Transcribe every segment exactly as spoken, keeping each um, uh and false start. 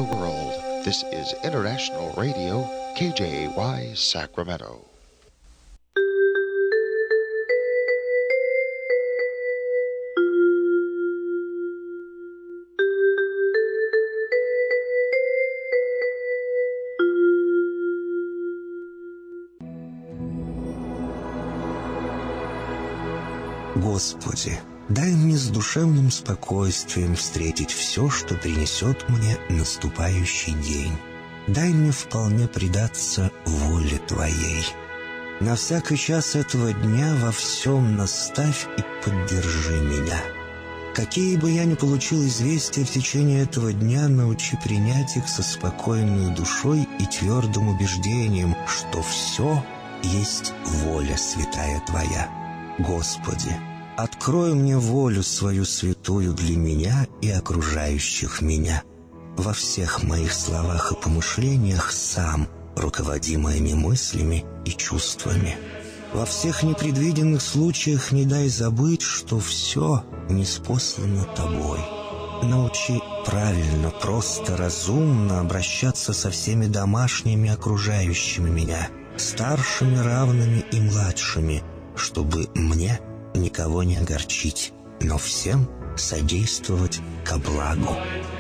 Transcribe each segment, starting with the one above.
the world. This is International Radio, K J Y, Sacramento. Господи, дай мне с душевным спокойствием встретить все, что принесет мне наступающий день. Дай мне вполне предаться воле Твоей. На всякий час этого дня во всем наставь и поддержи меня. Какие бы я ни получил известия в течение этого дня, научи принять их со спокойной душой и твердым убеждением, что все есть воля святая Твоя. Господи, открой мне волю свою святую для меня и окружающих меня. Во всех моих словах и помышлениях сам руководи моими мыслями и чувствами. Во всех непредвиденных случаях не дай забыть, что все ниспослано Тобой. Научи правильно, просто, разумно обращаться со всеми домашними окружающими меня, старшими, равными и младшими, чтобы мне никого не огорчить, но всем содействовать ко благу.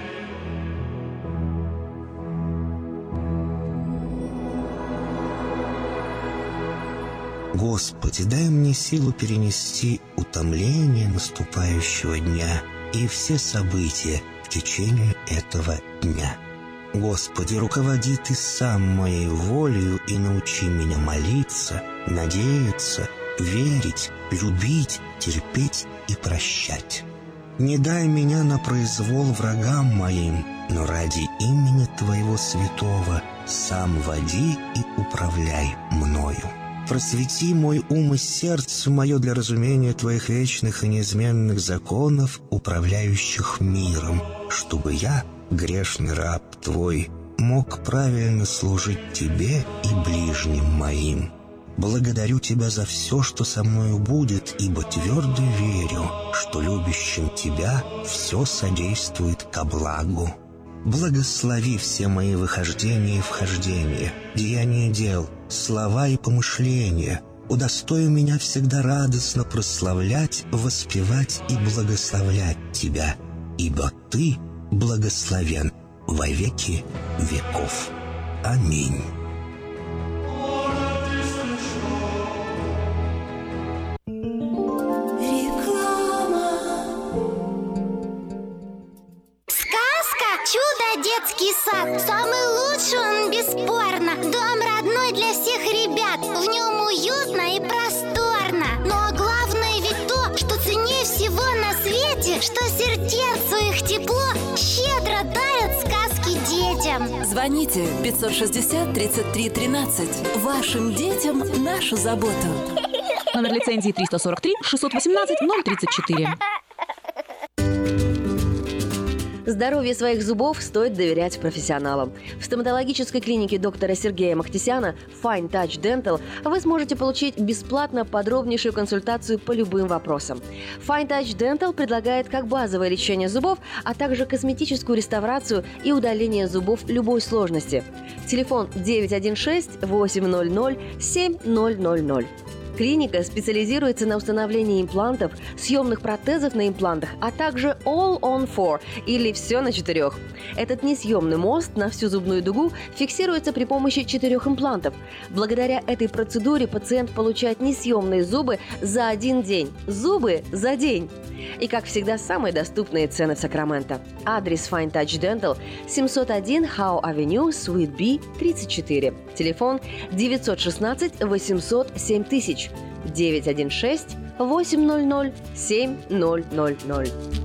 Господи, дай мне силу перенести утомление наступающего дня и все события в течение этого дня. Господи, руководи Ты сам моей волею и научи меня молиться, надеяться, верить, любить, терпеть и прощать. Не дай меня на произвол врагам моим, но ради имени Твоего святого сам води и управляй мною. Просвети мой ум и сердце мое для разумения Твоих вечных и неизменных законов, управляющих миром, чтобы я, грешный раб Твой, мог правильно служить Тебе и ближним моим. Благодарю Тебя за все, что со мною будет, ибо твердо верю, что любящим Тебя все содействует ко благу. Благослови все мои выхождения и вхождения, деяния дел, слова и помышления. Удостой меня всегда радостно прославлять, воспевать и благословлять Тебя, ибо Ты благословен во веки веков. Аминь. Детский сад. Самый лучший он, бесспорно. Дом родной для всех ребят. В нем уютно и просторно. Но главное ведь то, что ценнее всего на свете, что сердцу их тепло щедро дарят сказки детям. Звоните пятьсот шестьдесят тридцать три тринадцать. Вашим детям нашу заботу. Номер лицензии триста сорок три шестьсот восемнадцать ноль тридцать четыре. Здоровье своих зубов стоит доверять профессионалам. В стоматологической клинике доктора Сергея Махтисяна Fine Touch Dental вы сможете получить бесплатно подробнейшую консультацию по любым вопросам. Fine Touch Dental предлагает как базовое лечение зубов, а также косметическую реставрацию и удаление зубов любой сложности. Телефон девять один шесть восемь ноль ноль семь ноль ноль ноль. Клиника специализируется на установлении имплантов, съемных протезов на имплантах, а также All on Four или все на четырех. Этот несъемный мост на всю зубную дугу фиксируется при помощи четырех имплантов. Благодаря этой процедуре пациент получает несъемные зубы за один день. Зубы за день. И, как всегда, самые доступные цены в Сакраменто. Адрес Fine Touch Dental семьсот один Howe Avenue, Suite B, тридцать четыре. Телефон девять один шесть восемьсот семь тысяч. девять один шесть восемь ноль ноль семь ноль ноль ноль.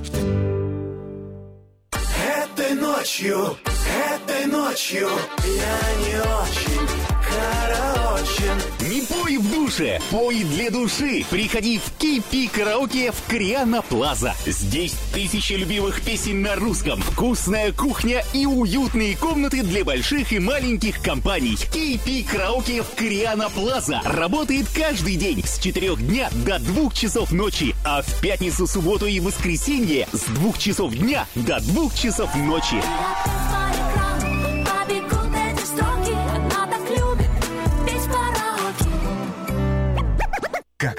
Этой ночью, этой ночью я не очень караочен. Не пой в душе, пой для души. Приходи в кей пи Караоке в Криана Плаза. Здесь тысячи любимых песен на русском, вкусная кухня и уютные комнаты для больших и маленьких компаний. кей пи Караоке в Криана Плаза работает каждый день с четырёх дня до двух часов ночи, а в пятницу, субботу и воскресенье с двух часов дня до двух часов ночи.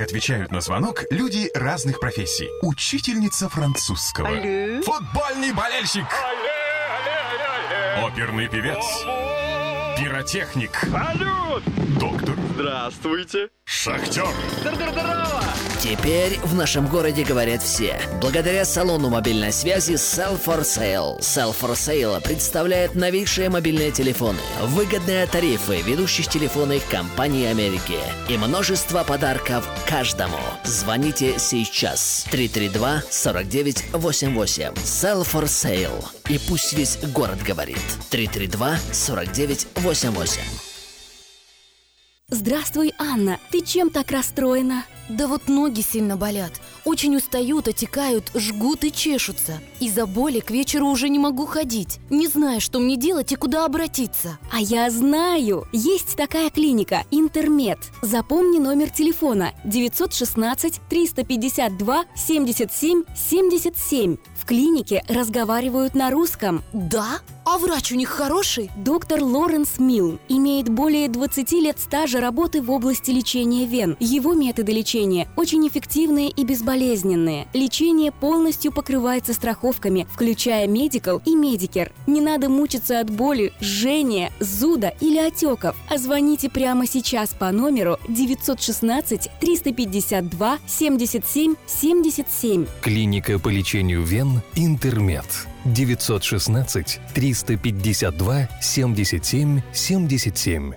отвечают на звонок люди разных профессий. Учительница французского. Алле. Футбольный болельщик. Алле, алле, алле. Оперный певец. Алло. Пиротехник. Салют. Доктор. Здравствуйте. Шахтер. Здорово. Теперь в нашем городе говорят все. Благодаря салону мобильной связи Sell for Sale. Sell for Sale представляет новейшие мобильные телефоны, выгодные тарифы ведущих телефонных компаний Америки и множество подарков каждому. Звоните сейчас. три три два сорок девять восемьдесят восемь. Sell for Sale. И пусть весь город говорит. три три два сорок девять восемьдесят восемь. Здравствуй, Анна. Ты чем так расстроена? Да вот ноги сильно болят. Очень устают, отекают, жгут и чешутся. Из-за боли к вечеру уже не могу ходить. Не знаю, что мне делать и куда обратиться. А я знаю! Есть такая клиника «Интермед». Запомни номер телефона девятьсот шестнадцать триста пятьдесят два семьдесят семь семьдесят семь. В клинике разговаривают на русском. Да? А врач у них хороший? Доктор Лоренс Милн имеет более двадцати лет стажа работы в области лечения вен. Его методы лечения очень эффективные и безболезненные. Лечение полностью покрывается страховками, включая Medical и Medicare. Не надо мучиться от боли, жжения, зуда или отеков. А звоните прямо сейчас по номеру девятьсот шестнадцать триста пятьдесят два семьдесят семь семьдесят семь. Клиника по лечению вен «Интермед». девятьсот шестнадцать триста пятьдесят два семьдесят семь семьдесят семь.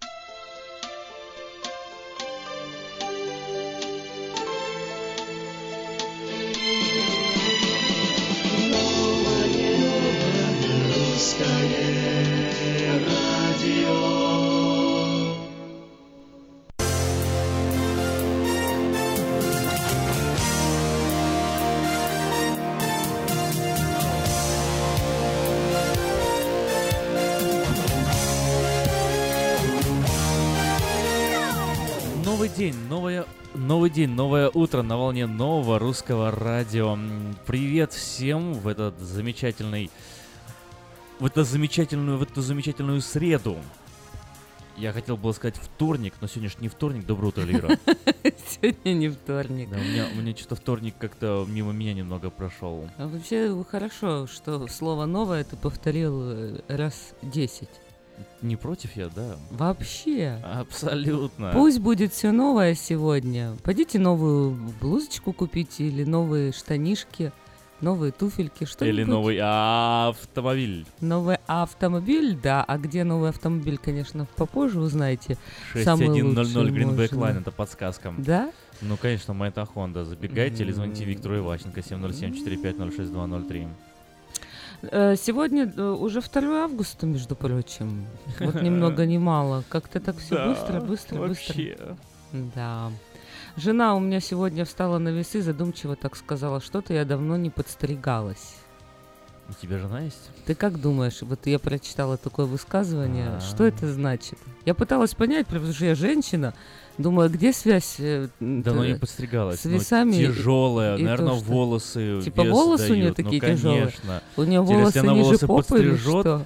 Новый день, новое, новый день, новое утро на волне нового русского радио. Привет всем в этот замечательный, в эту замечательную, в эту замечательную среду. Я хотел было сказать вторник, но сегодня же не вторник. Доброе утро, Эльвира. Сегодня не вторник. Да, у меня, у меня что-то вторник как-то мимо меня немного прошел. А вообще хорошо, что слово «новое» ты повторил раз десять. Не против я, да? Вообще. Абсолютно. Пусть будет все новое сегодня. Пойдите новую блузочку купите или новые штанишки, новые туфельки, что-нибудь. Или новый автомобиль. Новый автомобиль, да. А где новый автомобиль, конечно, попозже узнаете. шесть один ноль ноль Greenback Line, это подсказка. Да? Ну, конечно, Мэйта Хонда. Забегайте mm-hmm. или звоните Виктору Иващенко семь ноль семь четыре пять ноль шесть два ноль три. Сегодня уже второе августа, между прочим. Вот ни много ни мало. Как-то так все да, быстро, быстро, вообще. быстро. Да. Жена у меня сегодня встала на весы, задумчиво так сказала, что-то я давно не подстригалась. У тебя жена есть? Ты как думаешь? Вот я прочитала такое высказывание. А-а-а. Что это значит? Я пыталась понять, потому что я женщина. Думаю, где связь? Э, Давно не подстригалась. С весами. Тяжелая, и наверное, то, волосы. Типа волосы дают. у нее такие ну, тяжелые. Конечно. У нее волосы ниже волосы попы или что?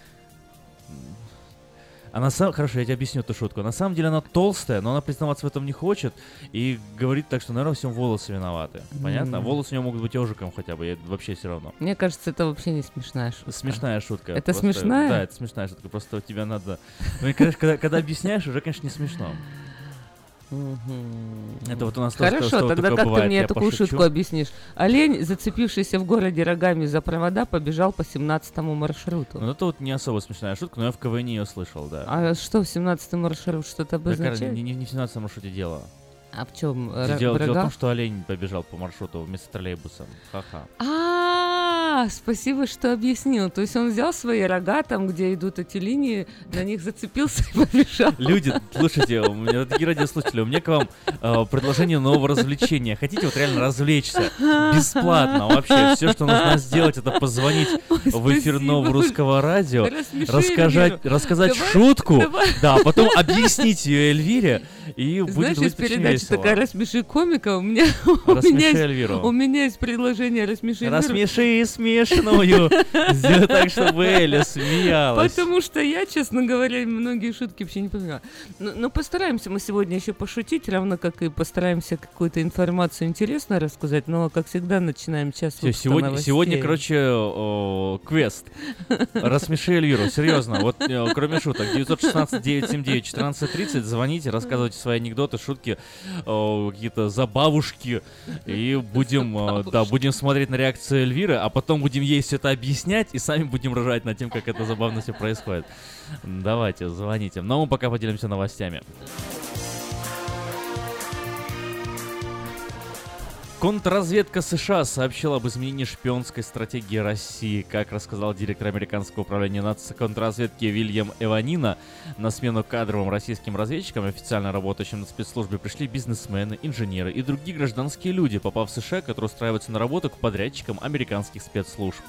Она сам, хорошо, я тебе объясню эту шутку. На самом деле она толстая, но она признаваться в этом не хочет и говорит так, что, наверное, всем волосы виноваты. Понятно? Mm. Волосы у нее могут быть ежиком хотя бы, я, вообще все равно. Мне кажется, это вообще не смешная шутка. Смешная шутка. Это просто, смешная? Да, это смешная шутка. Просто тебе надо... Ну, конечно, когда, когда объясняешь, уже, конечно, не смешно. Mm-hmm. Это вот у нас Хорошо, то, тогда как бывает, ты мне такую пошучу. шутку объяснишь? Олень, зацепившийся в городе рогами за провода, побежал по семнадцатому маршруту. Ну это вот не особо смешная шутка, но я в КВН ее слышал, да. А что в семнадцатый маршрут что-то обозначает? Да, не, не, не в семнадцатом маршруте дело. А в чем? Дело, дело в том, что олень побежал по маршруту вместо троллейбуса. Ха-ха. А, спасибо, что объяснил. То есть он взял свои рога, там, где идут эти линии, на них зацепился и побежал. Люди, слушайте, у меня такие радиослушатели, у меня к вам э, предложение нового развлечения. Хотите вот реально развлечься бесплатно? Вообще, все, что нужно сделать, это позвонить Ой, в эфир нового русского радио, рассказать, рассказать давай, шутку, давай. Да, потом объяснить ее Эльвире, и знаешь, будет есть передача такая «Рассмеши комика», у меня, у, меня есть, у меня есть предложение «Рассмеши Эльвиру». Рассмеши, смеши смешную. Сделай так, чтобы Эля смеялась. Потому что я, честно говоря, многие шутки вообще не понимаю. Но, но постараемся мы сегодня еще пошутить, равно как и постараемся какую-то информацию интересную рассказать. Но, как всегда, начинаем час Всё, сегодня, новостей. сегодня, короче, о, квест. Рассмеши Эльвиру, серьезно. Вот э, кроме шуток, девять один шесть девять семь девять четырнадцать тридцать, звоните, рассказывайте свои анекдоты, шутки, э, какие-то забавушки. И будем, э, да, будем смотреть на реакцию Эльвиры, а потом будем ей все это объяснять и сами будем ржать над тем, как это забавно все происходит. Давайте, звоните. Но мы пока поделимся новостями. Контрразведка США сообщила об изменении шпионской стратегии России. Как рассказал директор американского управления нацконтрразведки Вильям Эванина, на смену кадровым российским разведчикам, официально работающим на спецслужбе, пришли бизнесмены, инженеры и другие гражданские люди, попав в США, которые устраиваются на работу к подрядчикам американских спецслужб.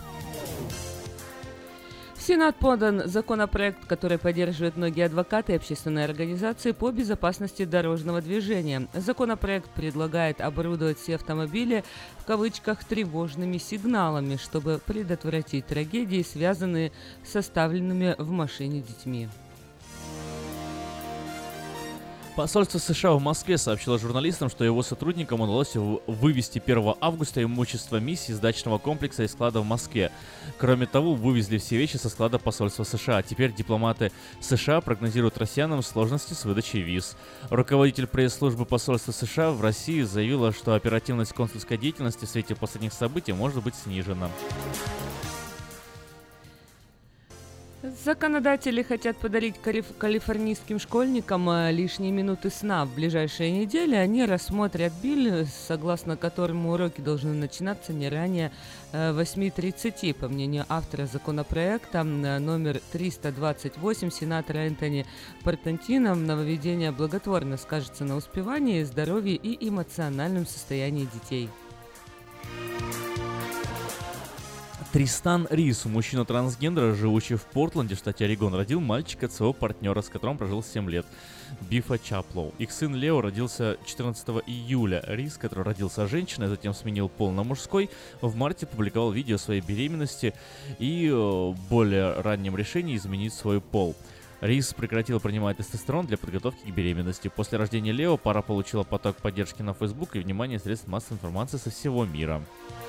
В Сенат подан законопроект, который поддерживают многие адвокаты и общественные организации по безопасности дорожного движения. Законопроект предлагает оборудовать все автомобили в кавычках тревожными сигналами, чтобы предотвратить трагедии, связанные с оставленными в машине детьми. Посольство США в Москве сообщило журналистам, что его сотрудникам удалось вывести первого августа имущество миссии с дачного комплекса и склада в Москве. Кроме того, вывезли все вещи со склада посольства США. Теперь дипломаты США прогнозируют россиянам сложности с выдачей виз. Руководитель пресс-службы посольства США в России заявила, что оперативность консульской деятельности в свете последних событий может быть снижена. Законодатели хотят подарить калиф- калифорнийским школьникам э, лишние минуты сна. В ближайшие недели они рассмотрят билл, согласно которому уроки должны начинаться не ранее э, восемь тридцать. По мнению автора законопроекта э, номер триста двадцать восемь, сенатора Энтони Портантино, нововведение благотворно скажется на успевании, здоровье и эмоциональном состоянии детей. Тристан Рис, мужчина трансгендера, живущий в Портленде, штате Орегон, родил мальчика от своего партнера, с которым прожил семь лет, Бифа Чаплоу. Их сын Лео родился четырнадцатого июля. Рис, который родился женщиной, а затем сменил пол на мужской, в марте публиковал видео о своей беременности и э, более раннем решении изменить свой пол. Рис прекратил принимать тестостерон для подготовки к беременности. После рождения Лео пара получила поток поддержки на Facebook и внимание средств массовой информации со всего мира.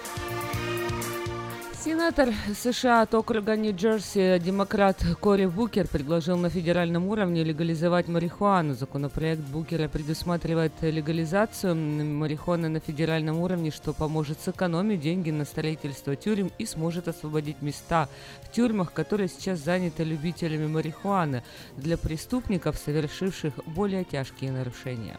Сенатор США от округа Нью-Джерси, демократ Кори Букер, предложил на федеральном уровне легализовать марихуану. Законопроект Букера предусматривает легализацию марихуаны на федеральном уровне, что поможет сэкономить деньги на строительство тюрем и сможет освободить места в тюрьмах, которые сейчас заняты любителями марихуаны, для преступников, совершивших более тяжкие нарушения.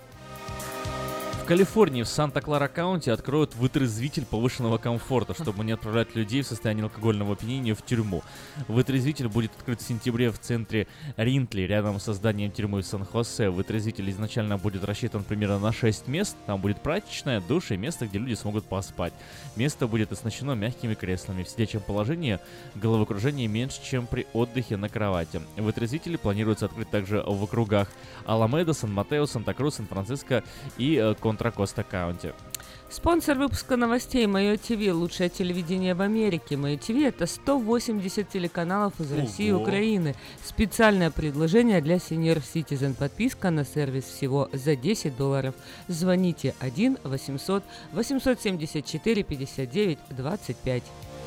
В Калифорнии в Санта-Клара-Каунти откроют вытрезвитель повышенного комфорта, чтобы не отправлять людей в состоянии алкогольного опьянения в тюрьму. Вытрезвитель будет открыт в сентябре в центре Ринтли, рядом со зданием тюрьмы в Сан-Хосе. Вытрезвитель изначально будет рассчитан примерно на шесть мест. Там будет прачечная, душ и место, где люди смогут поспать. Место будет оснащено мягкими креслами. В сидячем положении головокружение меньше, чем при отдыхе на кровати. Вытрезвители планируется открыть также в округах Аламеда, Сан-Матео, Санта-Крус, Сан-Франциско и э, Контра-Коста-Каунти. Спонсор выпуска новостей Мое ТВ, лучшее телевидение в Америке. Мое ТВ — это сто восемьдесят телеканалов из России и Украины. Специальное предложение для Senior Citizen. Подписка на сервис всего за десять долларов. Звоните один восемьсот восемьсот семьдесят четыре пятьдесят девять двадцать пять.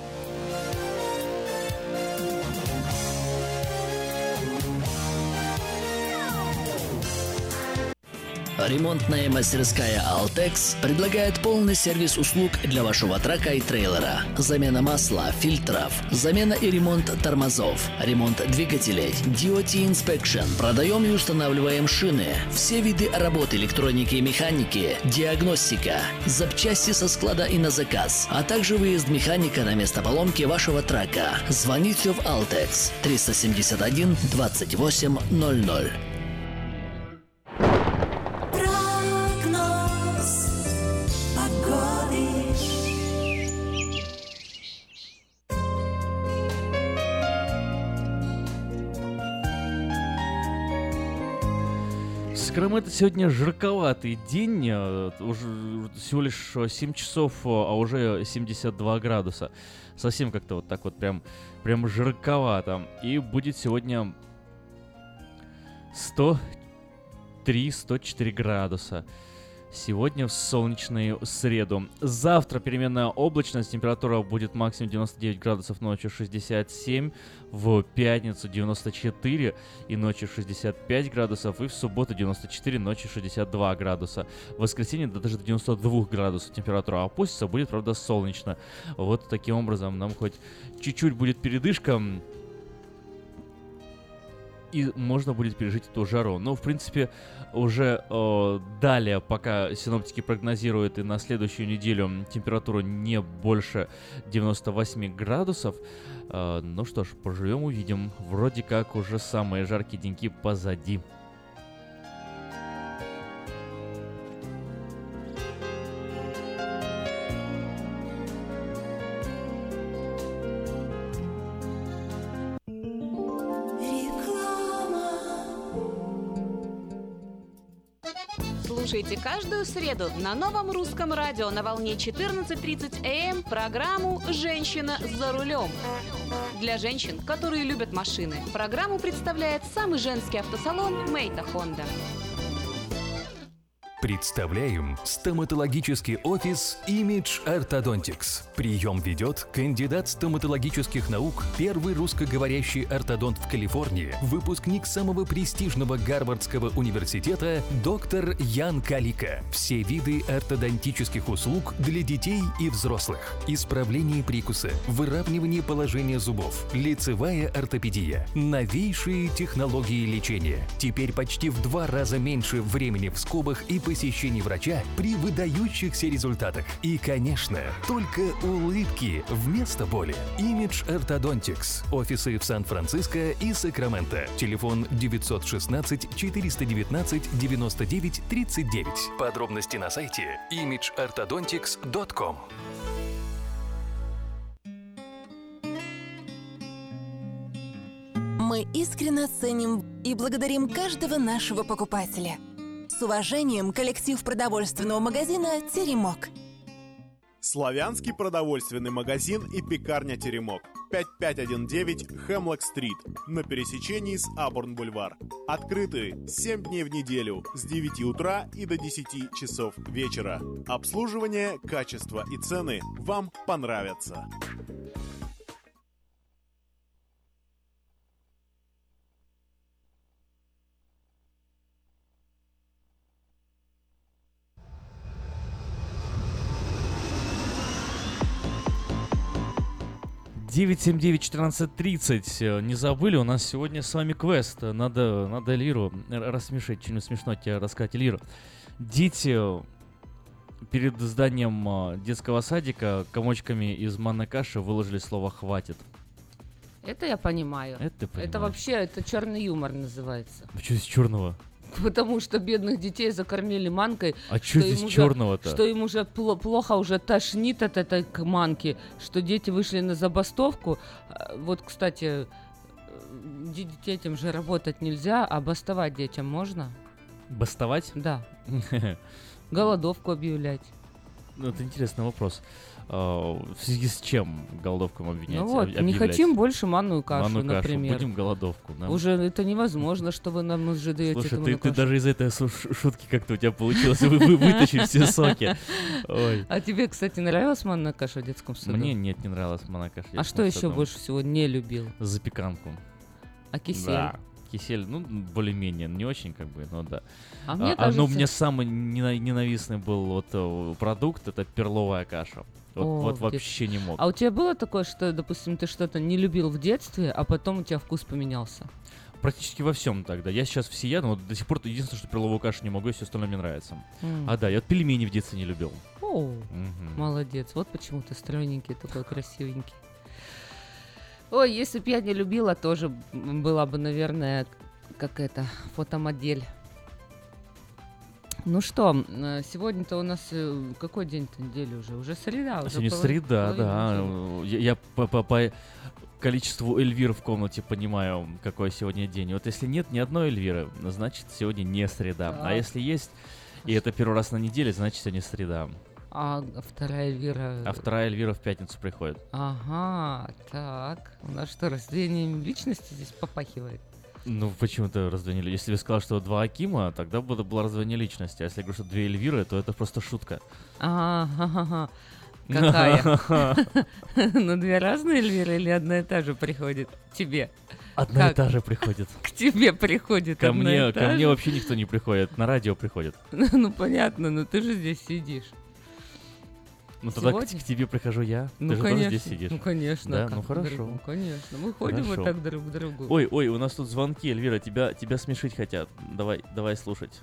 Ремонтная мастерская «Алтекс» предлагает полный сервис услуг для вашего трака и трейлера. Замена масла, фильтров, замена и ремонт тормозов, ремонт двигателей, ди о ти Inspection. Продаем и устанавливаем шины, все виды работ электроники и механики, диагностика, запчасти со склада и на заказ, а также выезд механика на место поломки вашего трака. Звоните в «Алтекс» триста семьдесят один двадцать восемь ноль ноль. Сакраменто сегодня жарковатый день, э, уже всего лишь семь часов, а уже семьдесят два градуса. Совсем как-то вот так вот прям, прям жарковато. И будет сегодня сто три - сто четыре градуса. Сегодня в солнечную среду. Завтра переменная облачность, температура будет максимум девяносто девять градусов, ночью шестьдесят семь, в пятницу девяносто четыре и ночью шестьдесят пять градусов, и в субботу девяносто четыре, ночью шестьдесят два градуса. В воскресенье даже до девяноста двух градусов температура опустится, будет, правда, солнечно. Вот таким образом нам хоть чуть-чуть будет передышка, и можно будет пережить эту жару. Но, в принципе, уже э, далее, пока синоптики прогнозируют и на следующую неделю температуру не больше девяноста восьми градусов. Э, ну что ж, поживем, увидим. Вроде как уже самые жаркие деньки позади. Слушайте каждую среду на новом русском радио на волне четырнадцать тридцать эй эм программу «Женщина за рулем». Для женщин, которые любят машины, программу представляет самый женский автосалон «Мейта Хонда». Представляем стоматологический офис Image Orthodontics. Прием ведет кандидат стоматологических наук, первый русскоговорящий ортодонт в Калифорнии, выпускник самого престижного Гарвардского университета доктор Ян Калика. Все виды ортодонтических услуг для детей и взрослых. Исправление прикуса, выравнивание положения зубов, лицевая ортопедия, новейшие технологии лечения. Теперь почти в два раза меньше времени в скобах и посещений врача при выдающихся результатах. И, конечно, только улыбки вместо боли. Image Orthodontics. Офисы в Сан-Франциско и Сакраменто. Телефон девятьсот шестнадцать четыреста девятнадцать девяносто девять тридцать девять. Подробности на сайте имидж ортодонтикс точка ком. Мы искренне ценим и благодарим каждого нашего покупателя. С уважением, коллектив продовольственного магазина «Теремок». Славянский продовольственный магазин и пекарня «Теремок». пять пять один девять Хемлок-стрит на пересечении с Абурн-бульвар. Открыты семь дней в неделю с девяти утра и до десяти часов вечера. Обслуживание, качество и цены вам понравятся. девять семь девять четырнадцать тридцать. Не забыли, у нас сегодня с вами квест. Надо, надо Лиру рассмешить. Что-нибудь смешно тебе рассказать. Лира, дети перед зданием детского садика комочками из манной каши выложили слово «хватит». Это я понимаю. Это ты понимаешь. Это вообще, это черный юмор называется. А что здесь черного? Потому что бедных детей закормили манкой. А что здесь им черного-то? Что им уже пл- плохо уже тошнит от этой манки, что дети вышли на забастовку. Вот, кстати, детям же работать нельзя, а бастовать детям можно? Бастовать? Да. Голодовку объявлять. Ну, это интересный вопрос. В связи с чем голодовком обвинять? Ну вот, не хотим больше манную кашу, манную например. Кашу. Будем голодовку. Да? Уже это невозможно, что вы нам уже даете. Слушай, ты, ты даже из этой шутки как-то у тебя получилось вы, вы, вытащить все соки. Ой. А тебе, кстати, нравилась манная каша в детском саду? Мне нет, не нравилась манная каша. А что еще больше всего не любил? Запеканку. А кисель? Да. Кисель, ну, более-менее, не очень, как бы, но да. А мне а, кажется... Ну, мне самый ненавистный был вот продукт, это перловая каша. Вот, О, вот вообще не мог. А у тебя было такое, что, допустим, ты что-то не любил в детстве, а потом у тебя вкус поменялся? Практически во всем тогда. Я сейчас всеяд, но вот до сих пор единственное, что перловую кашу не могу, и все остальное мне нравится. Mm. А да, я вот пельмени в детстве не любил. О, mm-hmm. Молодец. Вот почему ты стройненький, такой красивенький. Ой, если бы я не любила, тоже была бы, наверное, как это, фотомодель. Ну что, э, сегодня-то у нас э, какой день-то недели уже? Уже среда. Уже Сегодня поло- среда, половина да. недели. Я, я по, по- по количеству Эльвир в комнате понимаю, какой сегодня день. Вот если нет ни одной Эльвиры, значит сегодня не среда. Так. А если есть, и это первый раз на неделе, значит сегодня среда. А вторая Эльвира... А вторая Эльвира в пятницу приходит. Ага, так. У нас что, разделением личности здесь попахивает? Ну, почему-то раздвоение. Если бы я сказал, что два Акима, тогда бы это было раздвоение личности. А если я говорю, что две Эльвиры, то это просто шутка. Ага, какая? Ну, две разные Эльвиры или одна и та же приходит тебе? Одна Как? и та же приходит. К тебе приходит Ко одна мне, и та ко мне же? вообще никто не приходит. На радио приходит. Ну, ну, понятно, но ты же здесь сидишь. Ну, тогда к, Сегодня? к тебе прихожу я. Ну, Ты же конечно, тоже здесь сидишь. ну, конечно, Да, как ну к хорошо. другу, ну, конечно. Мы ходим вот Хорошо. так друг к другу. Ой, ой, у нас тут звонки, Эльвира, тебя, тебя смешить хотят. Давай, давай слушать.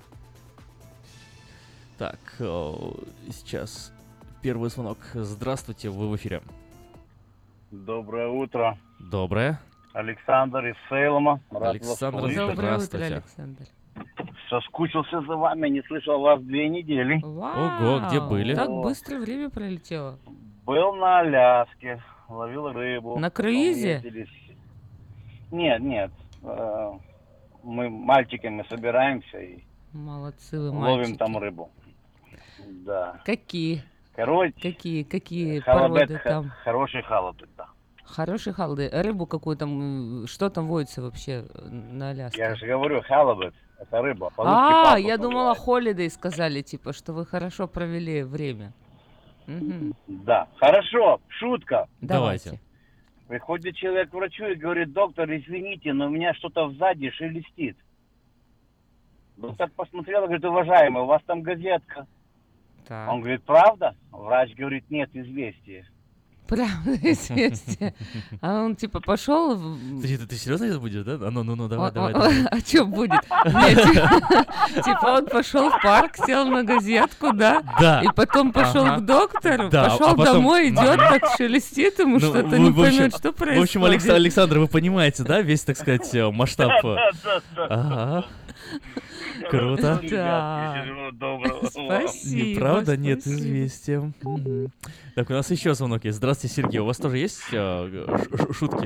Так, о, сейчас первый звонок. Здравствуйте, вы в эфире. Доброе утро. Доброе. Александр из Сейлома. Рад Александр, вас услышать. Доброе утро, здравствуйте. Александр. Соскучился за вами, не слышал вас две недели. Ого, где были? Так быстро время пролетело. Был на Аляске, ловил рыбу. На круизе? Потом ездили с- Нет, нет. э, Мы мальчиками собираемся и Молодцы вы, ловим мальчики. там рыбу. Да. Какие? Короче, Какие, какие халабет, породы х- там? хороший халабет, да. Хорошие халды. Рыбу какую там, м, что там водится вообще э, на Аляске? Я же говорю, халабет, это рыба. по-русски А, папа я думала, называется. холидей сказали, типа, что вы хорошо провели время. Мгм. Да, хорошо, шутка. Давайте. Приходит человек к врачу и говорит: доктор, извините, но у меня что-то сзади шелестит. Доктор посмотрел и говорит: уважаемый, у вас там газетка. Так. Он говорит: правда? Врач говорит: нет, известие. Правда, известие. А он типа пошел. Ты, ты, ты серьезно это будешь, да? А ну, ну, ну, давай, О- давай, о- давай. А что будет? Нет, Типа типа он пошел в парк, сел на газетку, да? Да. И потом пошел Ага. к доктору, Да, пошел а потом- домой, идет, так шелестит ему Ну, что-то, вы- не в общем- поймет, что происходит. В общем, Алекс- Александр, вы понимаете, да, весь, так сказать, э, масштаб? э, Ага. Круто. Да. Всего доброго. Спасибо. Неправда? Нет, спасибо. известия. Мгм. Так, у нас еще звонок есть. Здравствуйте, Сергей. У вас тоже есть э, ш- ш- шутки?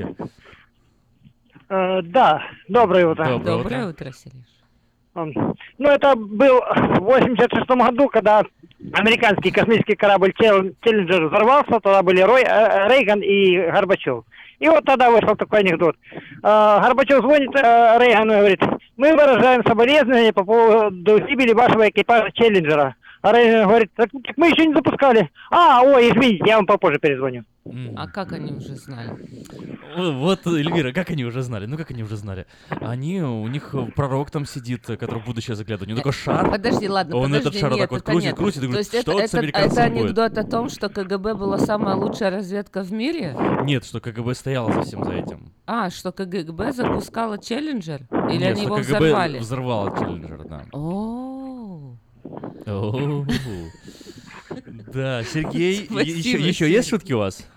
Э, да, доброе утро. Доброе Доброе утро. утро, Сереж. М, Ну, это был в восемьдесят шестом году, когда американский космический корабль «Чел- «Челленджер» взорвался, тогда были Рой, э, Рейган и Горбачев. И вот тогда вышел такой анекдот. Э, Горбачев звонит э, Рейгану и говорит: мы выражаем соболезнования по поводу гибели вашего экипажа «Челленджера». А Рейган говорит: так, так мы еще не запускали. А, ой, извините, я вам попозже перезвоню. А как они уже знали? О, Вот, Эльвира, как они уже знали? Ну, как они уже знали? Они, у них э, пророк там сидит, э, который в будущее заглядывает. У него такой шар. Подожди, ладно, Он подожди, этот шар вот нет, так вот это крутит, нет. крутит, и То говорит: есть что это, вот с это, это американцем будет? анекдот о том, что КГБ была самая лучшая разведка в мире? Нет, что КГБ стояло за всем за этим. А, что КГБ запускала «Челленджер»? Или Нет, они что его КГБ взорвали? взорвало «Челленджер», да. О, О. Да, Сергей, Спасибо, еще, еще Сергей. есть шутки у вас?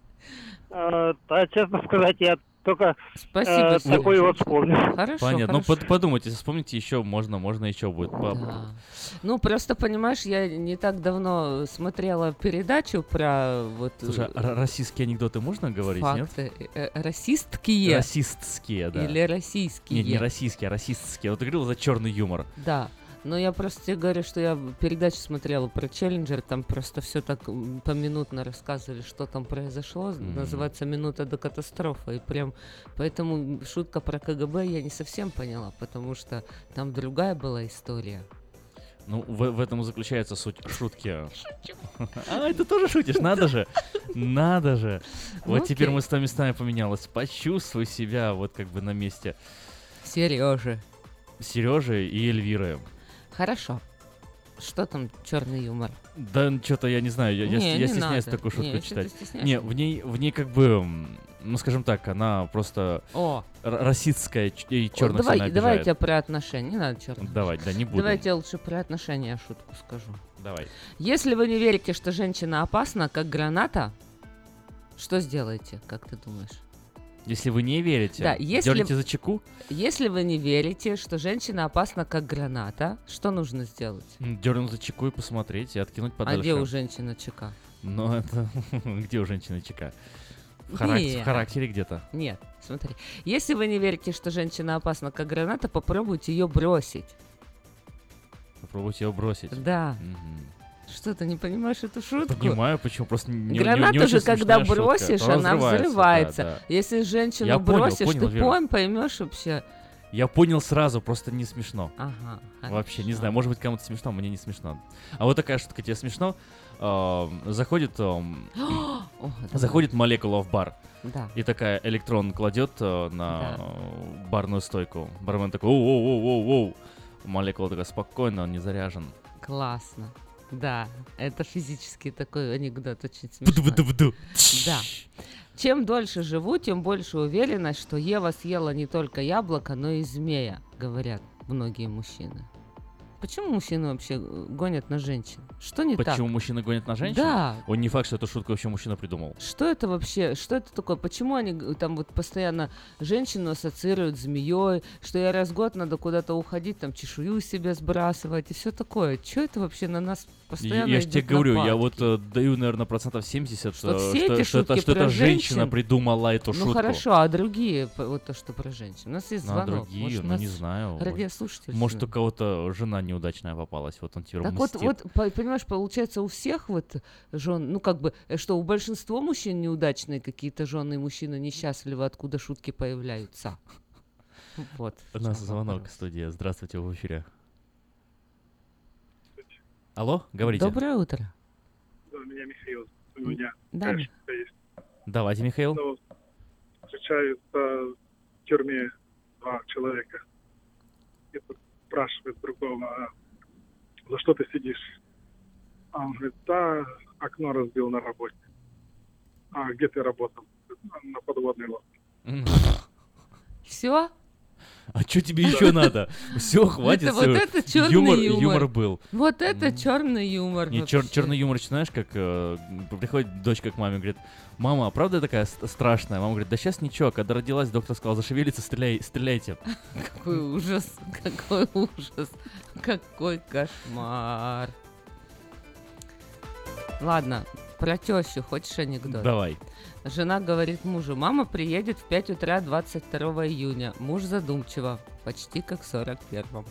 Э, да, честно сказать, я только Спасибо, э, Сережа. такой вот вспомнил. Хорошо, Понятно. Ну, хорошо. под- подумайте, если вспомните, еще можно, можно еще будет. По- Да. Ну, просто, понимаешь, я не так давно смотрела передачу про вот... Слушай, а р- российские анекдоты можно говорить, нет? факты. Э, э, Расистские? Расистские, да. Или российские? Нет, не российские, а расистские. Вот ты говорил за черный юмор. Да. Но я просто тебе говорю, что я передачу смотрела про «Челленджер», там просто все так м, поминутно рассказывали, что там произошло, Мгм. называется «Минута до катастрофы», и прям поэтому шутка про КГБ я не совсем поняла, потому что там другая была история. Ну, в, в этом и заключается суть шутки. А, это тоже шутишь, надо же. Надо же. Вот Ну, теперь окей. мы с вами с вами поменялось. Почувствуй себя вот как бы на месте Сережа. Сережи и Эльвиры. Хорошо. Что там черный юмор? Да, что-то я не знаю, я, я, Не, я не стесняюсь надо. такую шутку Не, что читать. ты стесняешься? Не, в ней, в ней как бы, м, ну скажем так, она просто О. р- расистская ч- и О, черных давай, она давай я обижает. тебе про отношения. Не надо черных. Давай, да, не буду. Давайте я лучше про отношения шутку скажу. Давай. Если вы не верите, что женщина опасна, как граната, что сделаете, как ты думаешь? Если вы не верите, Да, если- дерните за чеку. Если вы не верите, что женщина опасна как граната, что нужно сделать? Дернуть за чеку и посмотреть, и откинуть подальше. А где у женщины чека? Ну, это... Где у женщины чека? В, харак- Нет. в характере где-то. Нет, смотри. Если вы не верите, что женщина опасна как граната, попробуйте ее бросить. Попробуйте ее бросить. Да. Мгм. Что, ты не понимаешь эту шутку? Понимаю, почему. Просто не, не- Гранату не очень же, когда смешная шутка. бросишь, Она она взрывается, взрывается. да, да. Если женщину Я понял, бросишь, понял, ты Вера. пойм, поймешь вообще. Я понял сразу, просто не смешно. Ага, Вообще, не хорошо. знаю, может быть, кому-то смешно, мне не смешно. А вот такая шутка, тебе смешно? Эм, заходит, эм, О, да. заходит молекула в бар. Да. И такая электрон кладет э, на э, барную стойку. Бармен такой, оу-оу-оу-оу-оу. Молекула такая, спокойно, он не заряжен. Классно. Да, это физически такой анекдот, очень смешной. Бду-бду-бду. Да. Чем дольше живу, тем больше уверенность, что Ева съела не только яблоко, но и змея, говорят многие мужчины. Почему мужчины вообще гонят на женщин? Что не так? Почему мужчины гонят на женщин? Да. Он не факт, что эту шутку вообще мужчина придумал. Что это вообще? Что это такое? Почему они г- там вот постоянно женщину ассоциируют с змеей, что я раз в год надо куда-то уходить, там чешую себе сбрасывать и все такое? Что это вообще на нас постоянно Я же тебе идет говорю, я нападки? вот э, даю, наверное, процентов семьдесят, Что что, все что, эти что это, шутки что про это женщина женщин? придумала эту Ну шутку. хорошо, а другие, п- вот то, что про женщин. У нас есть Ну, а звонок. другие, Может, у ну нас не знаю. радиослушатель Может, у звонит? кого-то жена неудачная попалась, вот он теперь Так вот, мстит. вот, по- понимаешь, получается, у всех вот жен, ну как бы, э, что у большинства мужчин неудачные какие-то жены, и мужчины несчастливы, откуда шутки появляются. Вот. У в нас чём звонок вопрос. в студии. Здравствуйте, вы в эфире. Алло, говорите. Доброе утро. Да, меня Михаил. У меня Да, такая Ми- штука есть. Давайте, Михаил. Ну, встречаются в тюрьме два человека. И тут спрашивает другого, а за что ты сидишь? А он говорит, да, окно разбил на работе. А где ты работал? На подводной лодке. Все? А что тебе еще надо? Все, хватит. Это вот всё. это черный юмор, юмор. юмор был. Вот это черный юмор. Не, чер- вообще. черный юмор, знаешь, как э, приходит дочка к маме, говорит, мама, а правда я такая ст- страшная? Мама говорит, да сейчас ничего, когда родилась, доктор сказал, зашевелиться, стреляй, стреляйте. Какой ужас, какой ужас, какой кошмар. Ладно, про тещу хочешь анекдот? Давай. Жена говорит мужу, мама приедет в пять утра двадцать второго июня. Муж задумчиво, почти как в сорок первом.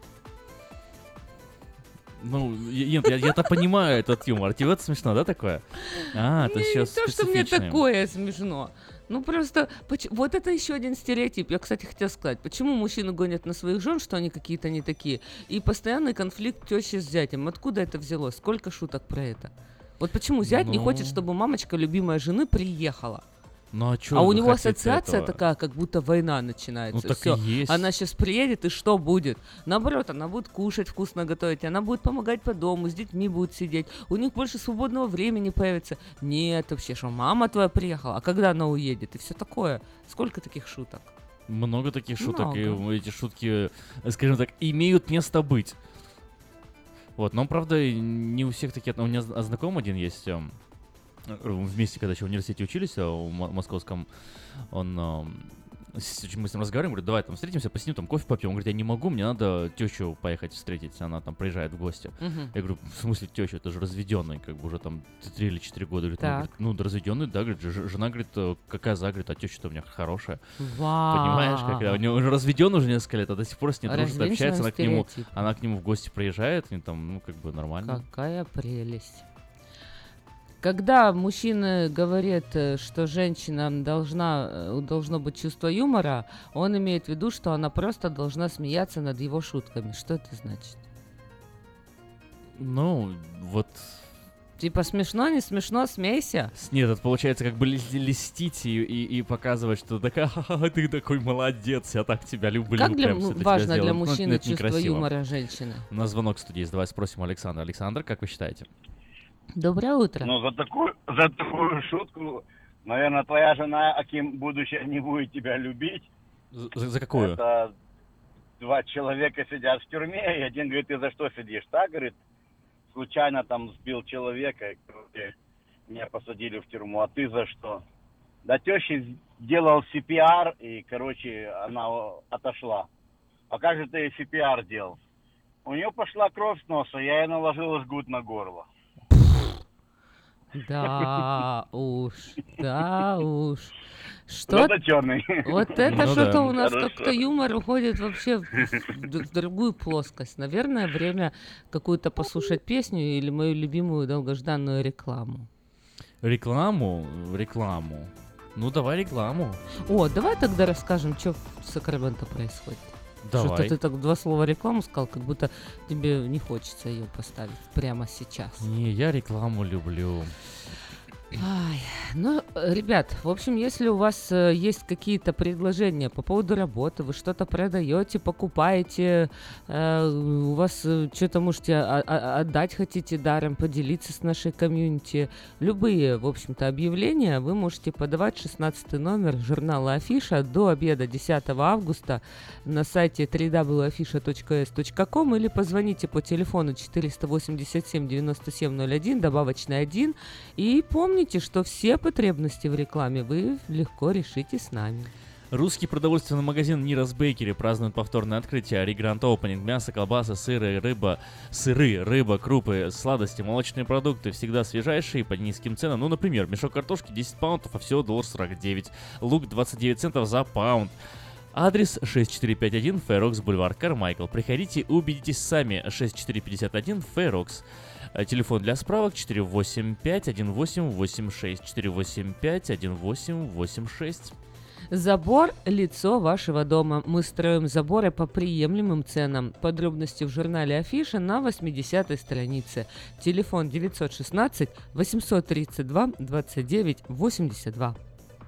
Ну, я- нет, я- я-то понимаю этот юмор. Тебе это смешно, да, такое? А, то Не, сейчас не то, что мне такое смешно. Ну просто, поч- вот это еще один стереотип. Я, кстати, хотела сказать, почему мужчины гонят на своих жен, что они какие-то не такие, и постоянный конфликт тещи с зятем. Откуда это взялось? Сколько шуток про это? Вот почему зять не Ну. хочет, чтобы мамочка, любимая жены, приехала? Ну, а чё а у вы него хотите ассоциация этого? такая, как будто война начинается. Ну, так Всё. и есть. Она сейчас приедет, и что будет? Наоборот, она будет кушать, вкусно готовить, она будет помогать по дому, с детьми будет сидеть. У них больше свободного времени появится. Нет, вообще, что мама твоя приехала, а когда она уедет? И все такое. Сколько таких шуток? Много таких шуток, и Много. эти шутки, э, скажем так, имеют место быть. Вот, но, правда, и не у всех такие... У меня зна- знакомый один есть, эм, э, вместе, когда еще в университете учились, э, в мо- московском, он... эм, с- мы с ним разговариваем, говорит, давай там встретимся, посидим, там кофе попьем. Он говорит, я не могу, мне надо тещу поехать встретить, она там приезжает в гости. Мгм. Я говорю, в смысле теща, это же разведенный, как бы уже там три или четыре года. Говорит, ну, Так. говорит, ну, да, разведенный, да, говорит, ж- жена, говорит, «э, какая за, говорит, а теща-то у меня хорошая. Вау. Понимаешь, какая? У него уже разведен уже несколько лет, а до сих пор с ней дружит, Развенчанный общается, она к нему, стереотип. она к нему в гости приезжает, и там, ну, как бы нормально. Какая прелесть. Когда мужчина говорит, э, что женщина должна, э, должно быть чувство юмора, он имеет в виду, что она просто должна смеяться над его шутками. Что это значит? Ну, вот... Типа смешно, не смешно, смейся. с- Нет, это получается как бы лис- листить и, и, и показывать, что такая, «Ха-ха, ты такой молодец, я так тебя люблю. Как для, прям всё м- для тебя важно для сделал». Ну, мужчины это чувство некрасиво. юмора женщины? У нас звонок в студии есть, давай спросим у Александра. Александр, как вы считаете? Доброе утро. Ну, за такую, за такую шутку, наверное, твоя жена, Аким, будущее не будет тебя любить. За, за какую? Это два человека сидят в тюрьме, и один говорит, ты за что сидишь? Так, говорит, случайно там сбил человека, и короче, меня посадили в тюрьму, а ты за что? До тещи делал си пи ар, и, короче, она отошла. А как же ты си пи ар делал? У нее пошла кровь с носа, я ей наложил жгут на горло. Да уж, да уж. Что? Это черный. Вот это Ну что-то да. у нас Хорошо. как-то юмор уходит вообще в, в- в другую плоскость. Наверное, время какую-то послушать песню или мою любимую долгожданную рекламу. Рекламу? Рекламу. Ну, давай рекламу. О, давай тогда расскажем, что в Сакраменто происходит. Давай. Что-то ты так два слова рекламу сказал, как будто тебе не хочется ее поставить прямо сейчас. Не, я рекламу люблю. Ай, ну, э, ребят, в общем, если у вас э, есть какие-то предложения по поводу работы, вы что-то продаете, покупаете, э, у вас э, что-то можете о- о- отдать хотите даром, поделиться с нашей комьюнити, любые, в общем-то, объявления вы можете подавать шестнадцатый номер журнала «Афиша» до обеда десятого августа на сайте дабл ю дабл ю дабл ю точка афиша точка эс точка ком или позвоните по телефону четыреста восемьдесят семь девяносто семь ноль один, добавочный один, и помните, что все потребности в рекламе вы легко решите с нами. Русский продовольственный магазин Нирас Бейкери празднует повторное открытие. Регрант Опенинг. Мясо, колбаса, сыры, рыба, сыры, рыба, крупы, сладости, молочные продукты. Всегда свежайшие по низким ценам. Ну, например, мешок картошки десять паунтов, а всего доллар сорок девять. Лук двадцать девять центов за паунд. Адрес шесть четыре пять один Фэрокс, бульвар Кармайкл. Приходите и убедитесь сами. шесть четыре пятьдесят один Фэрокс. Телефон для справок четыре восемь пять один восемь восемь шесть. четыре восемь пять один восемь восемь шесть. Забор – лицо вашего дома. Мы строим заборы по приемлемым ценам. Подробности в журнале «Афиша» на восьмидесятой странице. Телефон девятьсот шестнадцать восемьсот тридцать два двадцать девять восемьдесят два.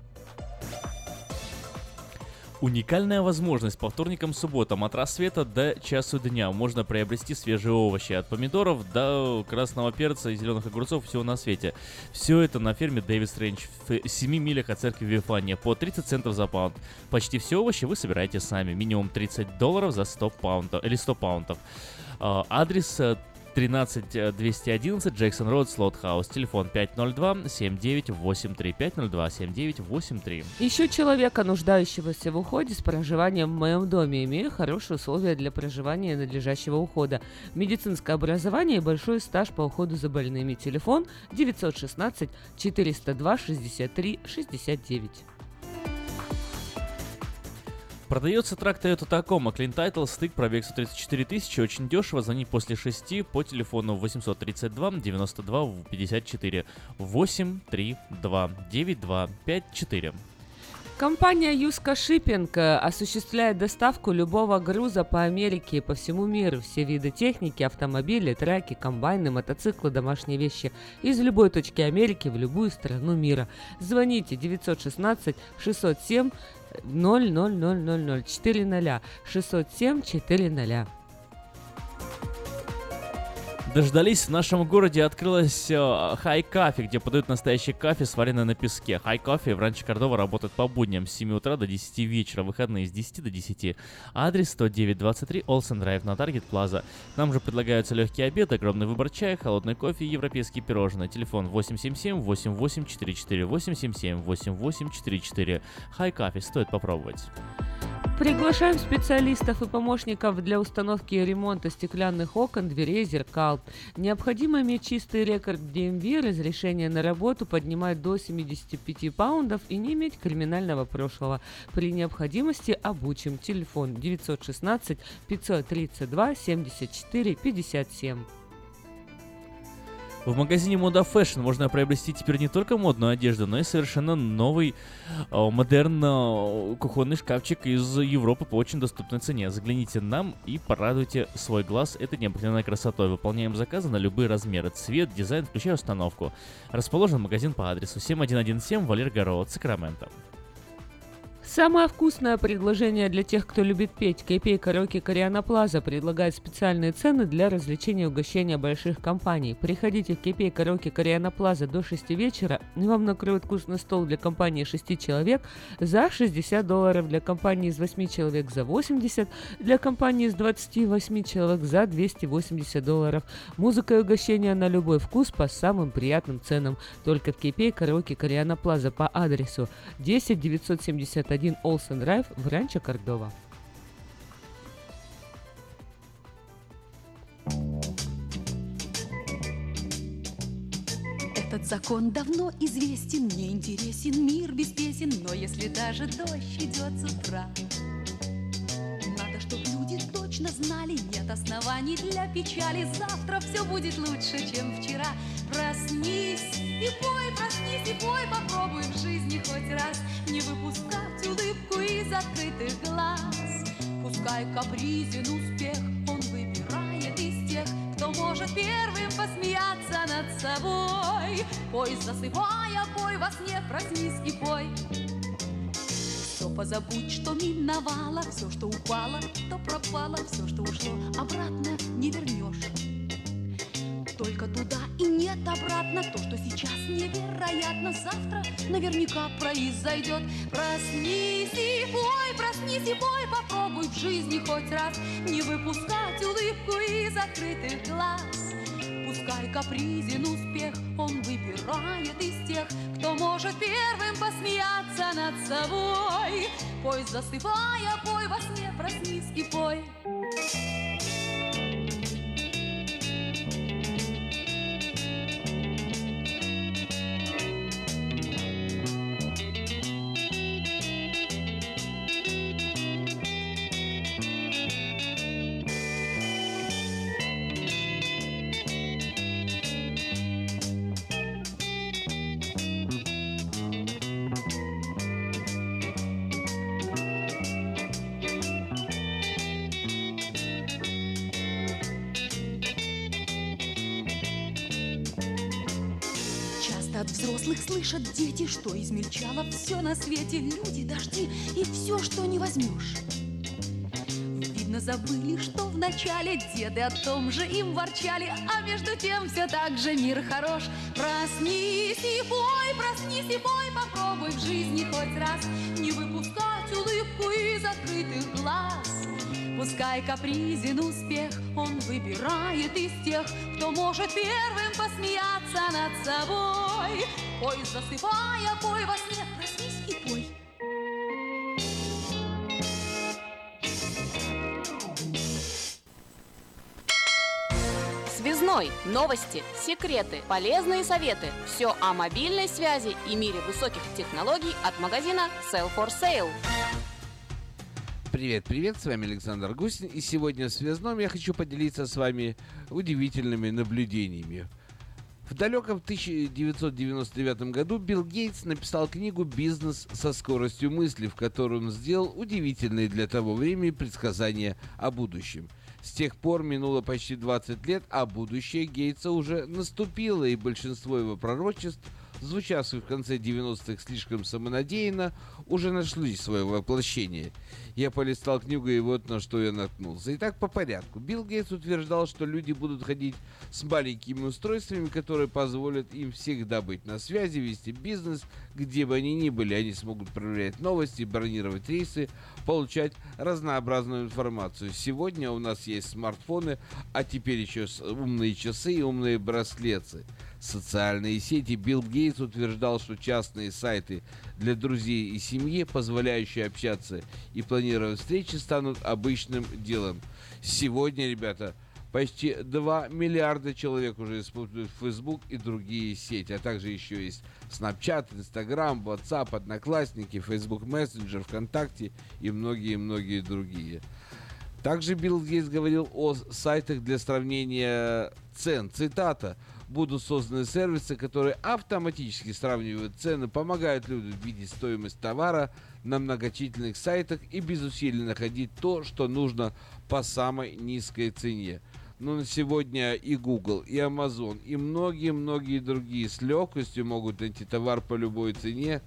Уникальная возможность по вторникам, субботам от рассвета до часу дня. Можно приобрести свежие овощи от помидоров до красного перца и зеленых огурцов, всего на свете. Все это на ферме Дэвис Рэнч в семи милях от церкви Вифания по тридцать центов за паунд. Почти все овощи вы собираете сами. Минимум тридцать долларов за сто паундов, или сто паунтов. А, адрес тринадцать двести одиннадцать Джексон Роуд, Слот Хаус. Телефон пять ноль два семь девять восемь три. пять ноль два семь девять восемь три. Ищу человека, нуждающегося в уходе с проживанием в моем доме. Имею хорошие условия для проживания и надлежащего ухода. Медицинское образование и большой стаж по уходу за больными. Телефон девятьсот шестнадцать четыреста два шестьдесят три шестьдесят девять. Продается трак Toyota Tacoma, Clean Title, стык, пробег сто тридцать четыре тысячи, очень дешево. Звони после шести по телефону восемьсот тридцать два девяносто два пятьдесят четыре. восемь три два девять два пять четыре. Компания Юска Шиппинг осуществляет доставку любого груза по Америке и по всему миру. Все виды техники, автомобили, траки, комбайны, мотоциклы, домашние вещи из любой точки Америки в любую страну мира. Звоните девятьсот шестнадцать шестьсот семь ноль ноль ноль ноль ноль четыре ноль шестьсот семь четыре ноль. Дождались, в нашем городе открылась High Coffee, где подают настоящий кофе, сваренный на песке. High Coffee в Ранчо Кордова работает по будням с семи утра до десяти вечера, выходные с десяти до десяти. Адрес сто девять двадцать три Олсен Драйв на Таргет Плаза. Нам же предлагаются легкий обед, огромный выбор чая, холодный кофе и европейские пирожные. Телефон восемь семь семь восемь восемь четыре четыре, восемь семь семь восемь восемь четыре четыре. High Coffee, стоит попробовать. Приглашаем специалистов и помощников для установки и ремонта стеклянных окон, дверей, зеркал. Необходимо иметь чистый рекорд ди эм ви, разрешение на работу поднимать до семидесяти пяти паундов и не иметь криминального прошлого. При необходимости обучим. Телефон девятьсот шестнадцать пятьсот тридцать два семьдесят четыре пятьдесят семь. В магазине Moda Fashion можно приобрести теперь не только модную одежду, но и совершенно новый э, модерн э, кухонный шкафчик из Европы по очень доступной цене. Загляните нам и порадуйте свой глаз этой необыкновенной красотой. Выполняем заказы на любые размеры, цвет, дизайн, включая установку. Расположен магазин по адресу семь один один семь Валерго Роуд, Сакраменто. Самое вкусное предложение для тех, кто любит петь. кей пи эй Караоке Кориана Плаза предлагает специальные цены для развлечения и угощения больших компаний. Приходите в кей пи эй Караоке Кориана Плаза до шести вечера, и вам накроют вкусный стол для компании шести человек за шестьдесят долларов, для компании из восьми человек за восемьдесят, для компании из двадцати восьми человек за двести восемьдесят долларов. Музыка и угощения на любой вкус по самым приятным ценам. Только в кей пи эй Караоке Кориана Плаза по адресу десять девятьсот семьдесят один Олсен Драйв в Ранчо Кордова. Этот закон давно известен, мне интересен мир без песен, но если даже дождь идет с утра, надо, чтоб люди точно знали, нет оснований для печали, завтра все будет лучше, чем вчера. Проснись и пой, проснись и пой, попробуй в жизни хоть раз не выпускать улыбку из открытых глаз. Пускай капризен успех, он выбирает из тех, кто может первым посмеяться над собой. Пой, засыпая, пой во сне, проснись и пой. Все позабудь, что миновало, все, что упало, то пропало, все, что ушло, обратно не вернешь. Только туда и нет обратно, то, что сейчас невероятно, завтра наверняка произойдет. Проснись и пой, проснись и пой, попробуй в жизни хоть раз не выпускать улыбку из открытых глаз. Пускай капризен успех, он выбирает из тех, кто может первым посмеяться над собой. Пой, засыпая, пой во сне, проснись и пой. От взрослых слышат дети, что измельчало все на свете, люди, дожди и все, что не возьмешь. Видно, забыли, что вначале деды о том же им ворчали, а между тем все так же мир хорош. Проснись и пой, проснись и пой, попробуй в жизни хоть раз не выпускать улыбку из открытых глаз. Пускай капризен успех, он выбирает из тех, кто может первым посмеяться над собой. Пой, засыпая, пой во сне, проснись и пой. Связной. Новости, секреты, полезные советы. Все о мобильной связи и мире высоких технологий от магазина Sell for Sale. Привет, привет, с вами Александр Гусин, и сегодня в Связном я хочу поделиться с вами удивительными наблюдениями. В далеком тысяча девятьсот девяносто девятом году Билл Гейтс написал книгу «Бизнес со скоростью мысли», в которой он сделал удивительные для того времени предсказания о будущем. С тех пор минуло почти двадцать лет, а будущее Гейтса уже наступило, и большинство его пророчеств, звучавших в конце девяностых слишком самонадеянно, уже нашли свое воплощение. Я полистал книгу, и вот на что я наткнулся. Итак, по порядку. Билл Гейтс утверждал, что люди будут ходить с маленькими устройствами, которые позволят им всегда быть на связи, вести бизнес, где бы они ни были. Они смогут проверять новости, бронировать рейсы, получать разнообразную информацию. Сегодня у нас есть смартфоны, а теперь еще умные часы и умные браслеты. Социальные сети. Билл Гейтс утверждал, что частные сайты для друзей и семьи, позволяющие общаться и планировать встречи, станут обычным делом. Сегодня, ребята, почти два миллиарда человек уже используют Facebook и другие сети, а также еще есть Snapchat, Instagram, WhatsApp, Одноклассники, Facebook Messenger, ВКонтакте и многие-многие другие. Также Билл Гейтс говорил о сайтах для сравнения цен. Цитата: «Будут созданы сервисы, которые автоматически сравнивают цены, помогают людям видеть стоимость товара на многочисленных сайтах и без усилий находить то, что нужно по самой низкой цене». Но на сегодня и Google, и Amazon, и многие-многие другие с легкостью могут найти товар по любой цене,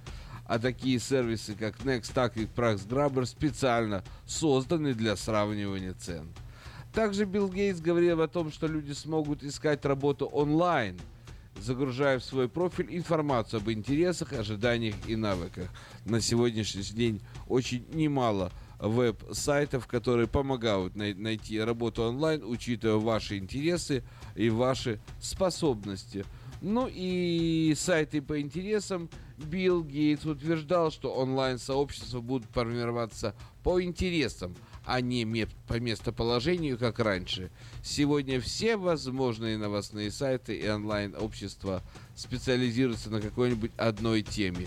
А такие сервисы, как Nextag и PriceGrabber, специально созданы для сравнивания цен. Также Билл Гейтс говорил о том, что люди смогут искать работу онлайн, загружая в свой профиль информацию об интересах, ожиданиях и навыках. На сегодняшний день очень немало веб-сайтов, которые помогают най- найти работу онлайн, учитывая ваши интересы и ваши способности. Ну и сайты по интересам. Билл Гейтс утверждал, что онлайн-сообщества будут формироваться по интересам, а не ме- по местоположению, как раньше. Сегодня все возможные новостные сайты и онлайн-общества специализируются на какой-нибудь одной теме.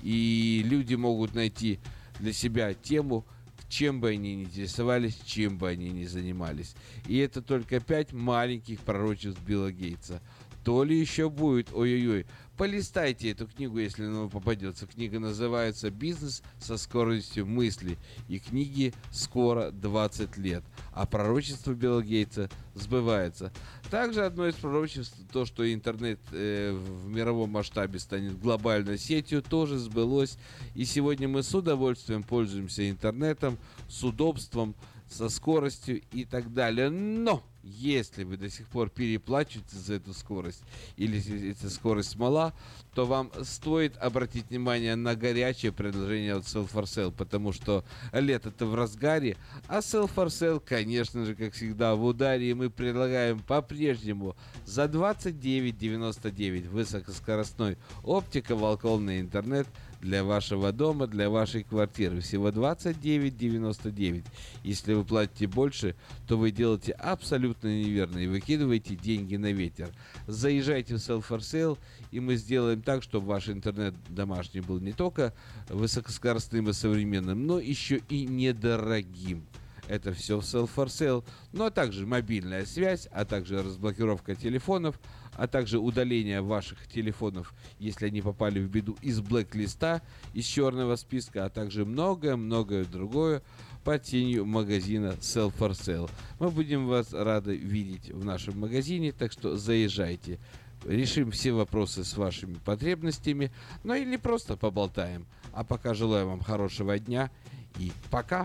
И люди могут найти для себя тему, чем бы они ни интересовались, чем бы они ни занимались. И это только пять маленьких пророчеств Билла Гейтса. То ли еще будет, ой-ой-ой. Полистайте эту книгу, если она вам попадется. Книга называется «Бизнес со скоростью мысли». И книге скоро двадцать лет. А пророчество Билла Гейтса сбывается. Также одно из пророчеств, то, что интернет э, в мировом масштабе станет глобальной сетью, тоже сбылось. И сегодня мы с удовольствием пользуемся интернетом, с удобством, со скоростью и так далее. Но если вы до сих пор переплачиваете за эту скорость, или если эта скорость мала, то вам стоит обратить внимание на горячее предложение от Sell for Sale, потому что лето-то в разгаре, а Sell for Sale, конечно же, как всегда, в ударе, и мы предлагаем по-прежнему за двадцать девять девяносто девять высокоскоростной оптико-волоконный интернет для вашего дома, для вашей квартиры. Всего двадцать девять девяносто девять. Если вы платите больше, то вы делаете абсолютно неверно и выкидываете деньги на ветер. Заезжайте в Sell for Sale, и мы сделаем так, чтобы ваш интернет домашний был не только высокоскоростным и современным, но еще и недорогим. Это все в Sell for Sale. Ну а также мобильная связь, а также разблокировка телефонов, а также удаление ваших телефонов, если они попали в беду, из блэк-листа, из черного списка, а также многое-многое другое под тенью магазина Sell for Sale. Мы будем вас рады видеть в нашем магазине, так что заезжайте. Решим все вопросы с вашими потребностями, ну или просто поболтаем. А пока желаю вам хорошего дня и пока!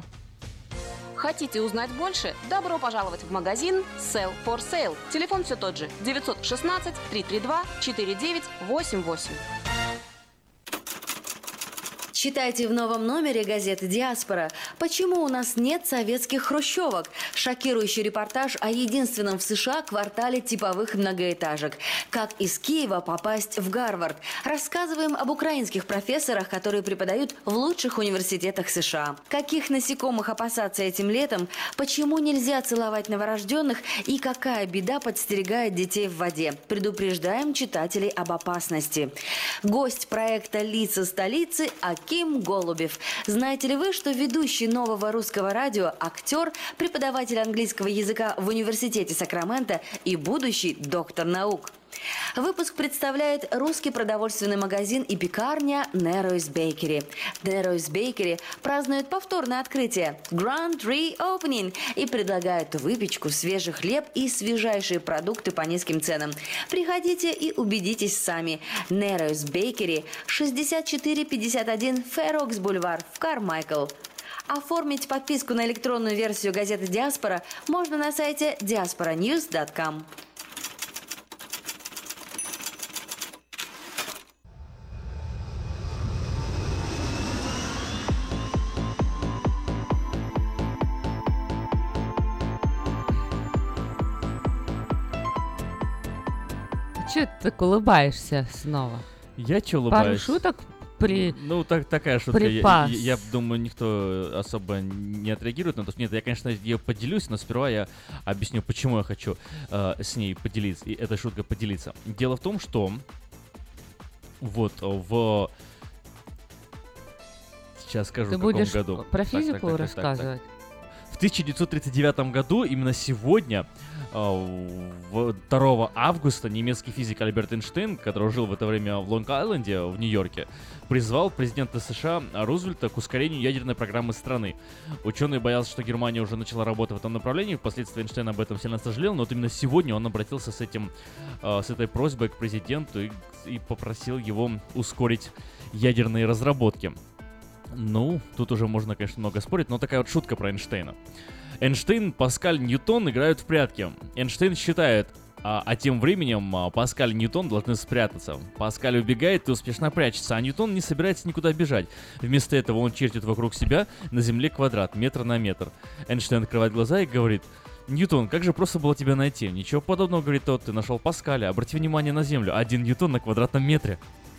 Хотите узнать больше? Добро пожаловать в магазин Sell for Sale. Телефон все тот же девятьсот шестнадцать триста тридцать два сорок девять восемьдесят восемь. Читайте в новом номере газеты «Диаспора». Почему у нас нет советских хрущевок? Шокирующий репортаж о единственном в США квартале типовых многоэтажек. Как из Киева попасть в Гарвард? Рассказываем об украинских профессорах, которые преподают в лучших университетах США. Каких насекомых опасаться этим летом? Почему нельзя целовать новорожденных? И какая беда подстерегает детей в воде? Предупреждаем читателей об опасности. Гость проекта «Лица столицы» Аким Голубев. Знаете ли вы, что ведущий Нового русского радио, актер, преподаватель английского языка в университете Сакраменто и будущий доктор наук? Выпуск представляет русский продовольственный магазин и пекарня Narrows Bakery. Narrows Bakery празднует повторное открытие Grand Reopening и предлагает выпечку, свежий хлеб и свежайшие продукты по низким ценам. Приходите и убедитесь сами. Narrows Bakery, шестьдесят четыре пятьдесят один Fair Oaks Boulevard в Кармайкл. Оформить подписку на электронную версию газеты «Диаспора» можно на сайте диаспора ньюс точка ком. Че ты так улыбаешься снова? Я че улыбаюсь? Пару шуток при... Ну, так, такая шутка. Припас. Я, я, я думаю, никто особо не отреагирует на то. Нет, я, конечно, ее поделюсь, но сперва я объясню, почему я хочу э, с ней поделиться, и этой шуткой поделиться. Дело в том, что вот в... Сейчас скажу, Ты в каком будешь году. про физику так, так, так, рассказывать? Так, так. В тысяча девятьсот тридцать девятом году, именно сегодня, второго августа, немецкий физик Альберт Эйнштейн, который жил в это время в Лонг-Айленде, в Нью-Йорке, призвал президента США Рузвельта к ускорению ядерной программы страны. Ученый боялся, что Германия уже начала работать в этом направлении, впоследствии Эйнштейн об этом сильно сожалел, но вот именно сегодня он обратился с, этим, с этой просьбой к президенту и, и попросил его ускорить ядерные разработки. Ну, тут уже можно, конечно, много спорить, но такая вот шутка про Эйнштейна. Эйнштейн, Паскаль, Ньютон играют в прятки. Эйнштейн считает, а, а тем временем а, Паскаль и Ньютон должны спрятаться. Паскаль убегает и успешно прячется, а Ньютон не собирается никуда бежать. Вместо этого он чертит вокруг себя на земле квадрат, метр на метр. Эйнштейн открывает глаза и говорит: «Ньютон, как же просто было тебя найти?» «Ничего подобного, — говорит тот, — ты нашел Паскаля. Обрати внимание на землю. Один Ньютон на квадратном метре».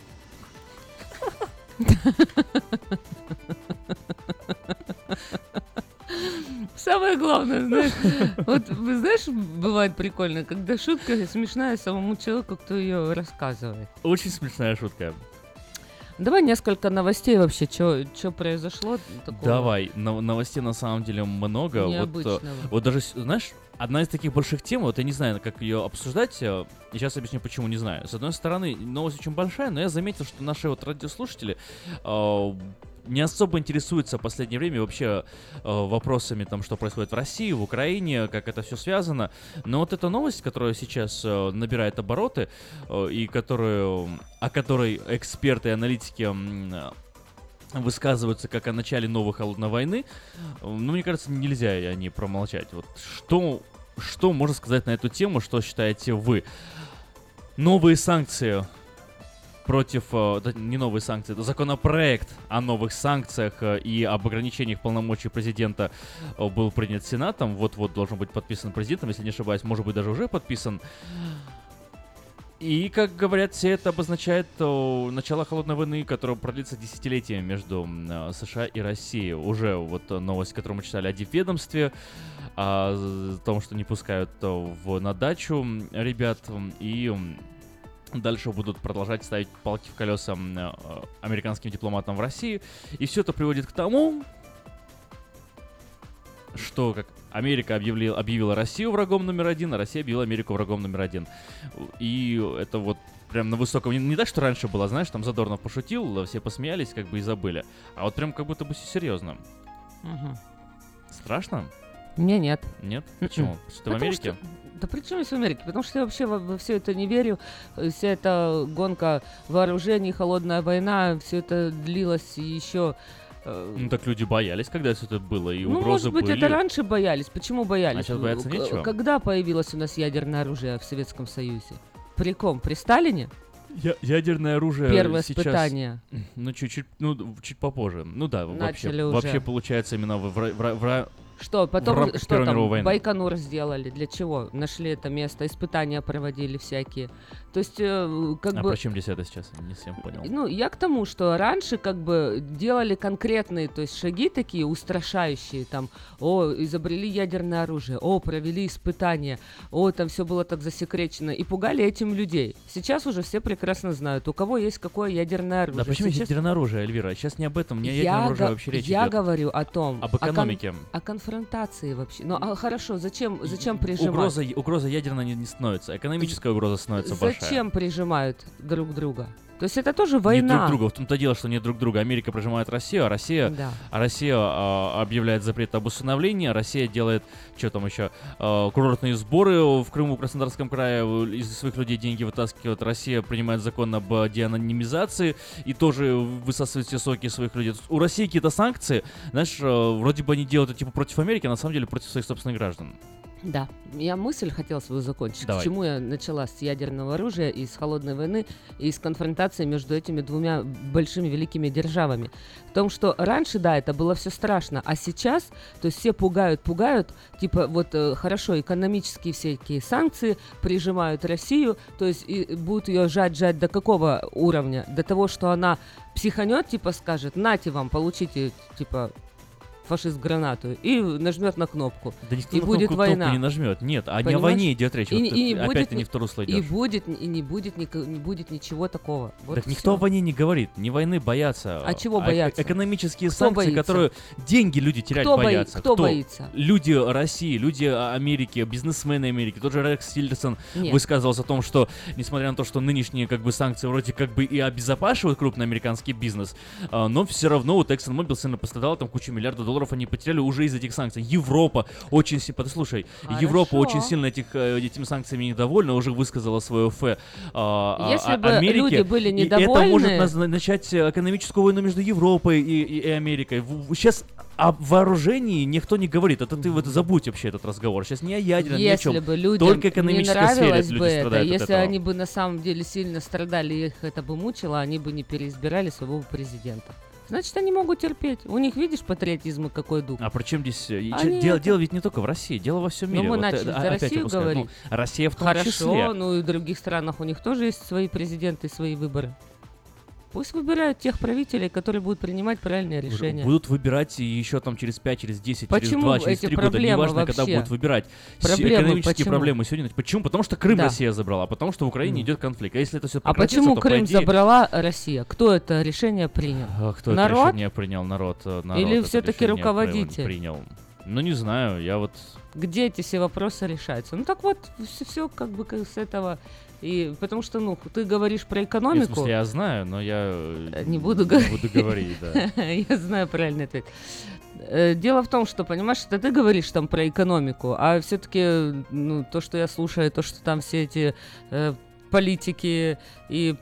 Самое главное, знаешь, вот, вы знаешь, бывает прикольно, когда шутка смешная самому человеку, кто ее рассказывает. Очень смешная шутка. Давай несколько новостей вообще, что произошло такого. Давай, но, новостей на самом деле много. Необычного. Вот, вот даже, знаешь, одна из таких больших тем, вот я не знаю, как ее обсуждать, и сейчас объясню, почему не знаю. С одной стороны, новость очень большая, но я заметил, что наши вот радиослушатели э, не особо интересуются в последнее время вообще э, вопросами, там, что происходит в России, в Украине, как это все связано. Но вот эта новость, которая сейчас э, набирает обороты, э, и которую, о которой эксперты и аналитики э, высказываются как о начале новой холодной войны, ну, мне кажется, нельзя о ней промолчать. Вот что, что можно сказать на эту тему, что считаете вы? Новые санкции против, не новые санкции, это законопроект о новых санкциях и об ограничениях полномочий президента был принят Сенатом, вот-вот должен быть подписан президентом, если не ошибаюсь, может быть, даже уже подписан. И, как говорят, все это обозначает о, начало холодной войны, которая продлится десятилетиями между э, США и Россией. Уже вот новость, которую мы читали о дипведомстве, о том, что не пускают в, на дачу ребят, и дальше будут продолжать ставить палки в колеса э, американским дипломатам в России. И все это приводит к тому, что как Америка объявила, объявила Россию врагом номер один, а Россия объявила Америку врагом номер один. И это вот прям на высоком... Не, не так, что раньше было, знаешь, там Задорнов пошутил, все посмеялись, как бы и забыли. А вот прям как будто бы все серьезно. Угу. Страшно? Мне нет. Нет? Почему? Что ты в Америке? Что... Да при чем здесь в Америке? Потому что я вообще во, во все это не верю. Вся эта гонка вооружений, холодная война, все это длилось еще... Ну так люди боялись, когда все это было, и ну, угрозы были. Ну, может быть, были. это раньше боялись. Почему боялись? А сейчас бояться нечего? Когда появилось у нас ядерное оружие в Советском Союзе? При ком? При Сталине? Я- ядерное оружие Первое сейчас... испытание. Ну, чуть-чуть, ну, чуть попозже. Ну да, Начали вообще, уже. вообще получается именно в... в, в, в Что, потом, в что там, Байконур сделали, для чего? Нашли это место, испытания проводили всякие. То есть, э, как а бы... А почему здесь это сейчас? Не совсем понял. Ну, я к тому, что раньше как бы делали конкретные, то есть шаги такие устрашающие, там, о, изобрели ядерное оружие, о, провели испытания, о, там все было так засекречено, и пугали этим людей. Сейчас уже все прекрасно знают, у кого есть какое ядерное оружие. Да почему Сейчас... ядерное оружие, Эльвира? Сейчас не об этом, не о ядерном я оружии го- вообще речь Я идет. говорю о том... Об экономике. О, кон- о конфронтации вообще. Ну, а хорошо, зачем, зачем прижимать? Угроза, угроза ядерная не, не становится, экономическая угроза становится большая. Зачем прижимают друг друга? То есть это тоже война. Не друг друга, в том-то дело, что не друг друга. Америка прижимает Россию, а Россия, да. а Россия а, объявляет запрет об усыновлении, а Россия делает, что там еще, а, курортные сборы в Крыму, в Краснодарском крае, из своих людей деньги вытаскивает. Россия принимает закон об деанонимизации и тоже высасывает все соки своих людей. У России какие-то санкции, знаешь, вроде бы они делают это типа против Америки, а на самом деле против своих собственных граждан. Да, я мысль хотела свою закончить. Давай. К чему я начала с ядерного оружия и с холодной войны, и с конфронтации между этими двумя большими великими державами. В том, что раньше, да, это было все страшно, а сейчас, то есть все пугают, пугают, типа вот э, хорошо, экономические всякие санкции прижимают Россию, то есть и будут ее жать-жать до какого уровня? До того, что она психанет, типа скажет, нате вам, получите, типа... фашист гранату, и нажмет на кнопку. Да никто и на будет кнопку, война. кнопку не нажмет. Нет, а не о Понимаешь? войне идет речь. И, Вот и, ты- не опять будет, ты не в то русло и идешь. будет, и не будет, ника- не будет ничего такого. Вот Так и никто всё. о войне не говорит, ни войны боятся. А чего боятся? Экономические Кто санкции, боится? которые деньги люди терять Кто бои- боятся. кто боится? Люди России, люди Америки, бизнесмены Америки. Тот же Рекс Тиллерсон Нет. высказывался о том, что несмотря на то, что нынешние как бы санкции вроде как бы и обезопасивают крупный американский бизнес, а, но все равно вот ExxonMobil сильно пострадала, там кучу миллиардов долларов они потеряли уже из этих санкций. Европа очень сильно, послушай, Хорошо. Европа очень сильно этих, э, этими санкциями недовольна, уже высказала свое фе а, Если а- бы Америке. люди были И это недовольны- может наз- начать экономическую войну между Европой и, и- и Америкой. Сейчас о вооружении никто не говорит. Это ты вот забудь вообще этот разговор. Сейчас не о ядерном, ни о Если чем. бы людям Только не экономическая сфера нравилось люди бы это, страдают от если этого. они бы на самом деле сильно страдали, и их это бы мучило, они бы не переизбирали своего президента. Значит, они могут терпеть. У них, видишь, патриотизм и какой дух. А при чем здесь... э, и че- Они дело, это- дело ведь не только в России, дело во всем Ну, мире. мы Вот, э, начали а- за опять Россию выпускают. говорить. Ну, Россия в том Хорошо, числе. ну и в других странах у них тоже есть свои президенты, свои выборы. Пусть выбирают тех правителей, которые будут принимать правильные решения. Будут выбирать и еще там через пять, через десять, через Почему два, через эти три года, проблемы неважно, когда вообще? будут выбирать. С- Проблемы экономические почему? проблемы сегодня. Почему? Потому что Крым Да. Россия забрала, потому что в Украине идет конфликт. А если это все А почему Крым забрала Россия? Кто это решение принял? А кто Народ? это решение принял? Народ. э, народ Или это все-таки решение руководитель? Принял. Ну, не знаю, я вот... Где эти все вопросы решаются? Ну так вот, все, как бы как с этого. И потому что, ну, ты говоришь про Нет, в экономику. смысле, я знаю, но я э, Не буду не говорить. буду говорить, да. Я знаю правильный ответ. Э, Дело в том, что, понимаешь, это ты говоришь там про экономику, а все-таки, ну, то, что я слушаю, то, что там все эти э, политики и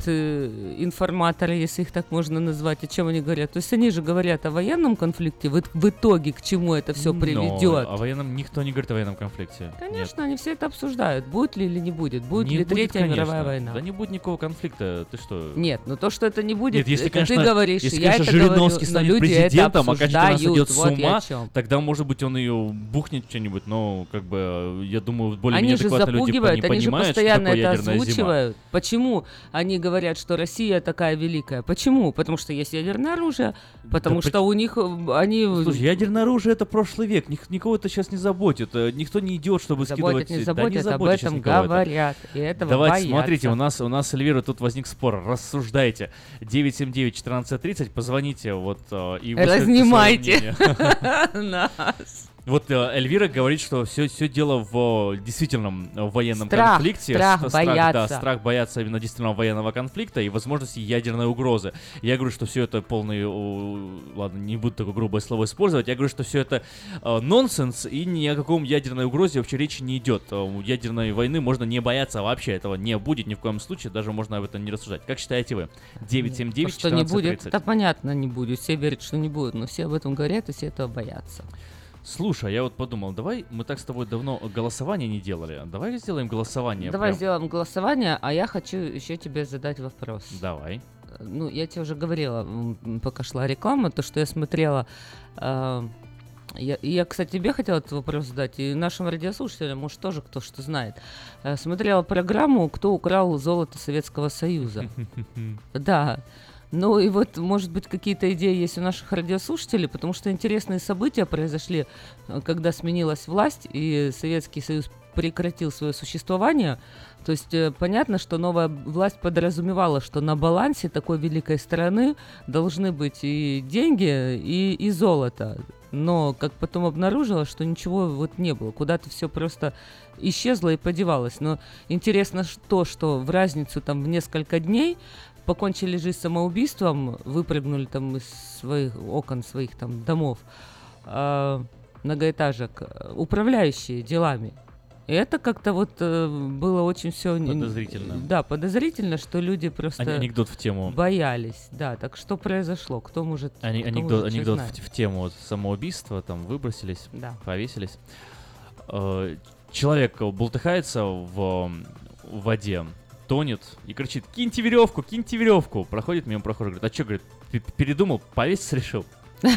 политинформаторы, если их так можно назвать, о чем они говорят. То есть они же говорят о военном конфликте, в, в итоге к чему это все Но приведет. о военном никто не говорит о военном конфликте. Конечно, они все это обсуждают. Будет ли или не будет? Будет Не ли будет, Третья конечно. мировая война? Да не будет никакого конфликта. Ты что? Нет, ну то, что это не будет, Нет, если, это конечно, ты говоришь, если, я конечно, это говорю, Жириновский но станет люди это президентом, а Катя обсуждают, сойдет с вот я ума, о чем. тогда, может быть, он ее бухнет что-нибудь, но, как бы, я думаю, более-менее Они же адекватно люди запугивают, не они же понимают, что постоянно такое это ядерная зима. озвучивают. Почему они говорят, что Россия такая великая? Почему? Потому что есть ядерное оружие, потому Да что у них э, они... Слушай, ядерное оружие это прошлый век, ник- никого это сейчас не заботит, э, никто не идет, чтобы Заботят, скидывать... не Да заботят, об заботит сейчас этом никого это. говорят, и этого Давайте, боятся. смотрите, у нас, у нас с Эльвирой тут возник спор, рассуждайте. девять семь девять четырнадцать тридцать, позвоните, вот, э, и высказывайте Разнимайте свое мнение. нас. Вот э, Эльвира говорит, что все, все дело в э, действительном э, военном Страх, конфликте. страх С- бояться. Да, страх бояться именно действительно военного конфликта и возможности ядерной угрозы. Я говорю, что все это полный... э, ладно, не буду такое грубое слово использовать. Я говорю, что все это э, нонсенс и ни о каком ядерной угрозе вообще речи не идет. Э, у ядерной войны можно не бояться, вообще этого не будет ни в коем случае, даже можно об этом не рассуждать. Как считаете вы? девять семь девять То, что не четырнадцать будет, тридцать. это понятно, не будет. Все верят, что не будет, но все об этом говорят, и все этого боятся. Слушай, я вот подумал, давай мы так с тобой давно голосование не делали. Давай сделаем голосование. Давай прям. сделаем голосование, а я хочу еще тебе задать вопрос. Давай. Ну, я тебе уже говорила, м, пока шла реклама, то, что я смотрела... э, я, и я, кстати, тебе хотела этот вопрос задать, и нашим радиослушателям, может, тоже кто что знает. Э, смотрела программу «Кто украл золото Советского Союза». Да. Ну и вот, может быть, какие-то идеи есть у наших радиослушателей, потому что интересные события произошли, э, когда сменилась власть, и Советский Союз прекратил свое существование. То есть э, понятно, что новая власть подразумевала, что на балансе такой великой страны должны быть и деньги, и, и золото. Но, как потом обнаружилось, что ничего вот не было. Куда-то все просто исчезло и подевалось. Но интересно то, что в разницу там в несколько дней покончили жизнь самоубийством, выпрыгнули там из своих окон, своих там домов, э, многоэтажек, управляющие делами. И это как-то вот э, было очень все... Подозрительно. Да, подозрительно, что люди просто Ани- анекдот в тему. боялись. Да, так что произошло? Кто может, Ани- кто анекдот может анекдот знать? в, в тему вот самоубийства, там выбросились, Да. повесились. Э, человек бултыхается в, в воде, тонет и кричит: киньте веревку, киньте веревку. Проходит мимо прохожий, говорит: а что, говорит, п- передумал, повеситься решил.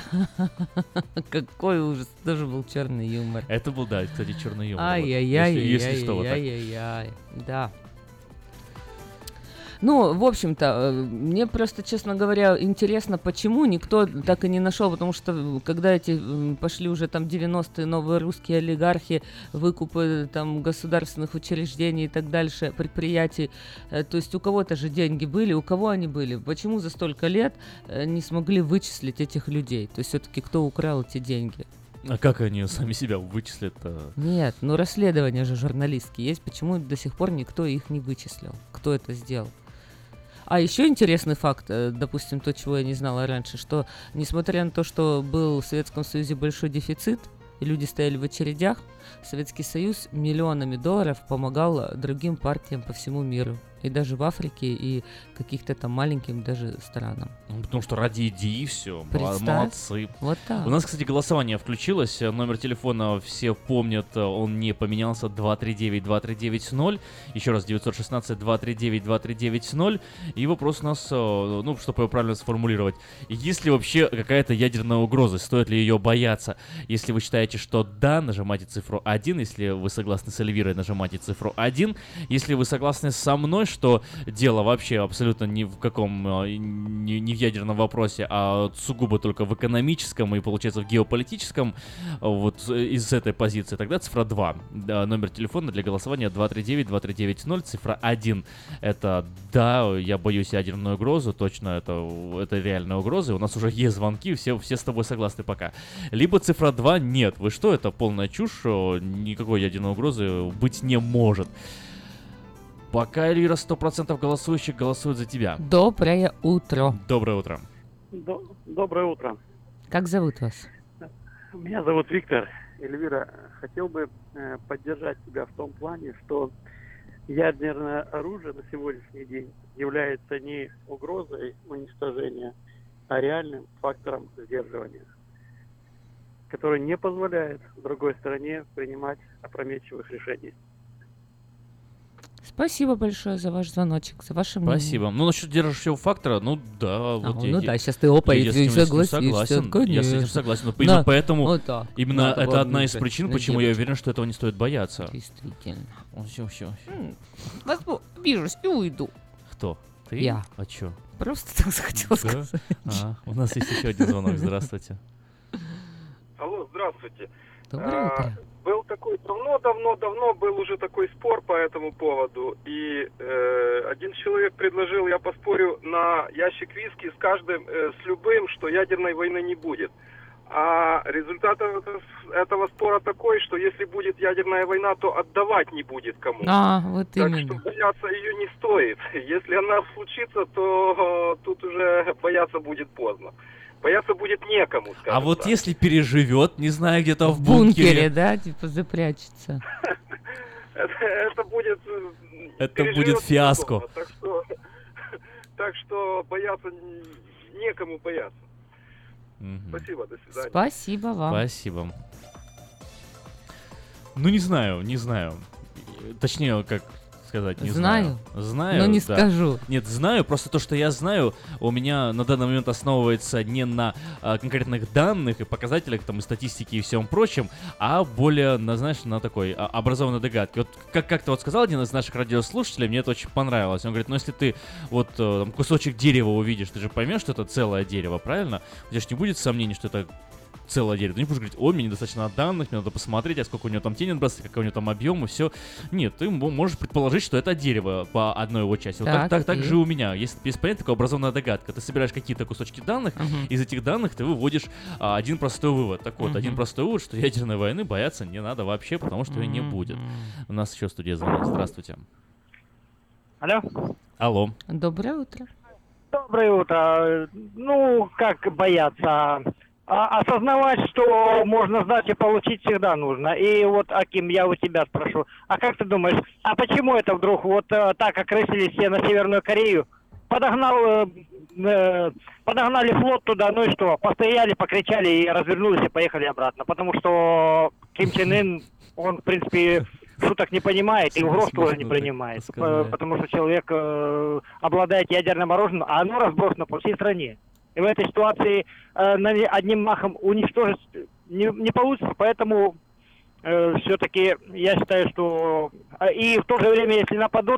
Какой ужас, тоже был черный юмор. Это был, да, кстати, черный юмор. вот. Ай-яй-яй, Если, если что, вот так. ай-яй-яй, да. Ну, в общем-то, э, мне просто, честно говоря, интересно, почему никто так и не нашел, потому что когда эти м, пошли уже там девяностые новые русские олигархи, выкупы там государственных учреждений и так дальше, предприятий, э, то есть у кого-то же деньги были, у кого они были? Почему за столько лет э, не смогли вычислить этих людей? То есть все-таки кто украл эти деньги? А как они сами себя вычислят-то? Нет, ну расследования же журналистские есть, почему до сих пор никто их не вычислил? Кто это сделал? А еще интересный факт, э, допустим, то, чего я не знала раньше, что несмотря на то, что был в Советском Союзе большой дефицит, и люди стояли в очередях, Советский Союз миллионами долларов помогал другим партиям по всему миру. И даже в Африке, и каких-то там маленьким даже странам. Ну, потому что ради идеи все. Представь. Молодцы. Вот так. У нас, кстати, голосование включилось. Номер телефона все помнят, он не поменялся. два три девять два три девять ноль. Еще раз, девять один шесть два три девять два три девять ноль. И вопрос у нас, ну, чтобы его правильно сформулировать. Есть ли вообще какая-то ядерная угроза? Стоит ли ее бояться? Если вы считаете, что да, нажимайте цифру один. Если вы согласны с Эльвирой, нажимайте цифру один. Если вы согласны со мной, что дело вообще абсолютно ни в каком, не, не в ядерном вопросе, а сугубо только в экономическом и, получается, в геополитическом, вот из этой позиции, тогда цифра два. Да, номер телефона для голосования два три девять два три девять ноль, цифра один. Это да, я боюсь ядерную угрозу, точно это, это реальная угроза, и у нас уже есть звонки, все, все с тобой согласны пока. Либо цифра два, нет, вы что, это полная чушь, никакой ядерной угрозы быть не может. Пока, Эльвира, сто процентов голосующих голосуют за тебя. Доброе утро. Доброе утро. Доброе утро. Как зовут вас? Меня зовут Виктор. Эльвира, хотел бы э, поддержать тебя в том плане, что ядерное оружие на сегодняшний день является не угрозой уничтожения, а реальным фактором сдерживания, который не позволяет другой стороне принимать опрометчивых решений. Спасибо большое за ваш звоночек, за ваше мнение. Спасибо. Ну, насчет держащего фактора, ну да. А, вот ну я, да, сейчас ты опа, я, и я согласишься, согласен. конечно. Я с этим согласен. Но Да. именно поэтому, Вот так. именно Надо это было одна из внутрь. причин, Ну, почему я девочки. уверен, что этого не стоит бояться. Действительно. Все, все. Возьму, обижусь и уйду. Кто? Ты? Я. А чё? Просто так захотела Да? сказать. А, у нас есть еще один звонок. Здравствуйте. Алло, здравствуйте. Доброе А, утро. Был такой давно-давно-давно был уже такой спор по этому поводу, и э, один человек предложил, я поспорю на ящик виски с каждым, э, с любым, что ядерной войны не будет. А результат этого, этого спора такой, что если будет ядерная война, то отдавать не будет кому. А, вот так именно. что бояться ее не стоит. Если она случится, то э, тут уже бояться будет поздно. Бояться будет некому, скажем А вот так. если переживет, не знаю, где-то в В бункере, бункере. да, типа запрячется. Это, это будет... Это переживет будет фиаско. дома, Так что, так что бояться н- некому бояться. Спасибо, до свидания. Спасибо вам. Спасибо. Ну, не знаю, не знаю. Точнее, как сказать, не знаю. Знаю, Знаю, но не да. скажу. Нет, знаю, просто то, что я знаю, у меня на данный момент основывается не на а, конкретных данных и показателях, там, и статистике и всем прочем, а более, на, знаешь, на такой а, образованной догадке. Вот как- как-то вот сказал один из наших радиослушателей, мне это очень понравилось. Он говорит, ну, если ты вот э, там, кусочек дерева увидишь, ты же поймешь, что это целое дерево, правильно? У тебя же не будет сомнений, что это целое дерево. Ты не будешь говорить, о, мне недостаточно данных, мне надо посмотреть, а сколько у него там тень отбрасывает, какой у него там объем и все. Нет, ты м- можешь предположить, что это дерево по одной его части. Вот так, Так, так, так окей. же и у меня. Есть, есть понятие такое образованная догадка. Ты собираешь какие-то кусочки данных, Мгм. из этих данных ты выводишь а, один простой вывод. Так вот, Мгм. один простой вывод, что ядерной войны бояться не надо вообще, потому что ее не будет. У нас еще студия звонок. Здравствуйте. Алло. Алло. Доброе утро. Доброе утро. Ну, как бояться? А, осознавать, что можно знать и получить, всегда нужно. И вот, Аким, я у тебя спрошу. А как ты думаешь, а почему это вдруг вот э, так окрысились все на Северную Корею? Подогнал, э, э, подогнали флот туда, ну и что? Постояли, покричали и развернулись и поехали обратно. Потому что Ким Чен Ын, он, в принципе, шуток не понимает и угроз тоже не принимает. Э, Потому что человек э, обладает ядерным оружием, а оно разбросано по всей стране. И в этой ситуации э, на- одним махом уничтожить не, не получится, поэтому э, все-таки я считаю, что... э, И в то же время, если нападут,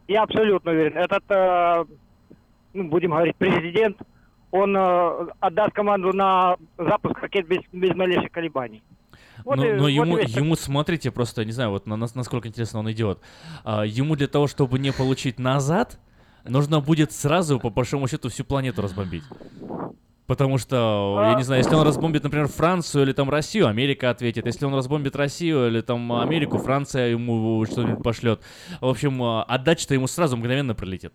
я абсолютно уверен, этот, э, ну, будем говорить, президент, он э, отдаст команду на запуск ракет без, без малейших колебаний. Вот но и, но вот ему, весь... ему, смотрите, просто, не знаю, вот на, насколько интересно он идет. А, ему для того, чтобы не получить назад, нужно будет сразу, по большому счету, всю планету разбомбить. Потому что, я не знаю, если он разбомбит, например, Францию или там Россию, Америка ответит. Если он разбомбит Россию или там Америку, Франция ему что-нибудь пошлет. В общем, отдача-то ему сразу мгновенно прилетит.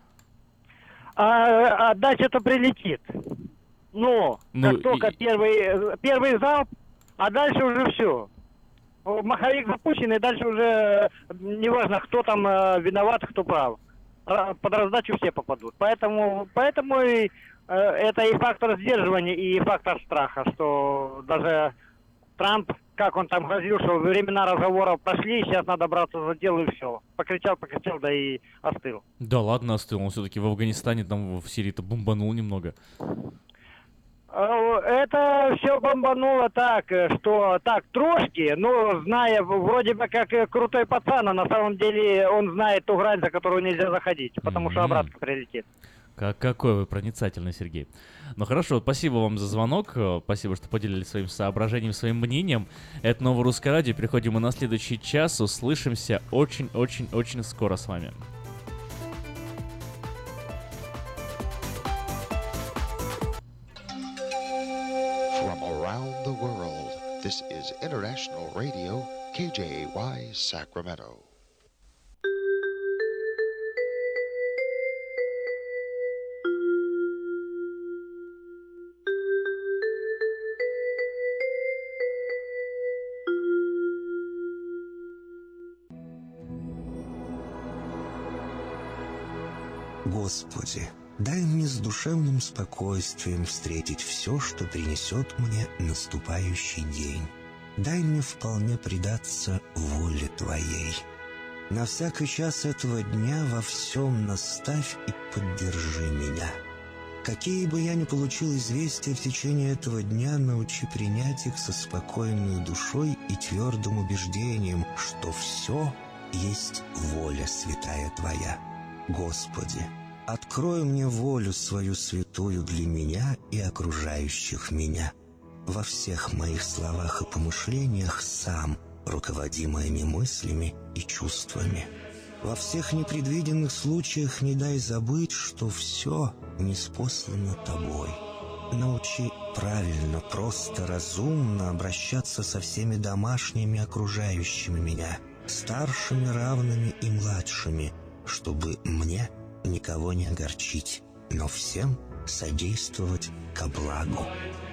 А, отдача-то прилетит. Но Ну, как только и- первый, первый залп, а дальше уже все. Маховик запущен, и дальше уже неважно, кто там э, виноват, кто прав. Ра- Под раздачу все попадут. Поэтому, поэтому и, э, это и фактор сдерживания, и фактор страха, что даже Трамп, как он там грозил, что времена разговоров прошли, сейчас надо браться за дело и все. Покричал, покричал, да и остыл. Да ладно, остыл. Он все-таки в Афганистане, там в Сирии-то бомбанул немного. Э, Это все бомбануло так, э, что так, трошки, но зная, в- вроде бы как э, крутой пацан, а на самом деле он знает ту грань, за которую нельзя заходить, потому что Мгм. обратно прилетит. Как, какой вы проницательный, Сергей. Ну хорошо, спасибо вам за звонок, э, спасибо, что поделились своим соображением, своим мнением. Это Новое Русское Радио, переходим мы на следующий час, услышимся очень-очень-очень скоро с вами. From around the world, this is International Radio, K J Y Sacramento. Господи, дай мне с душевным спокойствием встретить все, что принесет мне наступающий день. Дай мне вполне предаться воле Твоей. На всякий час этого дня во всем наставь и поддержи меня. Какие бы я ни получил известия в течение этого дня, научи принять их со спокойной душой и твердым убеждением, что все есть воля святая Твоя. Господи, открой мне волю свою святую для меня и окружающих меня. Во всех моих словах и помышлениях сам руководи моими мыслями и чувствами. Во всех непредвиденных случаях не дай забыть, что все ниспослано Тобой. Научи правильно, просто, разумно обращаться со всеми домашними окружающими меня, старшими, равными и младшими, чтобы мне никого не огорчить, но всем содействовать ко благу.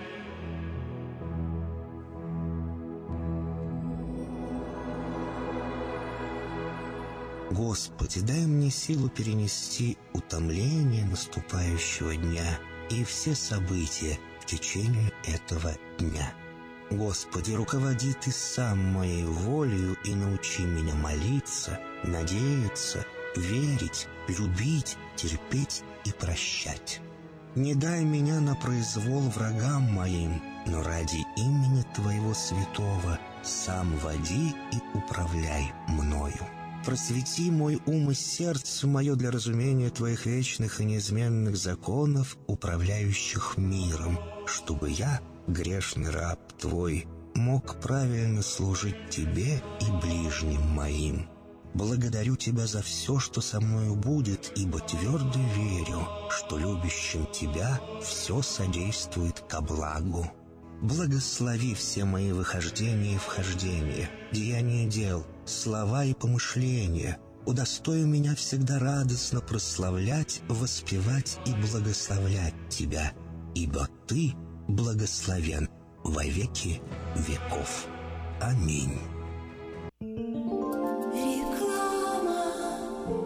Господи, дай мне силу перенести утомление наступающего дня и все события в течение этого дня. Господи, руководи Ты сам моей волею и научи меня молиться, надеяться, верить, любить, терпеть и прощать. Не дай меня на произвол врагам моим, но ради имени Твоего святого сам води и управляй мною. Просвети мой ум и сердце мое для разумения Твоих вечных и неизменных законов, управляющих миром, чтобы я, грешный раб Твой, мог правильно служить Тебе и ближним моим. Благодарю Тебя за все, что со мною будет, ибо твердо верю, что любящим Тебя все содействует ко благу. Благослови все мои выхождения и вхождения, деяния дел, слова и помышления. Удостой меня всегда радостно прославлять, воспевать и благословлять Тебя, ибо Ты благословен во веки веков. Аминь.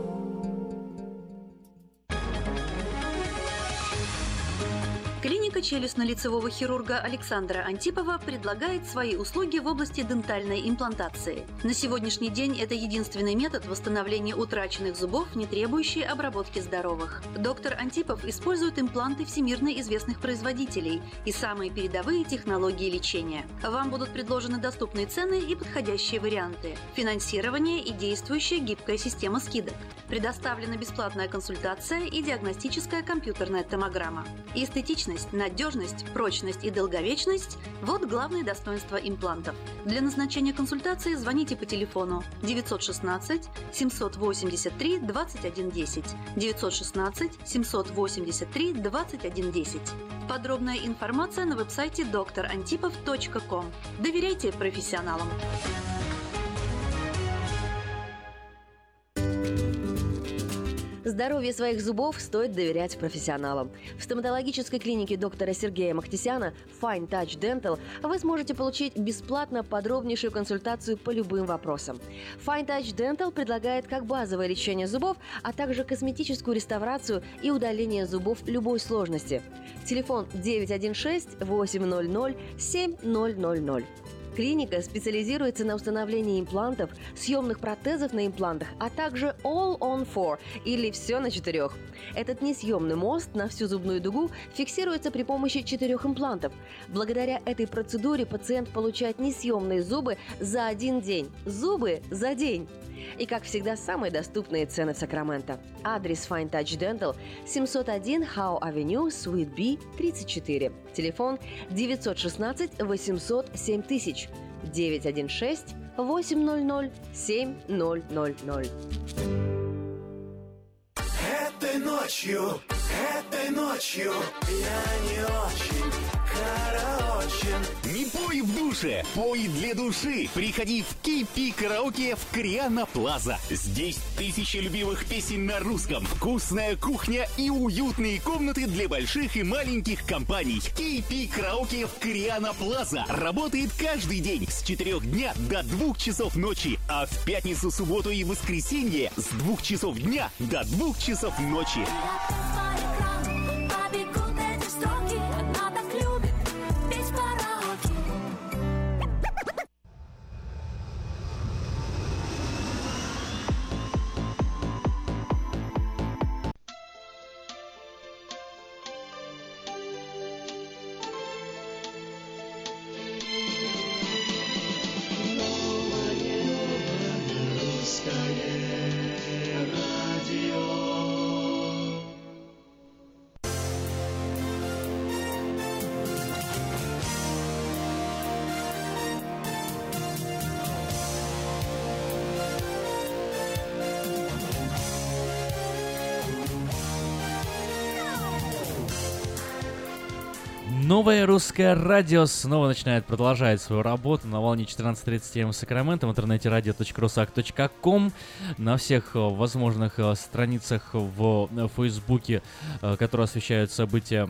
Клиника челюстно-лицевого хирурга Александра Антипова предлагает свои услуги в области дентальной имплантации. На сегодняшний день это единственный метод восстановления утраченных зубов, не требующий обработки здоровых. Доктор Антипов использует импланты всемирно известных производителей и самые передовые технологии лечения. Вам будут предложены доступные цены и подходящие варианты. Финансирование и действующая гибкая система скидок. Предоставлена бесплатная консультация и диагностическая компьютерная томограмма. Эстетичность, надежность, прочность и долговечность – вот главные достоинства имплантов. Для назначения консультации звоните по телефону девятьсот шестнадцать семьсот восемьдесят три двадцать один десять, девятьсот шестнадцать семьсот восемьдесят три двадцать один десять. Подробная информация на веб-сайте доктор антипов точка ком. Доверяйте профессионалам. Здоровье своих зубов стоит доверять профессионалам. В стоматологической клинике доктора Сергея Махтисяна Fine Touch Dental вы сможете получить бесплатно подробнейшую консультацию по любым вопросам. Fine Touch Dental предлагает как базовое лечение зубов, а также косметическую реставрацию и удаление зубов любой сложности. Телефон девять один шесть восемь ноль ноль семь ноль ноль ноль. Клиника специализируется на установлении имплантов, съемных протезов на имплантах, а также All on Four или все на четырех. Этот несъемный мост на всю зубную дугу фиксируется при помощи четырех имплантов. Благодаря этой процедуре пациент получает несъемные зубы за один день. Зубы за день! И, как всегда, самые доступные цены в Сакраменто. Адрес Fine Touch Dental семьсот один Howe Avenue, Suite B, тридцать четыре. Телефон девятьсот шестнадцать восемьсот семь тысяч, девять один шесть восемь ноль ноль семь ноль ноль ноль. Этой ночью, этой ночью я не очень караочен. Не пой в душе, пой для души. Приходи в кей пи Караоке в Кориана Плаза. Здесь тысячи любимых песен на русском, вкусная кухня и уютные комнаты для больших и маленьких компаний. кей пи Караоке в Кориана Плаза работает каждый день с четырёх дня до двух часов ночи, а в пятницу, субботу и воскресенье с двух часов дня до двух часов ночи. Новое русское радио снова начинает, продолжает свою работу на волне четырнадцать тридцать эм в Сакраменто, в интернете радио точка русак точка ком, на всех возможных страницах в Фейсбуке, которые освещают события,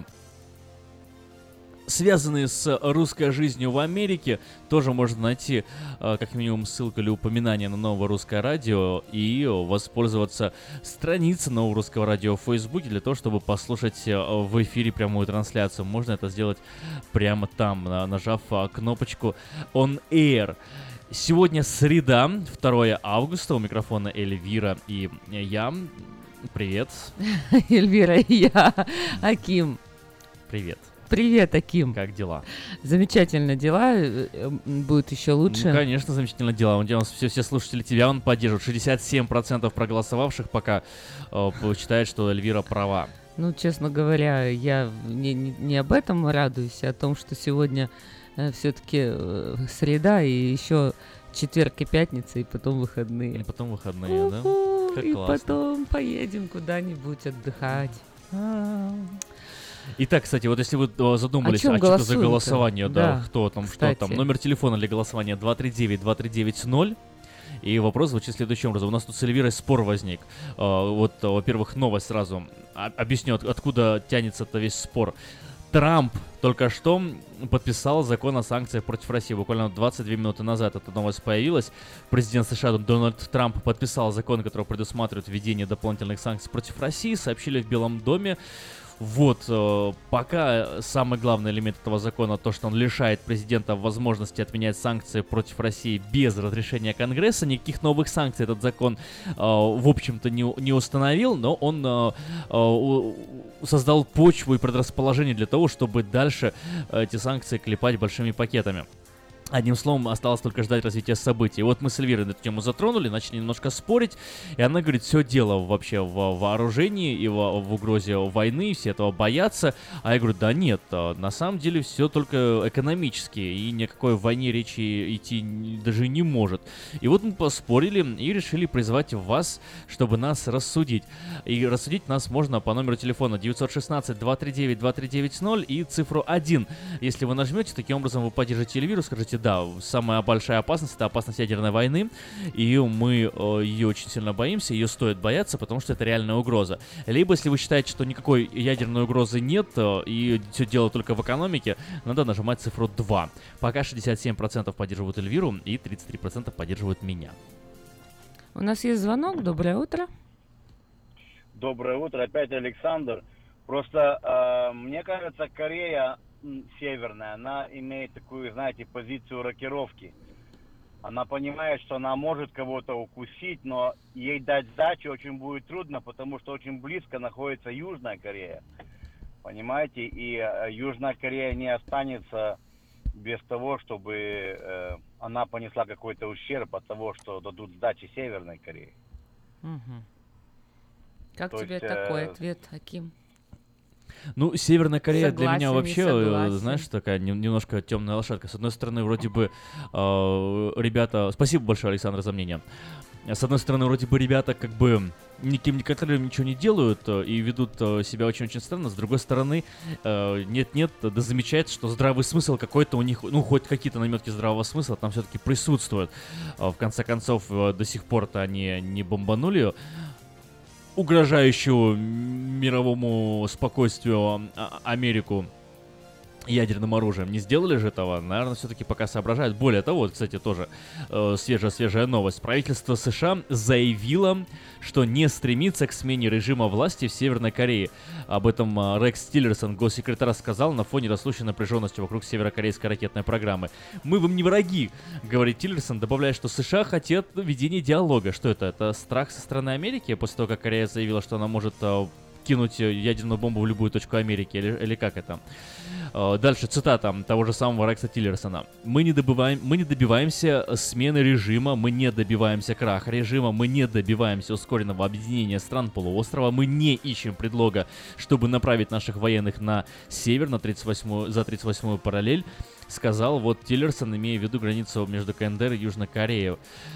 связанные с русской жизнью в Америке, тоже можно найти как минимум ссылку или упоминание на новое русское радио и воспользоваться страницей нового русского радио в Фейсбуке для того, чтобы послушать в эфире прямую трансляцию. Можно это сделать прямо там, нажав кнопочку On Air. Сегодня среда, второе августа, у микрофона Эльвира и я. Привет. Эльвира и я, Аким. Привет. Привет, Аким. Как дела? Замечательно дела. Будет еще лучше. Ну, конечно, замечательно дела. У нас все, все слушатели тебя он поддерживают. шестьдесят семь процентов проголосовавших пока э, считают, что Эльвира права. Ну, честно говоря, я не, не, не об этом радуюсь, а о том, что сегодня э, все-таки э, среда, и еще четверг и пятница, и потом выходные. И потом выходные, да? Как и классно. Потом поедем куда-нибудь отдыхать. Итак, кстати, вот если вы задумались, а, а что за голосование, да, да, кто там, кстати. Что там, номер телефона для голосования два три девять два три девять ноль. И вопрос звучит следующим образом. У нас тут с Эльвирой спор возник. Uh, вот, во-первых, новость сразу. Объясню, откуда тянется-то весь спор. Трамп только что подписал закон о санкциях против России. Буквально двадцать две минуты назад эта новость появилась. Президент США Дональд Трамп подписал закон, который предусматривает введение дополнительных санкций против России. Сообщили в Белом доме. Вот, э, пока самый главный элемент этого закона то, что он лишает президента возможности отменять санкции против России без разрешения Конгресса. Никаких новых санкций этот закон, э, в общем-то, не, не установил, но он э, э, создал почву и предрасположение для того, чтобы дальше эти санкции клепать большими пакетами. Одним словом, осталось только ждать развития событий. И вот мы с Эльвирой эту тему затронули, начали немножко спорить, и она говорит, все дело вообще в вооружении и в, в угрозе войны, все этого боятся. А я говорю, да нет, на самом деле все только экономически, и ни о какой войне речи идти даже не может. И вот мы поспорили и решили призвать вас, чтобы нас рассудить. И рассудить нас можно по номеру телефона девятьсот шестнадцать двести тридцать девять двадцать три девять ноль и цифру один. Если вы нажмете, таким образом вы поддержите Эльвиру, скажите, да, самая большая опасность — это опасность ядерной войны, и мы э, ее очень сильно боимся, ее стоит бояться, потому что это реальная угроза. Либо, если вы считаете, что никакой ядерной угрозы нет, э, и все дело только в экономике, надо нажимать цифру два. Пока шестьдесят семь процентов поддерживают Эльвиру и тридцать три процента поддерживают меня. У нас есть звонок. Доброе утро. Доброе утро. Опять Александр. Просто э, мне кажется, Корея Северная, она имеет такую, знаете, позицию рокировки. Она понимает, что она может кого-то укусить, но ей дать сдачи очень будет трудно, потому что очень близко находится Южная Корея. Понимаете? И э, Южная Корея не останется без того, чтобы э, она понесла какой-то ущерб от того, что дадут сдачи Северной Корее. Угу. Как То тебе есть, такой э, ответ, Аким? Ну, Северная Корея Согласен, для меня не вообще, согласен. знаешь, такая нем- немножко темная лошадка. С одной стороны, вроде бы э, ребята... Спасибо большое, Александр, за мнение. С одной стороны, вроде бы ребята как бы никем не контролируем, ничего не делают э, и ведут э, себя очень-очень странно. С другой стороны, э, нет-нет, да замечает, что здравый смысл какой-то у них, ну, хоть какие-то наметки здравого смысла там все-таки присутствуют. Э, в конце концов, э, до сих пор-то они не бомбанули угрожающую мировому спокойствию Америку ядерным оружием. Не сделали же этого? Наверное, все-таки пока соображают. Более того, вот, кстати, тоже э, свежая-свежая новость. Правительство США заявило, что не стремится к смене режима власти в Северной Корее. Об этом э, Рекс Тиллерсон, госсекретарь, сказал на фоне растущей напряженности вокруг северокорейской ракетной программы. «Мы вам не враги», говорит Тиллерсон, добавляя, что США хотят ведения диалога. Что это? Это страх со стороны Америки после того, как Корея заявила, что она может э, кинуть ядерную бомбу в любую точку Америки? Или, или как это? Дальше цитата того же самого Рекса Тиллерсона. «Мы не, добиваем, мы не добиваемся смены режима, мы не добиваемся краха режима, мы не добиваемся ускоренного объединения стран полуострова, мы не ищем предлога, чтобы направить наших военных на север, на тридцать восьмую, за тридцать восьмую параллель», сказал вот Тиллерсон, имея в виду границу между КНДР и Южной Кореей.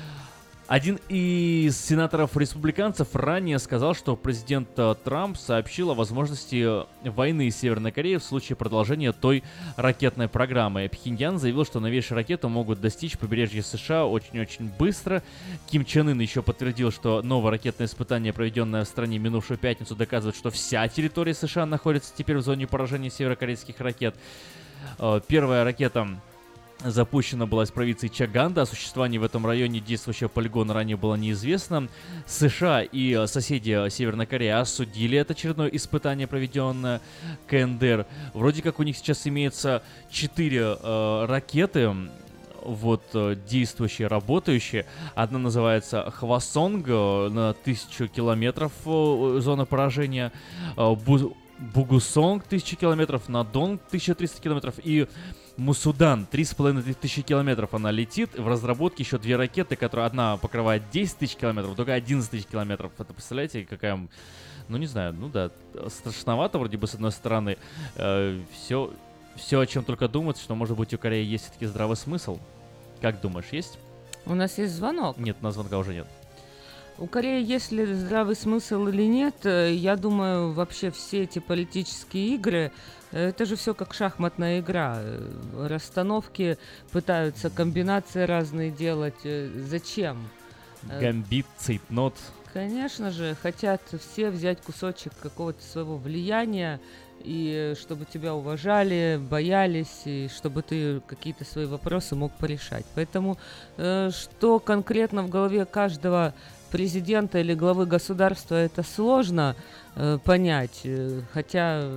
Один из сенаторов-республиканцев ранее сказал, что президент Трамп сообщил о возможности войны с Северной Кореей в случае продолжения той ракетной программы. Пхеньян заявил, что новейшие ракеты могут достичь побережья США очень-очень быстро. Ким Чен Ын еще подтвердил, что новое ракетное испытание, проведенное в стране минувшую пятницу, доказывает, что вся территория США находится теперь в зоне поражения северокорейских ракет. Первая ракета запущена была из провинции Чаганда. О существовании в этом районе действующего полигона ранее было неизвестно. США и соседи Северной Кореи осудили это очередное испытание, проведенное КНДР. Вроде как у них сейчас имеется четыре э, ракеты, вот, действующие, работающие. Одна называется Хвасонг, на тысячу километров зона поражения. Бу- Бугусонг, тысяча километров. Надонг, тысяча триста километров. И Мусудан, три с половиной тысячи километров она летит. В разработке еще две ракеты, которые одна покрывает десять тысяч километров, другая одиннадцать тысяч километров. Это, представляете, какая... Ну, не знаю, ну да, страшновато вроде бы с одной стороны. Э, все, все, о чем только думается, что, может быть, у Кореи есть все-таки здравый смысл. Как думаешь, есть? У нас есть звонок. Нет, у нас звонка уже нет. У Кореи есть ли здравый смысл или нет, я думаю, вообще все эти политические игры, это же все как шахматная игра. Расстановки пытаются, комбинации разные делать. Зачем? Гамбит, цейтнот. Конечно же, хотят все взять кусочек какого-то своего влияния, и чтобы тебя уважали, боялись, и чтобы ты какие-то свои вопросы мог порешать. Поэтому, э, что конкретно в голове каждого президента или главы государства это сложно э, понять, э, хотя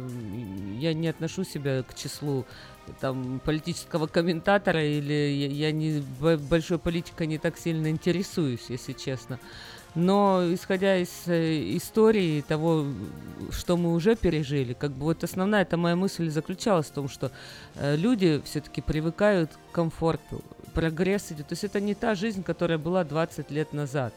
я не отношу себя к числу там политического комментатора, или я, я не большой политикой не так сильно интересуюсь, если честно. Но исходя из э, истории того, что мы уже пережили, как бы вот основная эта моя мысль заключалась в том, что э, люди все-таки привыкают к комфорту, прогресс идет. То есть это не та жизнь, которая была двадцать лет назад.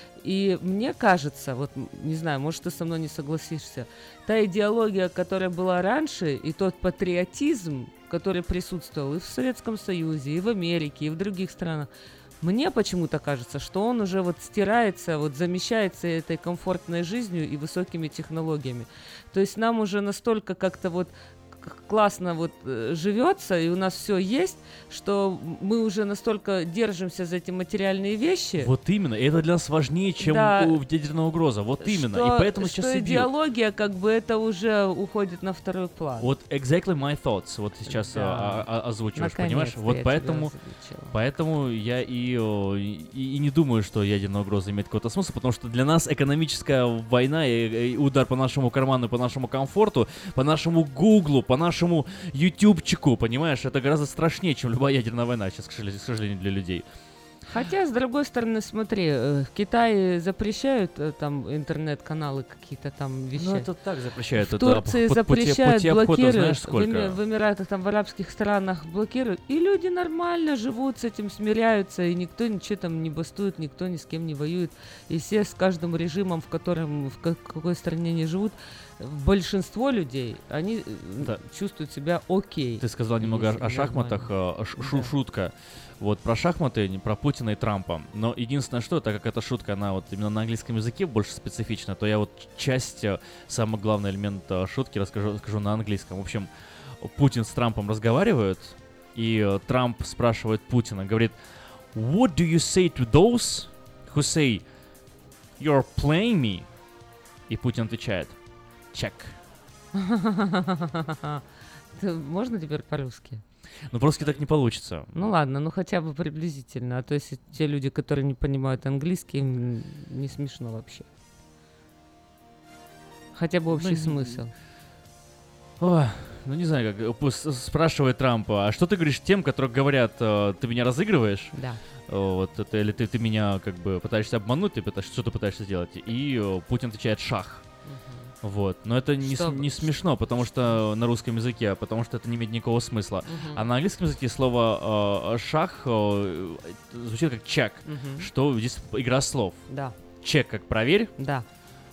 И мне кажется, вот не знаю, может ты со мной не согласишься, та идеология, которая была раньше, и тот патриотизм, который присутствовал и в Советском Союзе, и в Америке, и в других странах, мне почему-то кажется, что он уже вот стирается, вот замещается этой комфортной жизнью и высокими технологиями. То есть нам уже настолько как-то вот классно вот э, живется, и у нас все есть, что мы уже настолько держимся за эти материальные вещи. Вот именно, и это для нас важнее, чем Да. у- ядерная угроза. Вот именно, что, и поэтому сейчас что и бьют. идеология, как бы, это уже уходит на второй план. Вот exactly my thoughts, вот сейчас Да. а, а- озвучиваешь, понимаешь? Наконец-то Вот я поэтому, тебя озвучила. поэтому я и, о, и, и не думаю, что ядерная угроза имеет какой-то смысл, потому что для нас экономическая война и, и удар по нашему карману, по нашему комфорту, по нашему гуглу, по нашему ютубчику, понимаешь, это гораздо страшнее, чем любая ядерная война сейчас, к сожалению, к сожалению, для людей. Хотя, с другой стороны, смотри, э, в Китае запрещают э, там интернет-каналы какие-то там вещать. Ну, это так запрещают. В это Турции по- по- по те- запрещают, по те обхода блокируют. знаешь В, сколько? Эми- в Эмиратах, там в арабских странах блокируют. И люди нормально живут с этим, смиряются, и никто ничего там не бастует, никто ни с кем не воюет. И все с каждым режимом, в котором, в ка- какой стране они живут, большинство людей, они э, Да. чувствуют себя окей. Ты сказал немного если о, о шахматах, нормально. э, ш- шу- шутка. Вот про шахматы, не про Путина и Трампа. Но единственное, что, так как эта шутка, она вот именно на английском языке больше специфична, то я вот часть, э, самый главный элемент э, шутки расскажу, расскажу на английском. В общем, Путин с Трампом разговаривают, и э, Трамп спрашивает Путина, говорит, what do you say to those who say you're playing me? И Путин отвечает, check. Ты- Можно теперь по-русски? Ну, просто так не получится. Ну ладно, ну хотя бы приблизительно. А то есть те люди, которые не понимают английский, им не смешно вообще. Хотя бы общий Ну, смысл. Ой, ну не знаю, как э, пус- спрашивает Трампа, а что ты говоришь тем, которые говорят, э, ты меня разыгрываешь? Да. Э, Вот это, или ты, ты меня как бы пытаешься обмануть, ты пытаешься, что ты пытаешься сделать? И э, Путин отвечает шах. Вот, но это не, Что- см- не смешно, потому что на русском языке, потому что это не имеет никакого смысла. Мгм. А на английском языке слово э, шах э, звучит как чек, Мгм. что здесь игра слов. Да. Чек как проверь. Да.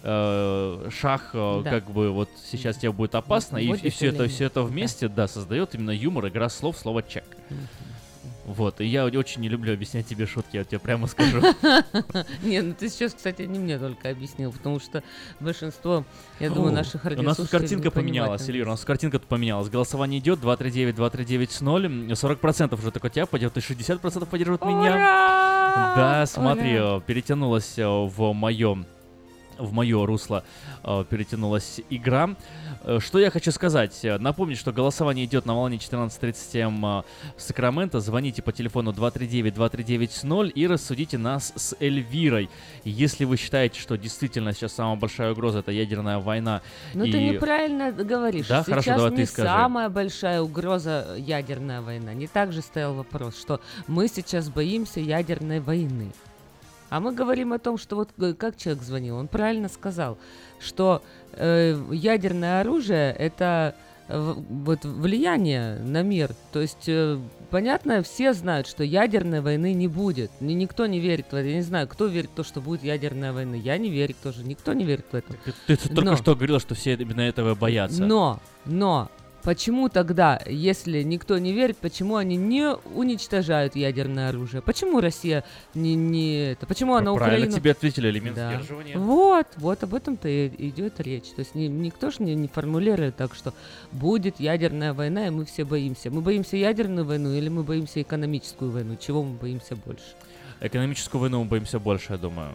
Э, шах э, Да. как бы вот сейчас тебе будет опасно, и, Будет все или это, нет. все это вместе, да, создает именно юмор, игра слов, слово чек. Вот, и я очень не люблю объяснять тебе шутки, я тебе прямо скажу. Не, ну ты сейчас, кстати, не мне только объяснил, потому что большинство, я думаю, О, наших У нас тут радиослушателей картинка не понимают поменялась, Эльвира, у нас картинка тут поменялась. Голосование идет, два три девять два три девять ноль. сорок процентов уже только тебя поддерживает, и шестьдесят процентов поддерживает меня. Ура! Да, смотри, Ура! э, перетянулась э, в моем в мое русло э, перетянулась игра. Э, Что я хочу сказать? Э, Напомнить, что голосование идет на волне четырнадцать тридцать м э, Сакраменто. Звоните по телефону два три девять два три девять ноль и рассудите нас с Эльвирой. Если вы считаете, что действительно сейчас самая большая угроза — это ядерная война. Ну и... ты неправильно говоришь. Да, Сейчас хорошо, давай не ты скажи. самая большая угроза ядерная война. Не так же стоял вопрос, что мы сейчас боимся ядерной войны. А мы говорим о том, что вот э, как человек звонил, он правильно сказал, что э, ядерное оружие это э, в- вот влияние на мир. То есть э, понятно, все знают, что ядерной войны не будет. Ни- Никто не верит в это. Я не знаю, кто верит в то, что будет ядерная война. Я не верю тоже. Никто не верит в это. Ты, ты только Но- что говорила, что все именно этого боятся. Но, но, почему тогда, если никто не верит, почему они не уничтожают ядерное оружие? Почему Россия не, не это? Почему она Правильно Украину... тебе ответили, элемент Да. сдерживания. Вот, вот об этом-то и идет речь. То есть ни- никто же не, не формулирует так, что будет ядерная война, и мы все боимся. Мы боимся ядерную войну или мы боимся экономическую войну? Чего мы боимся больше? Экономическую войну мы боимся больше, я думаю.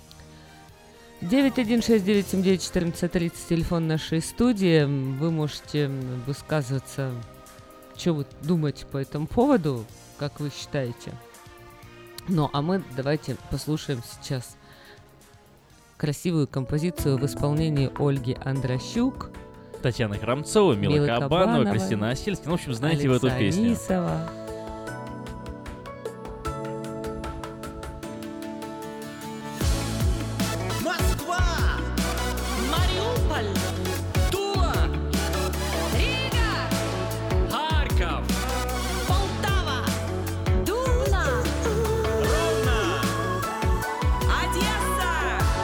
девять один шесть девять семь девять четырнадцать тридцать, телефон нашей студии. Вы можете м, высказываться, что вы думаете по этому поводу, как вы считаете. Ну, а мы давайте послушаем сейчас красивую композицию в исполнении Ольги Андрощук, Татьяна Храмцова, Мила, Мила Кабанова, Кабанова, Кристина Осельская. Ну, в общем, знаете Алекса вы эту песню. Анисова. Москва, Мариуполь, Тула, Рига, Харьков, Полтава, Дубна, Ровно, Одесса.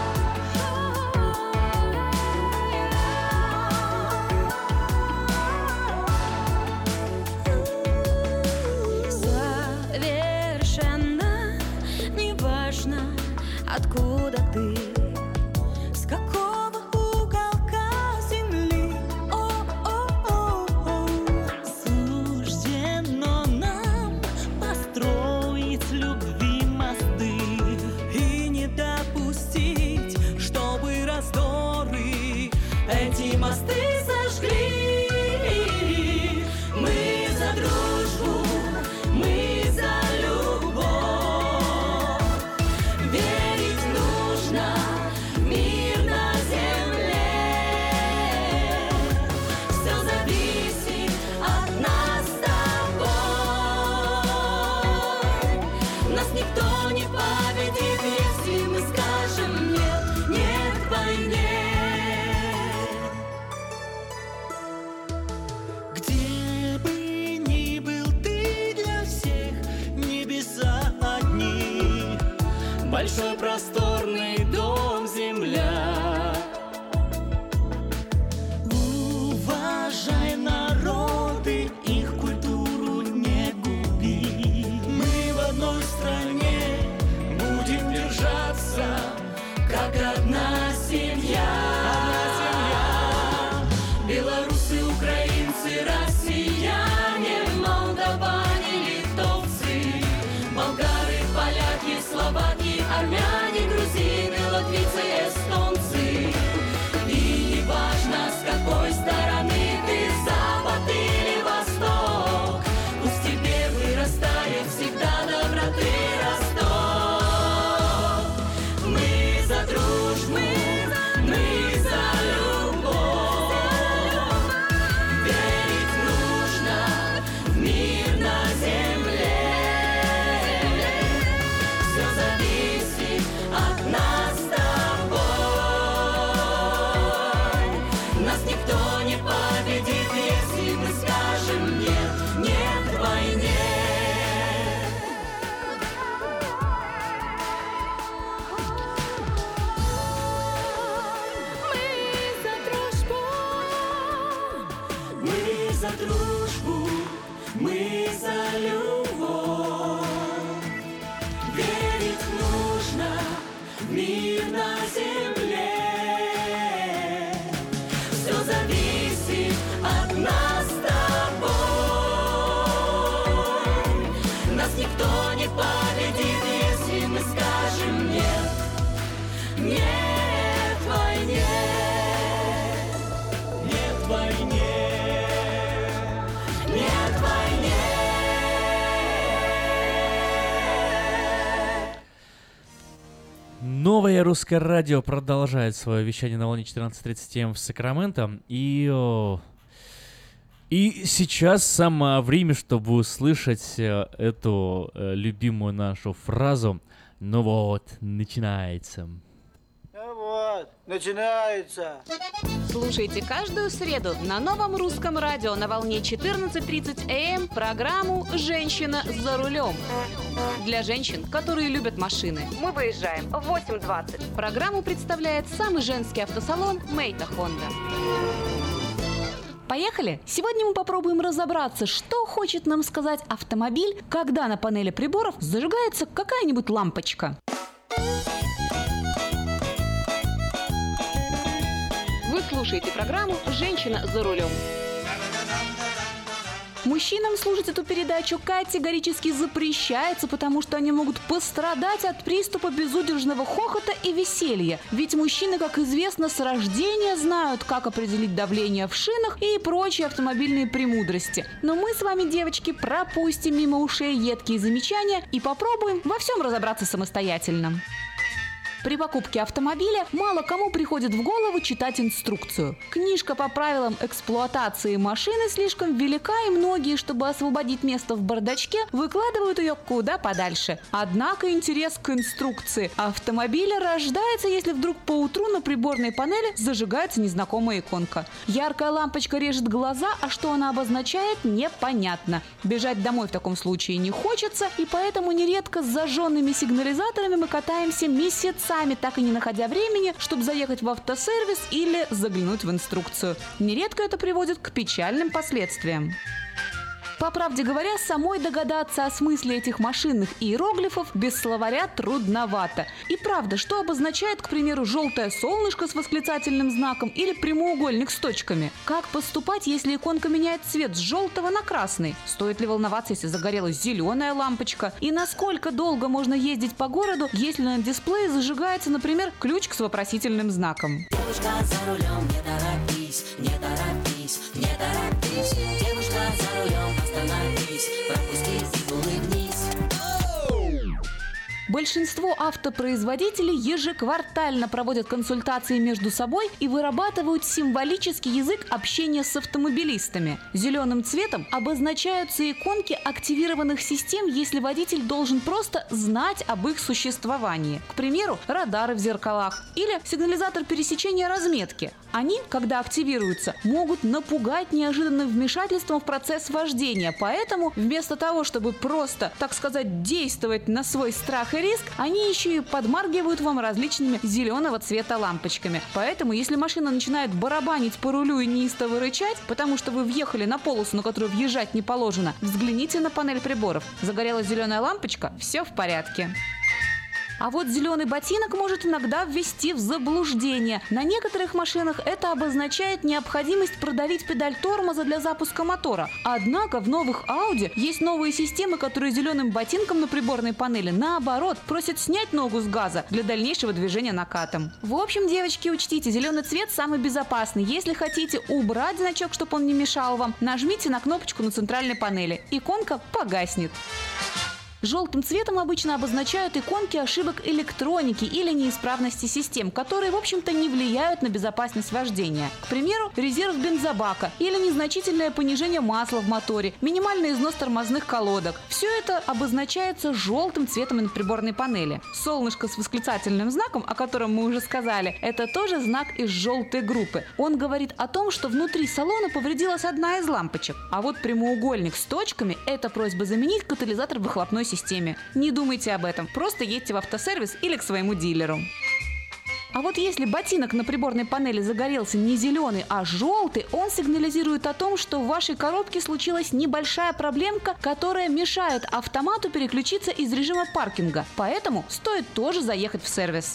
Совершенно неважно, откуда ты, с какого уголка земли. О-о-о-о. Суждено нам построить любви мосты и не допустить, чтобы раздоры эти мосты сожгли. Мы за дружбу, мы за любовь. Верить нужно в мир на земле. Все зависит от нас с тобой. Нас никто не победит, если мы скажем нет, нет войне. Где бы ни был ты для всех, небеса одни, большой просторный дом земля. Уважай народы, их культуру не губи. Мы в одной стране будем держаться, как одна семья. Белорусы, украинцы, россияне, молдаване, литовцы, болгары, поляки, словаки, армяне, грузины, латвийцы, эстонцы. И неважно, с какой стороны ты, запад или восток, пусть тебе вырастает всегда доброты росток. Мы за дружбу, мы за любовь. Верить нужно в мир на земле. Все зависит от нас с тобой. Нас никто не победит, если мы скажем нет, нет войне. Мы за дружбу, мы за любовь. Верить нужно в мир на земле. Все зависит от нас с тобой. Нас никто не победит, если мы скажем нет, нет войне. Нет войне, нет войне. Новое русское радио продолжает свое вещание на волне четырнадцать тридцать эм в Сакраменто. И, о, и сейчас самое время, чтобы услышать э, эту э, любимую нашу фразу «Ну вот, начинается». Ну вот, начинается. Слушайте каждую среду на новом русском радио на волне четырнадцать тридцать эй эм программу «Женщина за рулем». Для женщин, которые любят машины. Мы выезжаем в восемь двадцать. Программу представляет самый женский автосалон «Мейта Хонда». Поехали! Сегодня мы попробуем разобраться, что хочет нам сказать автомобиль, когда на панели приборов зажигается какая-нибудь лампочка. Вы слушаете программу «Женщина за рулем». Мужчинам слушать эту передачу категорически запрещается, потому что они могут пострадать от приступа безудержного хохота и веселья. Ведь мужчины, как известно, с рождения знают, как определить давление в шинах и прочие автомобильные премудрости. Но мы с вами, девочки, пропустим мимо ушей едкие замечания и попробуем во всем разобраться самостоятельно. При покупке автомобиля мало кому приходит в голову читать инструкцию. Книжка по правилам эксплуатации машины слишком велика, и многие, чтобы освободить место в бардачке, выкладывают ее куда подальше. Однако интерес к инструкции автомобиля рождается, если вдруг поутру на приборной панели зажигается незнакомая иконка. Яркая лампочка режет глаза, а что она обозначает, непонятно. Бежать домой в таком случае не хочется, и поэтому нередко с зажженными сигнализаторами мы катаемся месяцами, так и не находя времени, чтобы заехать в автосервис или заглянуть в инструкцию. Нередко это приводит к печальным последствиям. По правде говоря, самой догадаться о смысле этих машинных иероглифов без словаря трудновато. И правда, что обозначает, к примеру, желтое солнышко с восклицательным знаком или прямоугольник с точками? Как поступать, если иконка меняет цвет с желтого на красный? Стоит ли волноваться, если загорелась зеленая лампочка? И насколько долго можно ездить по городу, если на дисплее зажигается, например, ключик с вопросительным знаком? Девушка за рулем, не торопись, не торопись, не торопись. Девушка за рулем, остановись, пропусти и улыбнись. Большинство автопроизводителей ежеквартально проводят консультации между собой и вырабатывают символический язык общения с автомобилистами. Зеленым цветом обозначаются иконки активированных систем, если водитель должен просто знать об их существовании. К примеру, радары в зеркалах или сигнализатор пересечения разметки. Они, когда активируются, могут напугать неожиданным вмешательством в процесс вождения. Поэтому вместо того, чтобы просто, так сказать, действовать на свой страх и риск, они еще и подмаргивают вам различными зеленого цвета лампочками. Поэтому, если машина начинает барабанить по рулю и неистово рычать, потому что вы въехали на полосу, на которую въезжать не положено, взгляните на панель приборов. Загорелась зеленая лампочка – все в порядке. А вот зеленый ботинок может иногда ввести в заблуждение. На некоторых машинах это обозначает необходимость продавить педаль тормоза для запуска мотора. Однако в новых Audi есть новые системы, которые зеленым ботинком на приборной панели, наоборот, просят снять ногу с газа для дальнейшего движения накатом. В общем, девочки, учтите, зеленый цвет самый безопасный. Если хотите убрать значок, чтобы он не мешал вам, нажмите на кнопочку на центральной панели. Иконка погаснет. Желтым цветом обычно обозначают иконки ошибок электроники или неисправности систем, которые, в общем-то, не влияют на безопасность вождения. К примеру, резерв бензобака или незначительное понижение масла в моторе, минимальный износ тормозных колодок. Все это обозначается желтым цветом на приборной панели. Солнышко с восклицательным знаком, о котором мы уже сказали, это тоже знак из желтой группы. Он говорит о том, что внутри салона повредилась одна из лампочек. А вот прямоугольник с точками – это просьба заменить катализатор в выхлопной системе. Не думайте об этом, просто едьте в автосервис или к своему дилеру. А вот если ботинок на приборной панели загорелся не зеленый, а желтый, он сигнализирует о том, что в вашей коробке случилась небольшая проблемка, которая мешает автомату переключиться из режима паркинга. Поэтому стоит тоже заехать в сервис.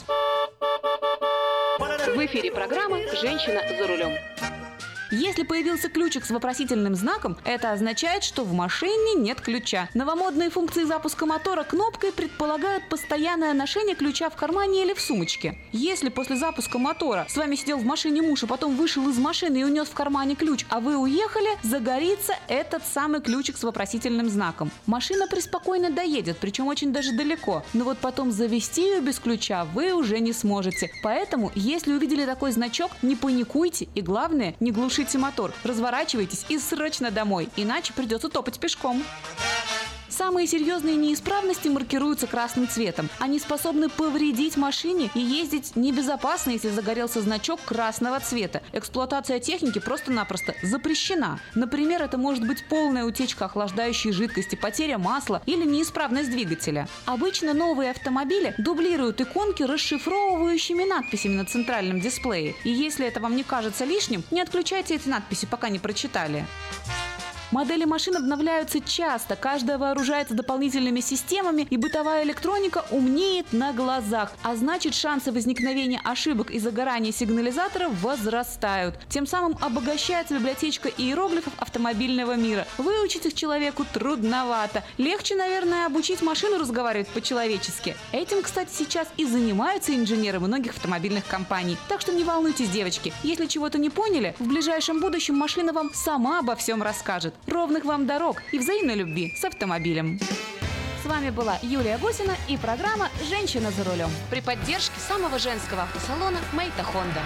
В эфире программа «Женщина за рулем». Если появился ключик с вопросительным знаком, это означает, что в машине нет ключа. Новомодные функции запуска мотора кнопкой предполагают постоянное ношение ключа в кармане или в сумочке. Если после запуска мотора с вами сидел в машине муж, а потом вышел из машины и унес в кармане ключ, а вы уехали, загорится этот самый ключик с вопросительным знаком. Машина преспокойно доедет, причем очень даже далеко. Но вот потом завести ее без ключа вы уже не сможете. Поэтому, если увидели такой значок, не паникуйте и, главное, не глушите мотор, разворачивайтесь и срочно домой, иначе придется топать пешком. Самые серьезные неисправности маркируются красным цветом. Они способны повредить машине и ездить небезопасно, если загорелся значок красного цвета. Эксплуатация техники просто-напросто запрещена. Например, это может быть полная утечка охлаждающей жидкости, потеря масла или неисправность двигателя. Обычно новые автомобили дублируют иконки расшифровывающими надписями на центральном дисплее. И если это вам не кажется лишним, не отключайте эти надписи, пока не прочитали. Модели машин обновляются часто, каждая вооружается дополнительными системами, и бытовая электроника умнеет на глазах. А значит, шансы возникновения ошибок и загорания сигнализатора возрастают. Тем самым обогащается библиотечка иероглифов автомобильного мира. Выучить их человеку трудновато. Легче, наверное, обучить машину разговаривать по-человечески. Этим, кстати, сейчас и занимаются инженеры многих автомобильных компаний. Так что не волнуйтесь, девочки. Если чего-то не поняли, в ближайшем будущем машина вам сама обо всем расскажет. Ровных вам дорог и взаимной любви с автомобилем. С вами была Юлия Гусина и программа «Женщина за рулем» при поддержке самого женского автосалона «Мэйта Хонда».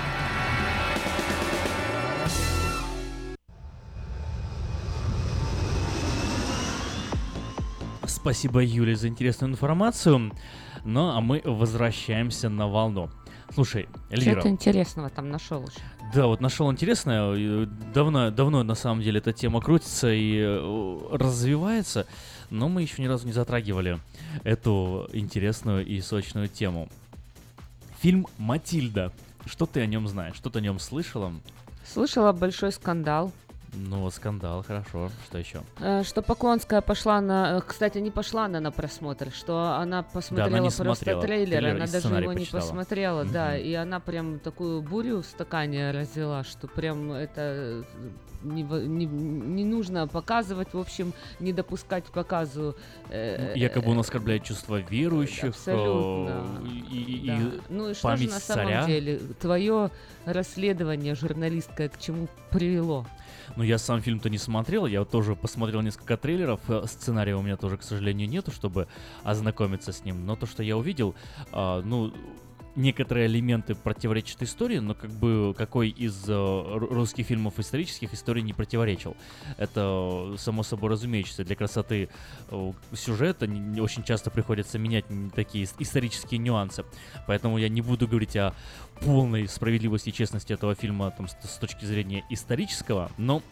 Спасибо, Юле, за интересную информацию. Ну, а мы возвращаемся на волну. Слушай, Эльвира. Что-то интересного там нашел уже. Да, вот нашел интересное. Давно, давно на самом деле эта тема крутится и развивается, но мы еще ни разу не затрагивали эту интересную и сочную тему. Фильм «Матильда». Что ты о нем знаешь? Что ты о нем слышала? Слышала большой скандал. Ну, скандал, хорошо. Что еще? Что Поклонская пошла на... Кстати, не пошла она на просмотр, что она посмотрела да, она просто смотрела. трейлер, трейлер она даже его не почитала. посмотрела, mm-hmm. да, и она прям такую бурю в стакане разлила, что прям это не, не, не нужно показывать, в общем, не допускать к показу. Ну, якобы он оскорбляет чувства верующих. Абсолютно. И, да. и ну и что память же на царя. самом деле твое расследование журналистское к чему привело? Ну, я сам фильм-то не смотрел, я вот тоже посмотрел несколько трейлеров, сценария у меня тоже, к сожалению, нету, чтобы ознакомиться с ним, но то, что я увидел, э, ну, некоторые элементы противоречат истории, но как бы какой из э, русских фильмов исторических истории не противоречил. Это само собой разумеется, для красоты э, сюжета не, не очень часто приходится менять такие исторические нюансы, поэтому я не буду говорить о полной справедливости и честности этого фильма там, с, с точки зрения исторического, но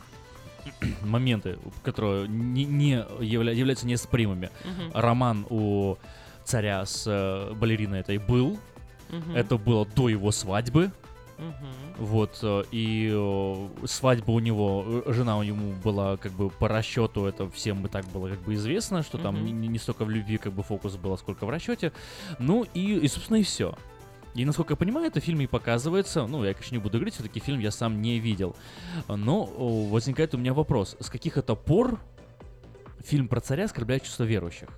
моменты, которые не, не явля, являются неоспоримыми. Uh-huh. Роман у царя с э, балериной этой был. Uh-huh. Это было до его свадьбы. Uh-huh. Вот, и э, свадьба у него, жена у него была как бы по расчету, это всем и так было как бы известно, что uh-huh. там не, не столько в любви как бы фокус было, сколько в расчете. Ну и, и собственно, и все. И, насколько я понимаю, это в фильме и показывается. Ну, я, конечно, не буду говорить, все-таки фильм я сам не видел. Но возникает у меня вопрос. С каких это пор фильм про царя оскорбляет чувства верующих?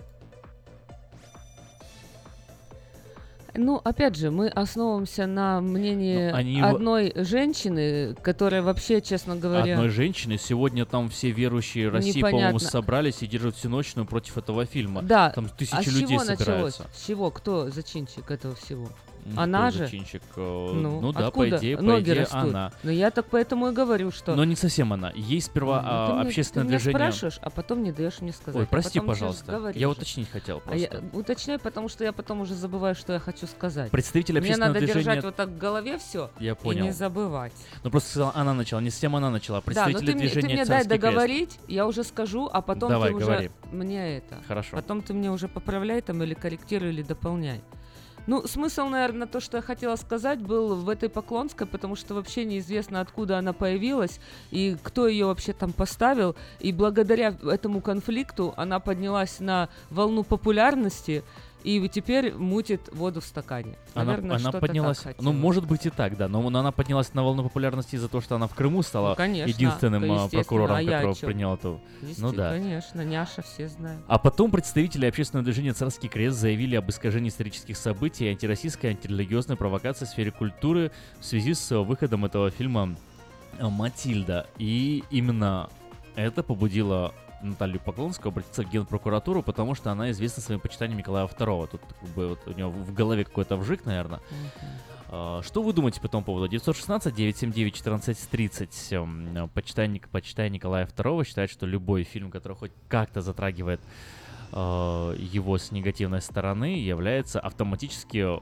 Ну, опять же, мы основываемся на мнении они... одной женщины, которая вообще, честно говоря... Одной женщины? Сегодня там все верующие России, непонятно. по-моему, собрались и держат всеночную против этого фильма. Да. Там тысячи а людей с чего собираются. Началось? С чего? Кто зачинщик этого всего? Ну, она кто же? Зачинщик? Ну, ну да, откуда по идее, по ноги идее растут? она. Но я так поэтому и говорю, что... Но не совсем она. Есть сперва ну, а, ты общественное мне, ты движение... меня спрашиваешь, а потом не даешь мне сказать. Ой, прости, а пожалуйста. Я уточнить хотел просто. А я уточняй, потому что я потом уже забываю, что я хочу сказать. Представитель общественного движения... Мне надо движения... держать вот так в голове все я понял. и не забывать. Ну просто сказала, она начала, не совсем она начала. Представители да, но ты движения мне, ты мне дай договорить, крест. Я уже скажу, а потом Давай, ты говори. уже мне это. Хорошо. Потом ты мне уже поправляй там или корректируй, или дополняй. Ну, смысл, наверное, то, что я хотела сказать, был в этой Поклонской, потому что вообще неизвестно, откуда она появилась и кто ее вообще там поставил. И благодаря этому конфликту она поднялась на волну популярности и теперь мутит воду в стакане. Наверное, она, она поднялась, ну, может быть и так, да, но, но она поднялась на волну популярности из-за того, что она в Крыму стала ну, конечно, единственным прокурором, а который принял эту... Ну да. Конечно, няша, все знают. А потом представители общественного движения «Царский крест» заявили об искажении исторических событий и антироссийской, антирелигиозной провокации в сфере культуры в связи с выходом этого фильма «Матильда». И именно это побудило Наталью Поклонскую обратиться в Генпрокуратуру, потому что она известна своим почитанием Николая второго. Тут как бы вот у него в голове какой-то вжик, наверное. Uh-huh. Uh, что вы думаете по этому поводу? девятьсот шестнадцать девятьсот семьдесят девять четырнадцать тридцать. Почитая, почитая Николая второго, считает, что любой фильм, который хоть как-то затрагивает uh, его с негативной стороны, является автоматически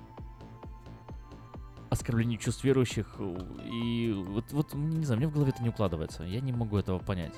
оскорблением чувств верующих. И вот, вот, не знаю, мне в голове это не укладывается. Я не могу этого понять.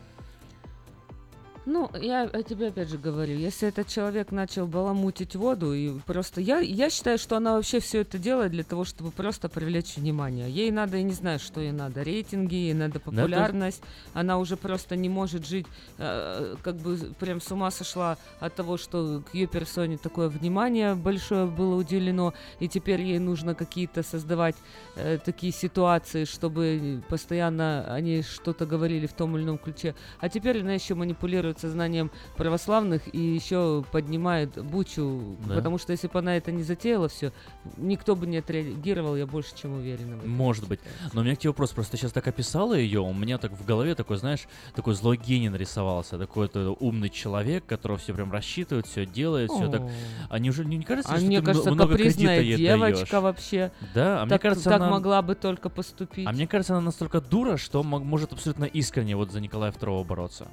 Ну, я тебе опять же говорю, если этот человек начал баламутить воду, и просто я, я считаю, что она вообще все это делает для того, чтобы просто привлечь внимание. Ей надо, я не знаю, что ей надо, рейтинги, ей надо популярность, да, она уже просто не может жить, э, как бы прям с ума сошла от того, что к ее персоне такое внимание большое было уделено, и теперь ей нужно какие-то создавать э, такие ситуации, чтобы постоянно они что-то говорили в том или ином ключе. А теперь она еще манипулирует пользуется знанием православных и еще поднимает бучу, Да? потому что если бы она это не затеяла все, никто бы не отреагировал, я больше чем уверена. в этом. Может быть. Но у меня к тебе вопрос. Просто ты сейчас так описала ее, у меня так в голове такой, знаешь, такой злой гений нарисовался. Такой вот умный человек, которого все прям рассчитывает, все делает, все так. О. А неужели не кажется, А что мне ты кажется, мно- много кредита капризная ей девочка даешь? вообще. Да, а мне Так, кажется, так она... могла бы только поступить. А мне кажется, она настолько дура, что мо- может абсолютно искренне вот за Николая второго бороться.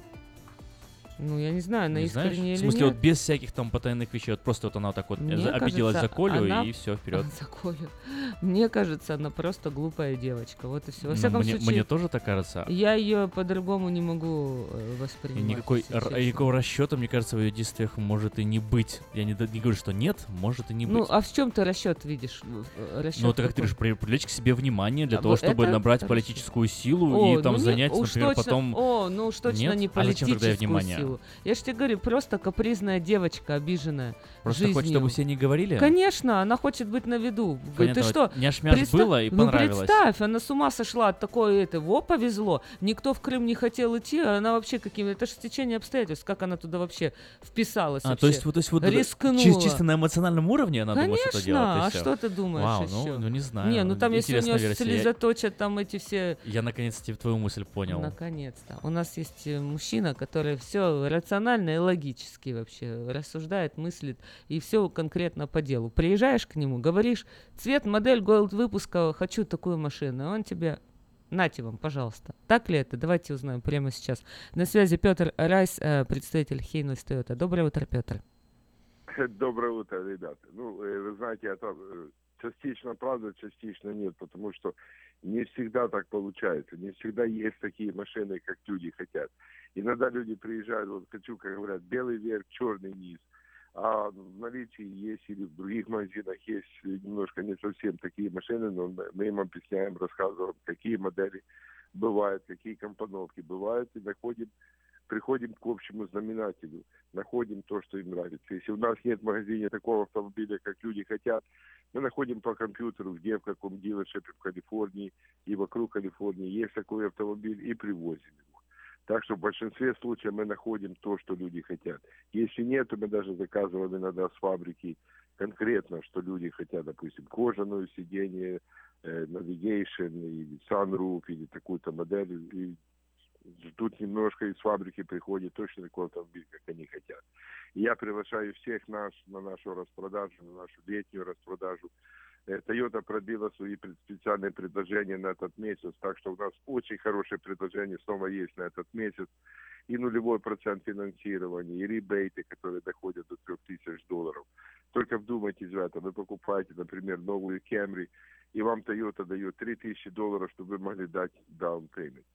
Ну, я не знаю, она Не знаешь? искренне В или смысле, нет. вот без всяких там потайных вещей, вот просто вот она так вот Мне за- обиделась кажется, за Колю она- и все, вперед. За Колю. Мне кажется, она просто глупая девочка. Вот и все. Во Ну, всяком мне, случае, мне тоже так кажется. я ее по-другому не могу э, И воспринимать. никакой, если р- честно. никакого расчета, мне кажется, в ее действиях может и не быть. Я не, д- не говорю, что нет, может и не Ну, быть. а в чем ты расчет видишь? Э, Расчет Ну, это как ты какой? говоришь, при- привлечь к себе внимание для А того, вот чтобы это набрать хорошо. политическую силу О, и там ну не- занять, уж например, точно- потом... О, ну уж точно Нет? не А зачем тогда ей политическую внимание? силу. Я же тебе говорю, просто капризная девочка, обиженная Просто хочет, жизнью. чтобы все не говорили? Конечно, она хочет быть на виду. Понятно, Ты вот что? няш-мяш представь- было и ну, понравилось. представь, она с ума сошла от такой это. Во, повезло. Никто в Крым не хотел идти, а она вообще каким... Это же стечение обстоятельств. Как она туда вообще вписалась А, вообще? то есть, вот, то есть вот это Рискнула. чис- чисто на эмоциональном уровне она думает, что это Конечно, делает, и а всё. что ты думаешь Вау, еще? ну, ну не знаю. Не, ну там если у Интересная нее версия. Я- слезоточат там эти все... Я наконец-то твою мысль понял. Наконец-то. У нас есть э, мужчина, который все рационально и логически вообще рассуждает, мыслит и все конкретно по делу. Приезжаешь к нему, говоришь, цвет, модель, год выпуска, хочу такую машину. Он тебе, нате вам, пожалуйста. Так ли это? Давайте узнаем прямо сейчас. На связи Петр Райс, э, представитель Хейнус Тойота. Доброе утро, Петр. Доброе утро, ребята. Ну, э, вы знаете, это э, частично правда, частично нет, потому что не всегда так получается. Не всегда есть такие машины, как люди хотят. Иногда люди приезжают, вот хочу, как говорят, белый верх, черный низ. А в наличии есть или в других магазинах есть немножко не совсем такие машины, но мы- мы им объясняем, рассказываем, какие модели бывают, какие компоновки бывают, и находим, приходим к общему знаменателю, находим то, что им нравится. Если у нас нет в магазине такого автомобиля, как люди хотят, мы находим по компьютеру, где, в каком дилершипе в Калифорнии и вокруг Калифорнии есть такой автомобиль, и привозим его. Так что в большинстве случаев мы находим то, что люди хотят. Если нет, то мы даже заказываем иногда с фабрики конкретно, что люди хотят, допустим, кожаное сиденье, э, navigation, или sunroof, или такую-то модель, и ждут немножко, из фабрики приходит точно такой автомобиль, как они хотят. И я приглашаю всех нас на нашу распродажу, на нашу летнюю распродажу. Э, Toyota пробила свои пред- специальные предложения на этот месяц, так что у нас очень хорошее предложение снова есть на этот месяц. И нулевой процент финансирования, и ребейты, которые доходят до трех тысяч долларов. Только вдумайтесь в это. Вы покупаете, например, новую Camry, и вам Toyota дает три тысячи долларов, чтобы вы могли дать down payment.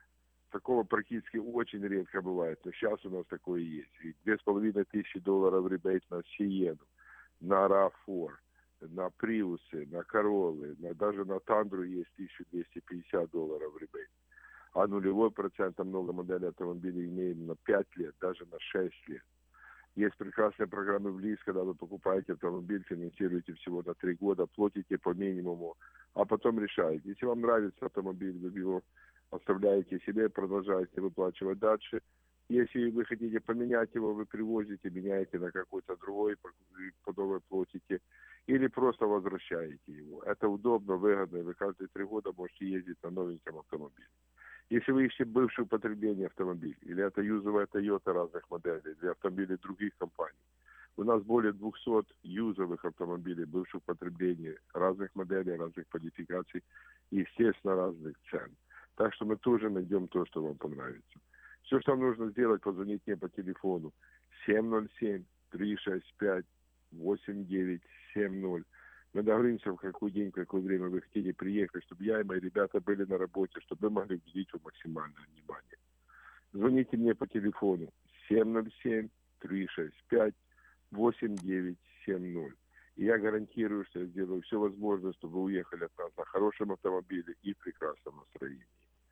Такого практически очень редко бывает, но сейчас у нас такое есть. И две с половиной тысячи долларов ребейт на Сиену, на рав четыре, на Приусы, на Короллы, на, даже на Тандру есть тысяча двести пятьдесят долларов ребейт. А нулевой процент, а много моделей автомобилей имеем на пять лет, даже на шесть лет. Есть прекрасные программы в ЛИС, когда вы покупаете автомобиль, финансируете всего на три года, платите по минимуму, а потом решаете. Если вам нравится автомобиль, вы его оставляете себе, продолжаете выплачивать дальше. Если вы хотите поменять его, вы привозите, меняете на какой-то другой, потом вы платите, или просто возвращаете его. Это удобно, выгодно, и вы каждые три года можете ездить на новеньком автомобиле. Если вы ищете бывшее употребление автомобиль, или это юзовая Toyota разных моделей, или автомобили других компаний, у нас более двухсот юзовых автомобилей бывшего употребления разных моделей, разных квалификаций и, естественно, разных цен. Так что мы тоже найдем то, что вам понравится. Все, что вам нужно сделать, позвонить мне по телефону семь ноль семь три шесть пять восемь девять семь ноль. Мы договоримся, в какой день, в какое время вы хотите приехать, чтобы я и мои ребята были на работе, чтобы мы могли уделить вам максимальное внимание. Звоните мне по телефону семь ноль семь три шесть пять восемь девять семь ноль. И я гарантирую, что я сделаю все возможное, чтобы вы уехали от нас на хорошем автомобиле и в прекрасном настроении.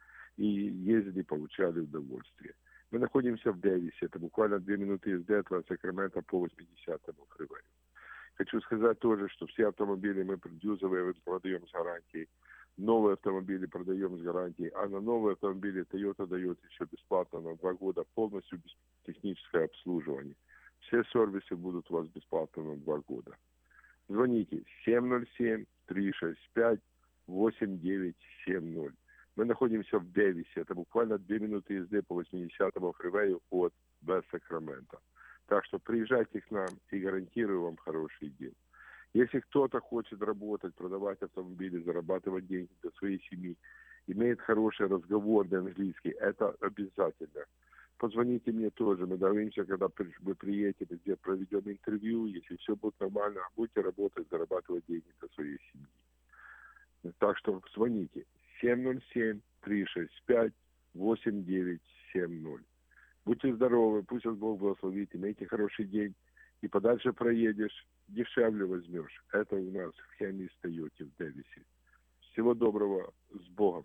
И ездили, получали удовольствие. Мы находимся в Дэвисе, это буквально две минуты езды от Сакрамента по восьмидесятому фривею. Хочу сказать тоже, что все автомобили мы продюсируем, продаем с гарантией. Новые автомобили продаем с гарантией. А на новые автомобили Toyota дает еще бесплатно на два года полностью техническое обслуживание. Все сервисы будут у вас бесплатно на два года. Звоните семь ноль семь три шесть пять восемь девять семь ноль. Мы находимся в Дэвисе. Это буквально две минуты езды по восьмидесятому фривею от Вест-Сакрамента. Так что приезжайте к нам и гарантирую вам хороший день. Если кто-то хочет работать, продавать автомобили, зарабатывать деньги для своей семьи, имеет хороший разговорный английский, это обязательно. Позвоните мне тоже, мы договоримся, когда вы приедете, где проведем интервью, если все будет нормально, будете работать, зарабатывать деньги для своей семьи. Так что звоните семь ноль семь три шесть пять восемь девять семь ноль. Будьте здоровы, пусть вас Бог благословит, имейте хороший день, и подальше проедешь, дешевле возьмешь. Это у нас в Хемис Тойоте в Дэвисе. Всего доброго, с Богом.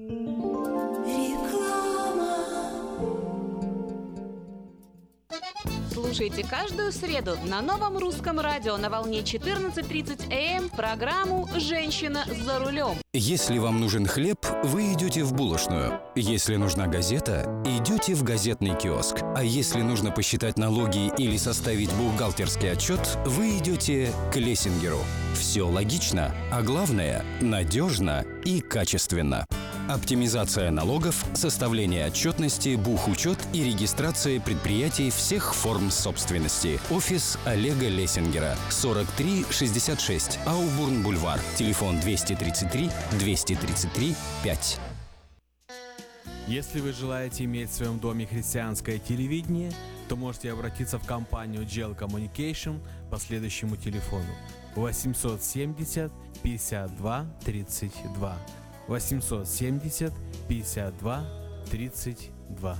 Слушайте каждую среду на новом русском радио на волне четырнадцать тридцать эй эм программу «Женщина за рулем». Если вам нужен хлеб, вы идете в булочную. Если нужна газета, идете в газетный киоск. А если нужно посчитать налоги или составить бухгалтерский отчет, вы идете к Лессингеру. Все логично, а главное – надежно и качественно. Оптимизация налогов, составление отчетности, бухучет и регистрация предприятий всех форм собственности. Офис Олега Лессингера. сорок три шестьдесят шесть. Аубурн-Бульвар. Телефон двести тридцать три двести тридцать три пять. Если вы желаете иметь в своем доме христианское телевидение, то можете обратиться в компанию джи эл Communication по следующему телефону восемьсот семьдесят пятьдесят два тридцать два. восемьсот семьдесят пятьдесят два тридцать два.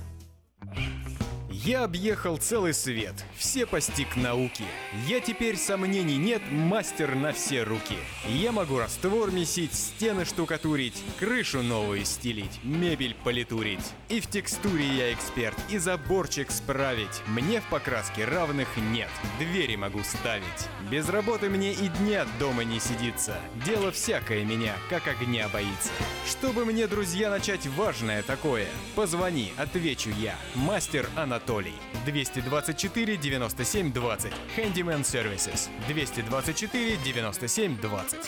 Я объехал целый свет, все постиг науки. Я теперь, сомнений нет, мастер на все руки. Я могу раствор месить, стены штукатурить, крышу новую стелить, мебель политурить. И в текстуре я эксперт, и заборчик справить. Мне в покраске равных нет, двери могу ставить. Без работы мне и дня дома не сидится. Дело всякое меня, как огня боится. Чтобы мне, друзья, начать важное такое, позвони, отвечу я, мастер Анатолий. двести двадцать четыре девяносто семь двадцать. Handyman Services. двести двадцать четыре девяносто семь двадцать.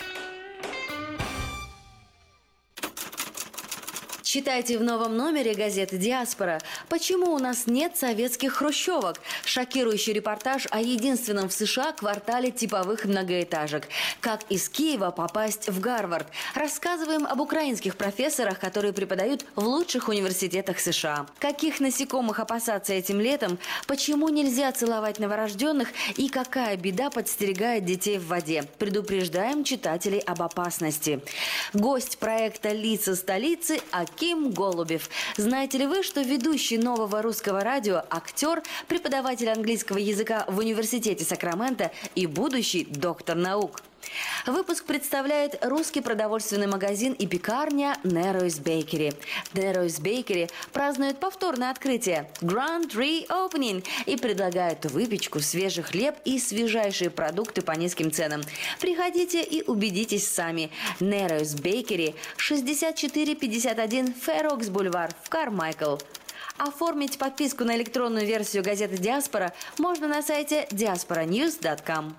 Читайте в новом номере газеты «Диаспора». Почему у нас нет советских хрущевок? Шокирующий репортаж о единственном в США квартале типовых многоэтажек. Как из Киева попасть в Гарвард. Рассказываем об украинских профессорах, которые преподают в лучших университетах США. Каких насекомых опасаться этим летом? Почему нельзя целовать новорожденных? И какая беда подстерегает детей в воде? Предупреждаем читателей об опасности. Гость проекта «Лица столицы» Аким Голубев. Знаете ли вы, что ведущий нового русского радио, актер, преподаватель английского языка в университете Сакраменто и будущий доктор наук? Выпуск представляет русский продовольственный магазин и пекарня Narrows Bakery. Narrows Bakery празднует повторное открытие Grand Reopening и предлагают выпечку, свежий хлеб и свежайшие продукты по низким ценам. Приходите и убедитесь сами. Narrows Bakery, шестьдесят четыре пятьдесят один Fair Бульвар в Кармайкл. Оформить подписку на электронную версию газеты «Диаспора» можно на сайте диаспора ньюс точка ком.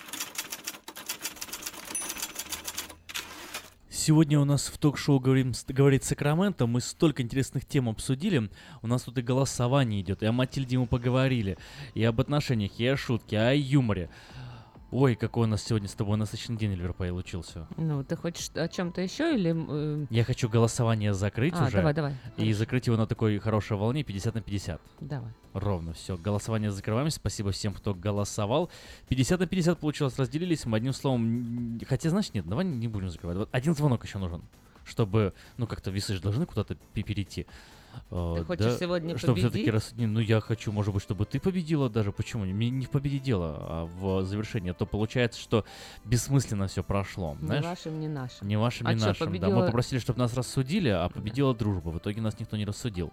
Сегодня у нас в ток-шоу говорим, «Говорит Сакраменто». Мы столько интересных тем обсудили. У нас тут и голосование идет, и о Матильде мы поговорили, и об отношениях, и о шутке, и о юморе. Ой, какой у нас сегодня с тобой насыщенный день, Эльвира, получился. Ну, ты хочешь о чем-то еще или... Э... Я хочу голосование закрыть а, уже. давай, давай. И Хорошо. Закрыть его на такой хорошей волне пятьдесят на пятьдесят. Давай. Ровно, все. Голосование закрываем. Спасибо всем, кто голосовал. пятьдесят на пятьдесят получилось, разделились. Мы одним словом... Хотя, значит, нет, давай не будем закрывать. Вот один звонок еще нужен, чтобы, ну, как-то весы же должны куда-то перейти. Ты хочешь да, сегодня чтобы победить? Все-таки раз... Ну, я хочу, может быть, чтобы ты победила даже. Почему? Не, не в победе дело, а в завершении. А то получается, что бессмысленно все прошло. Не знаешь? вашим, не нашим. Не вашим, а не что, нашим. победила... Да, мы попросили, чтобы нас рассудили, а победила да. дружба. В итоге нас никто не рассудил.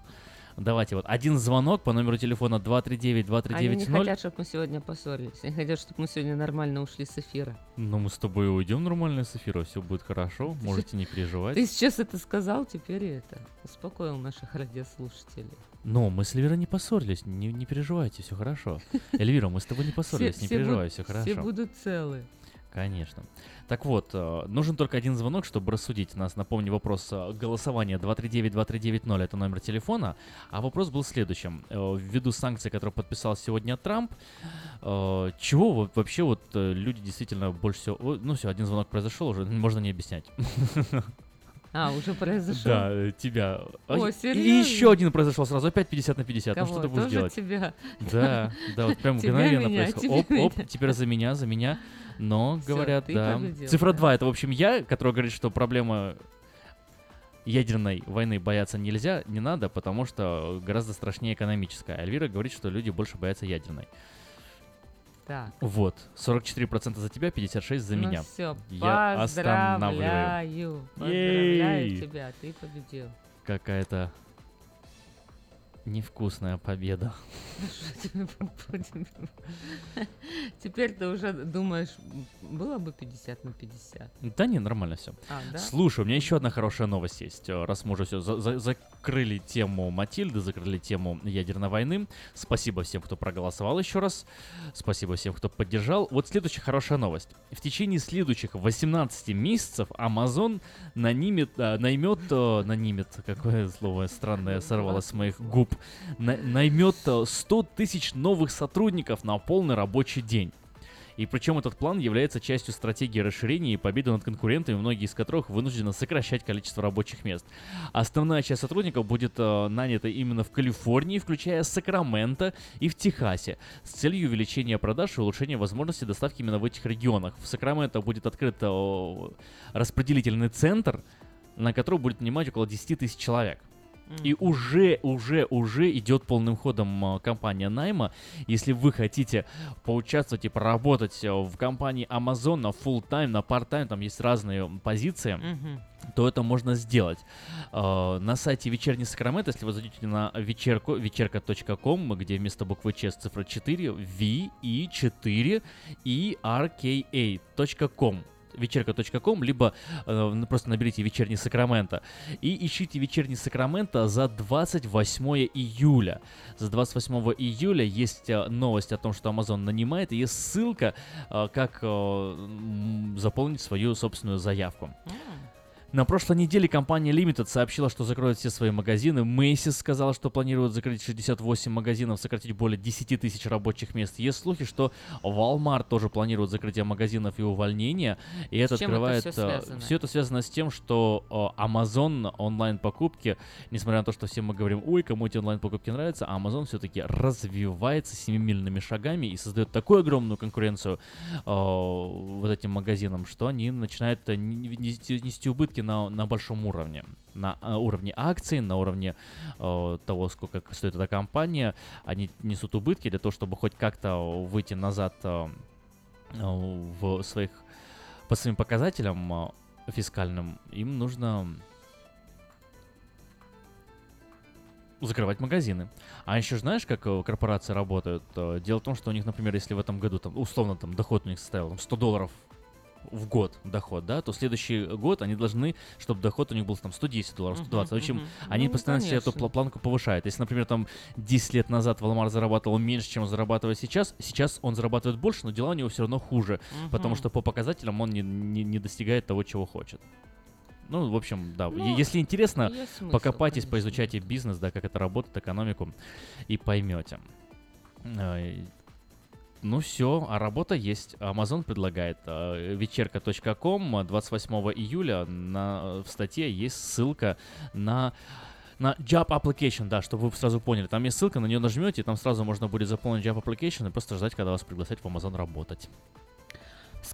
Давайте вот один звонок по номеру телефона два три девять два три девять ноль. Они не хотят, чтобы мы сегодня поссорились. Они хотят, чтобы мы сегодня нормально ушли с эфира. Ну, мы с тобой уйдем нормально с эфира, все будет хорошо, можете не переживать. Ты сейчас это сказал, теперь это успокоил наших радиослушателей. Но мы с Эльвирой не поссорились, не, не переживайте, все хорошо. Эльвира, мы с тобой не поссорились, все, не все переживай, буд- все хорошо. Все будут целы. Конечно. Так вот, э, нужен только один звонок, чтобы рассудить нас. Напомню, вопрос э, голосования два три девять два три девять ноль, это номер телефона. А вопрос был следующим. Э, ввиду санкций, которые подписал сегодня Трамп, э, чего вот, вообще вот э, люди действительно больше всего... О, ну все, один звонок произошел, уже можно не объяснять. А, уже произошел? Да, э, тебя. О, И- серьезно? И еще один произошел сразу, опять пятьдесят на пятьдесят. Кого? Ну что ты будешь Тоже делать? тебя? Да, да, вот прям Тебя, мгновенно меня, происходит. тебя, Оп, оп, меня. теперь за меня, за меня. Но, Всё, говорят, ты да. победил, Цифра да. два, это, в общем, я, который говорит, что проблема ядерной войны бояться нельзя, не надо, потому что гораздо страшнее экономическая. Эльвира говорит, что люди больше боятся ядерной. Так. Вот, сорок четыре процента за тебя, пятьдесят шесть за Ну меня. все, Я останавливаю. поздравляю. Поздравляю Ей! тебя, ты победил. Какая-то невкусная победа. Теперь ты уже думаешь, было бы пятьдесят на пятьдесят. Да не, нормально все. А, да? Слушай, у меня еще одна хорошая новость есть. Э, Раз мы уже все за- за- закрыли тему Матильды, закрыли тему ядерной войны. Спасибо всем, кто проголосовал еще раз. Спасибо всем, кто поддержал. Вот следующая хорошая новость. В течение следующих восемнадцати месяцев Amazon нанимет, а, наймет, а, нанимет, какое слово странное сорвалось с моих губ, на- наймет а, сто тысяч новых сотрудников на полный рабочий день. И причем этот план является частью стратегии расширения и победы над конкурентами, многие из которых вынуждены сокращать количество рабочих мест. Основная часть сотрудников будет э, нанята именно в Калифорнии, включая Сакраменто и в Техасе, с целью увеличения продаж и улучшения возможностей доставки именно в этих регионах. В Сакраменто будет открыт э, распределительный центр, на который будет нанимать около десять тысяч человек. И уже, уже, уже идет полным ходом а, кампания найма. Если вы хотите поучаствовать и поработать а, в компании Amazon на full-time, на part-time, там есть разные позиции, Мгм. то это можно сделать. А, на сайте Вечерний Сакраменто, если вы зайдете на вечерку, вечерка точка ком, где вместо буквы Ч цифра четыре, ви и четыре и ар кей эй точка ком. вечерка точка ком, либо э, просто наберите «Вечерний Сакраменто» и ищите «Вечерний Сакраменто» за двадцать восьмое июля. За двадцать восьмого июля есть э, новость о том, что Amazon нанимает, и есть ссылка, э, как э, м, заполнить свою собственную заявку. На прошлой неделе компания Limited сообщила, что закроет все свои магазины. Macy's сказала, что планирует закрыть шестьдесят восемь магазинов, сократить более десять тысяч рабочих мест. Есть слухи, что Walmart тоже планирует закрытие магазинов и увольнение. И это С чем открывает... это всё связано? Все это связано с тем, что э, Amazon онлайн-покупки, несмотря на то, что все мы говорим, ой, кому эти онлайн-покупки нравятся, Amazon все-таки развивается семимильными шагами и создает такую огромную конкуренцию э, вот этим магазинам, что они начинают э, нести, нести убытки на, на большом уровне. На э, уровне акций, на уровне э, того, сколько стоит эта компания. Они несут убытки для того, чтобы хоть как-то выйти назад э, э, в своих, по своим показателям э, фискальным. Им нужно закрывать магазины. А еще знаешь, как э, корпорации работают? Э, Дело в том, что у них, например, если в этом году, там, условно, там, доход у них составил там, сто долларов в год доход, да, то следующий год они должны, чтобы доход у них был там сто десять долларов, сто двадцать. В общем, мгм. они Ну, постоянно себе эту конечно. пла- планку повышают. Если, например, там десять лет назад Walmart зарабатывал меньше, чем он зарабатывает сейчас, сейчас он зарабатывает больше, но дела у него все равно хуже, потому Мгм. что по показателям он не, не, не достигает того, чего хочет. Ну, в общем, да. Ну, Е- Если интересно, есть смысл, покопайтесь, конечно. поизучайте бизнес, да, как это работает, экономику, и поймете. Э, Ну все, а работа есть. Amazon предлагает. э, вечерка точка ком двадцать восьмого июля на, в статье есть ссылка на на Job Application, да, чтобы вы сразу поняли. Там есть ссылка, на нее нажмете, и там сразу можно будет заполнить Job Application и просто ждать, когда вас пригласят в Amazon работать.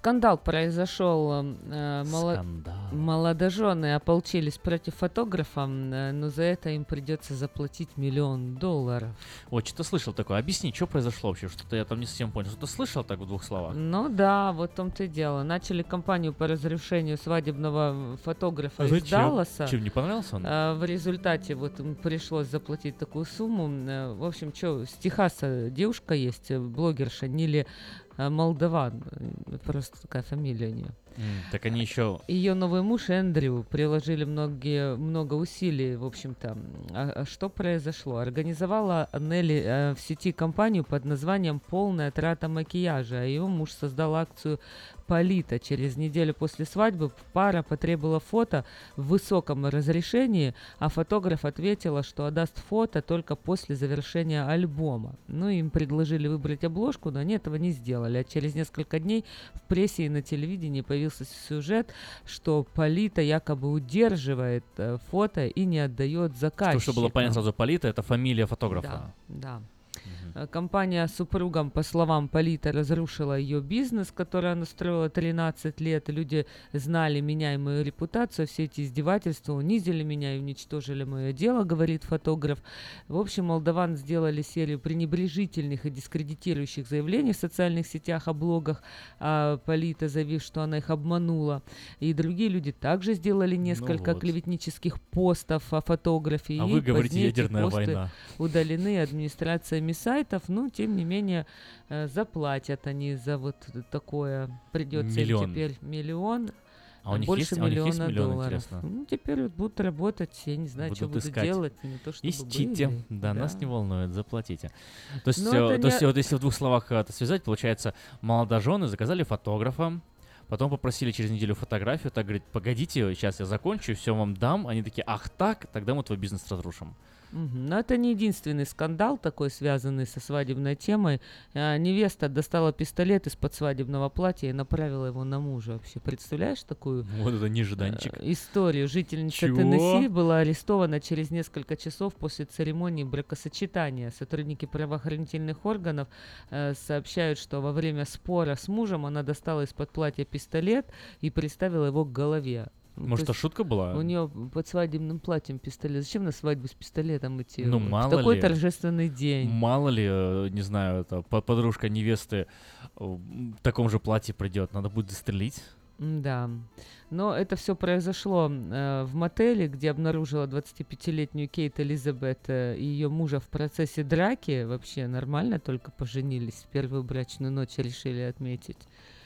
скандал произошел. Э, моло... Скандал. Молодожены ополчились против фотографа, э, но за это им придется заплатить миллион долларов. Ой, что-то слышал такое. Объясни, что произошло вообще? Что-то я там не совсем понял. Что-то слышал так в двух словах? Ну да, вот в том-то и дело. Начали кампанию по разрешению свадебного фотографа А из зачем? Далласа. Чем, не понравился он? Э, в результате вот им пришлось заплатить такую сумму. Э, в общем, что, с Техаса девушка есть, э, блогерша Нили э, Молдаван. Э, Просто такая фамилия у нее. М, так они еще... Ее новый муж Эндрю приложили многие, много усилий, в общем-то. А, а что произошло? Организовала Нелли э, в сети компанию под названием «Полная трата макияжа». А ее муж создал акцию «Полита». Через неделю после свадьбы пара потребовала фото в высоком разрешении, а фотограф ответила, что отдаст фото только после завершения альбома. Ну, им предложили выбрать обложку, но они этого не сделали. А через несколько дней в прессе и на телевидении появился сюжет, что Полита якобы удерживает э, фото и не отдает заказчикам. Чтобы было понятно сразу, Полита — это фамилия фотографа. Да, да. Э, Компания с супругом, по словам Полита, разрушила ее бизнес, который она строила тринадцать лет. Люди знали меня и мою репутацию. Все эти издевательства унизили меня и уничтожили мое дело, говорит фотограф. В общем, молдаван сделали серию пренебрежительных и дискредитирующих заявлений в социальных сетях, о блогах, а Полита, заявив, что она их обманула. И другие люди также сделали несколько вот. клеветнических постов о фотографии. А и вы говорите, позднее эти ядерная посты война. удалены администрациями сайтов, но тем не менее э, заплатят они за вот такое. Придется им Миллион. теперь миллион, А у них больше есть- а у них миллиона есть миллион, долларов. интересно? Ну, теперь вот будут работать, я не знаю, что Будут будут искать. делать, не то чтобы Ищите, были. да, нас не волнует, заплатите. То есть, Но э, это то есть не- вот если в двух словах это связать, получается, молодожены заказали фотографа, потом попросили через неделю фотографию, так говорит, погодите, сейчас я закончу, все вам дам. Они такие, ах так, тогда мы твой бизнес разрушим. Мгм. Но это не единственный скандал такой, связанный со свадебной темой. А, невеста достала пистолет из-под свадебного платья и направила его на мужа. Вообще, представляешь такую Вот это нежданчик. э, историю? Жительница Чего? Теннесси была арестована через несколько часов после церемонии бракосочетания. Сотрудники правоохранительных органов э, сообщают, что во время спора с мужем она достала из-под платья пистолет и приставила его к голове. Ну, Может, то это есть шутка была? У нее под свадебным платьем пистолет. Зачем на свадьбу с пистолетом идти? Ну, в мало такой ли. торжественный день. Мало ли, э, не знаю, это по- подружка невесты э, в таком же платье придет, надо будет застрелить. Да. Но это все произошло э, в мотеле, где обнаружила двадцатипятилетнюю Кейт Элизабет э, и ее мужа в процессе драки. Вообще нормально, только поженились. Первую брачную ночь решили отметить.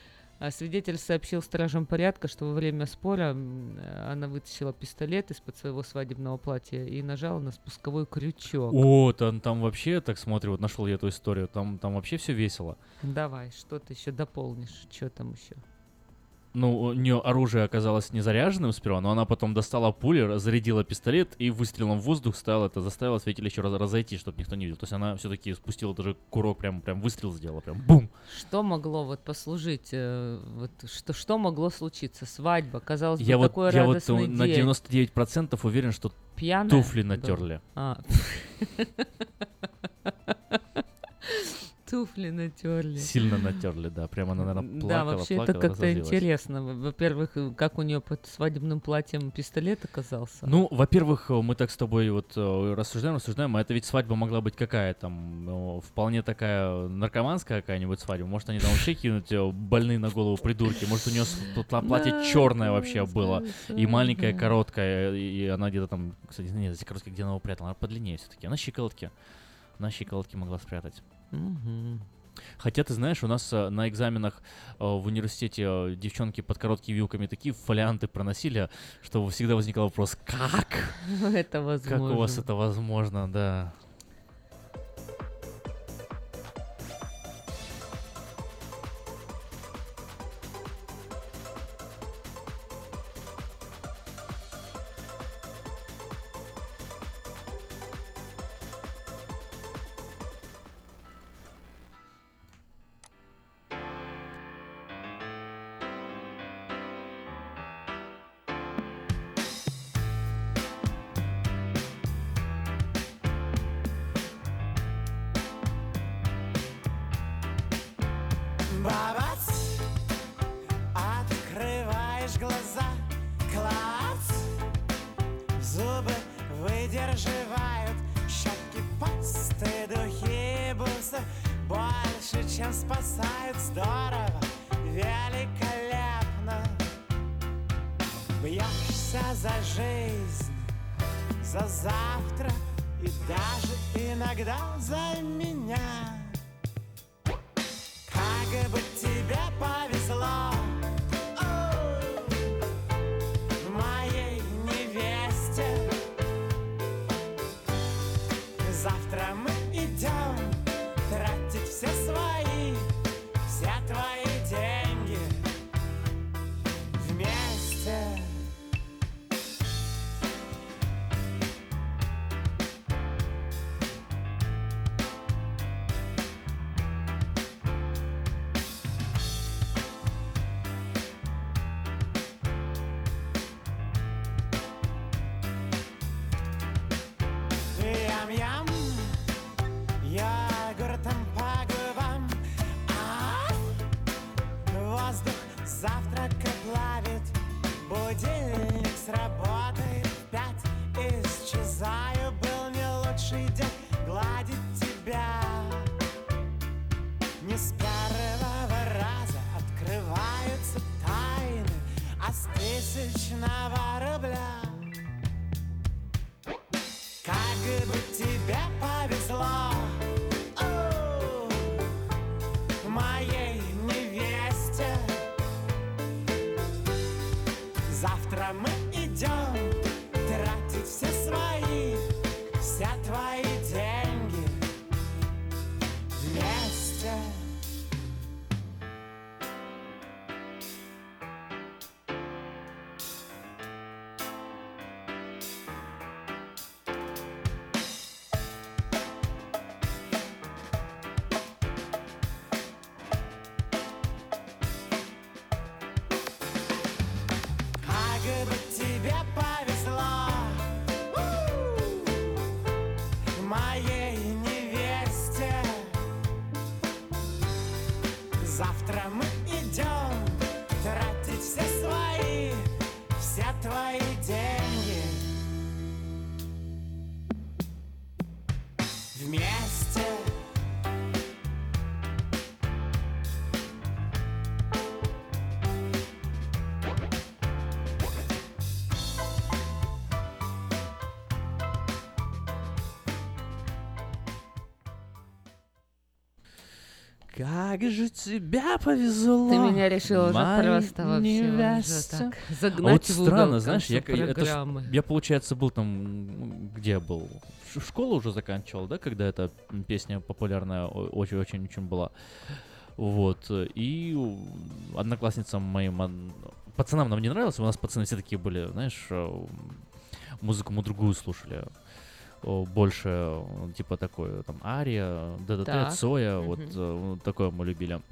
А свидетель сообщил стражам порядка, что во время спора м, она вытащила пистолет из-под своего свадебного платья и нажала на спусковой крючок. О, там, там вообще, так смотрю, вот нашел я эту историю, там, там вообще все весело. Давай, что ты еще дополнишь? Что там еще? Ну, у нее оружие оказалось не заряженным сперва, но она потом достала пули, зарядила пистолет и выстрелом в воздух стала это, заставила свидетеля еще раз разойти, чтобы никто не видел. То есть она все-таки спустила даже курок, прям, прям выстрел сделала, прям бум. Что могло вот послужить, э, вот что, что могло случиться? Свадьба, казалось бы, Я вот, такой я вот радостный э, день. на девяносто девять процентов уверен, что Пьяная туфли была? натерли. А. Туфли натерли. Сильно натерли, да. Прямо она, наверное, плакала, Да, вообще плакала, это как-то разозлилась. интересно. Во- Во-первых, э, как у нее под свадебным платьем пистолет оказался. Ну, во-первых, э, мы так с тобой вот э, рассуждаем, рассуждаем, а это ведь свадьба могла быть какая там, ну, вполне такая наркоманская какая-нибудь свадьба. Может, они там вообще кинуть э, больные на голову придурки. Может, у нее платье Да, черное вообще было, и маленькое, да. короткое, и она где-то там, кстати, нет, эти короткие, где она его прятала, она подлиннее все-таки. Она щиколотки, на щиколотки могла спрятать. Мгм. Хотя, ты знаешь, у нас э, на экзаменах э, в университете э, девчонки под короткими вилками такие фолианты проносили, что всегда возникал вопрос, как? Это возможно. Как у вас это возможно, да. борется за жизнь, за завтра и даже иногда за меня. Как бы тебе повезло, моей невесте. Завтра мы идем тратить все свои, все твои деньги вместе. Ям-ям, йогуртом по губам, а воздух завтрака плавит, будильник сработает в пять. Исчезаю, был не лучший день гладить тебя. Не с первого раза открываются тайны, а с тысячного рубля. Как бы тебе повезло, о, моей невесте. Завтра мы идем тратить все свои, все твои деньги вместе. Как бы тебе повезло, моей невесте. Завтра мы идем тратить все свои, все твои деньги вместе. Как же тебя повезло. Ты меня решила уже моя просто вообще уже невеста. так А загнать вот в угол странно, к знаешь, я, концу это ж- программы. я, получается, был там, где я был? Ш- Школу уже заканчивал, да, когда эта песня популярная очень-очень-очень была. Вот, и у- одноклассницам моим, он- пацанам нам не нравилось, у нас пацаны все такие были, знаешь, э, музыку мы другую слушали. О, больше, э, типа такой, там, Ария, ДДТ, Так. Цоя, Мгм. вот, э, вот такое мы любили.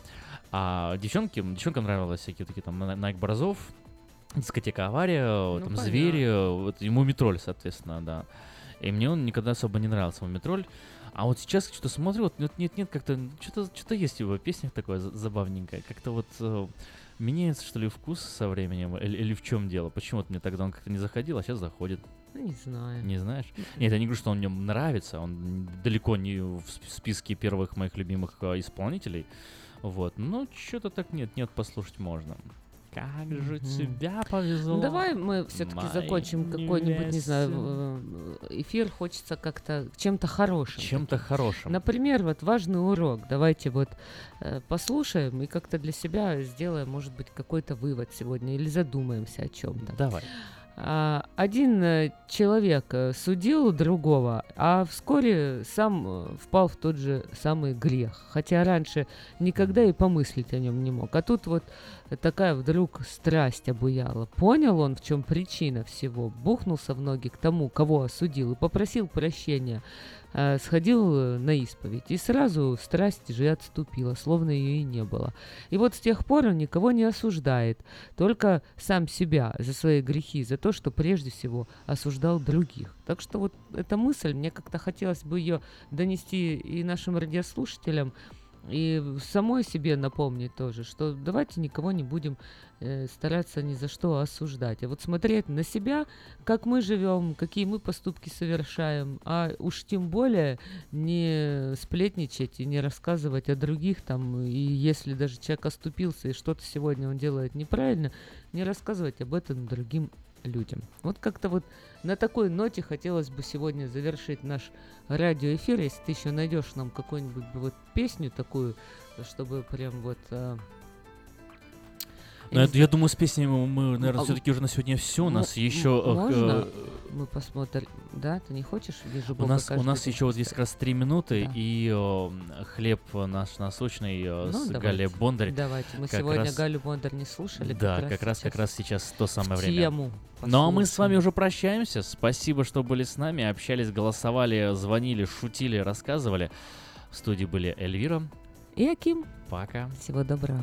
А девчонки, девчонкам нравилось всякие такие там На- Найк Борзов, дискотека Авария, Ну, там понятно. Звери, вот, и Мумитроль, соответственно, да. И мне он никогда особо не нравился, Мумитроль. А вот сейчас что-то смотрю, вот нет, нет, нет, как-то что-то, что-то есть в его песнях такое за- забавненькое. Как-то вот э, меняется, что ли, вкус со временем, или, или в чем дело? Почему вот мне тогда он как-то не заходил, а сейчас заходит? Ну, не знаю. Не знаешь? Нет, я не говорю, что он мне нравится, он далеко не в сп- списке первых моих любимых э, исполнителей. Вот, но что-то так нет, нет, послушать можно. Как же Мгм. тебя повезло. Ну, давай мы все-таки моей закончим какой-нибудь, не знаю, невесте. э, эфир. Хочется как-то чем-то хорошим. Чем-то хорошим. Например, вот важный урок. Давайте вот э, послушаем и как-то для себя сделаем, может быть, какой-то вывод сегодня или задумаемся о чем-то. Давай. А, Один э, человек э, судил другого, а вскоре сам э, впал в тот же самый грех. Хотя раньше никогда и помыслить о нем не мог. А тут вот такая вдруг страсть обуяла. Понял он, в чем причина всего, бухнулся в ноги к тому, кого осудил, и попросил прощения. э, Сходил э, на исповедь, и сразу страсть же отступила, словно ее и не было. И вот с тех пор он никого не осуждает, только сам себя за свои грехи, за то, что прежде всего осуждал других. Так что вот эта мысль, мне как-то хотелось бы ее донести и нашим радиослушателям, и самой себе напомнить тоже, что давайте никого не будем э, стараться ни за что осуждать, а вот смотреть на себя, как мы живем, какие мы поступки совершаем, а уж тем более не сплетничать и не рассказывать о других там, и если даже человек оступился и что-то сегодня он делает неправильно, не рассказывать об этом другим людям. Вот как-то вот на такой ноте хотелось бы сегодня завершить наш радиоэфир. Если ты еще найдешь нам какую-нибудь вот песню такую, чтобы прям вот... А... Ну, я, я думаю, с песнями мы, наверное, а, все-таки уже на сегодня все. У нас еще... Можно? Э, мы посмотрим. Да, ты не хочешь? Вижу, у нас, у нас еще вот здесь как раз три минуты, да. и э, хлеб наш насущный э, ну, с давайте, Галей Бондарь. Давайте, мы как сегодня раз... Галю Бондарь не слушали. Да, как, как раз, как раз сейчас то самое время. Тему ну, а мы с вами уже прощаемся. Спасибо, что были с нами, общались, голосовали, звонили, шутили, рассказывали. В студии были Эльвира и Аким. Пока. Всего доброго.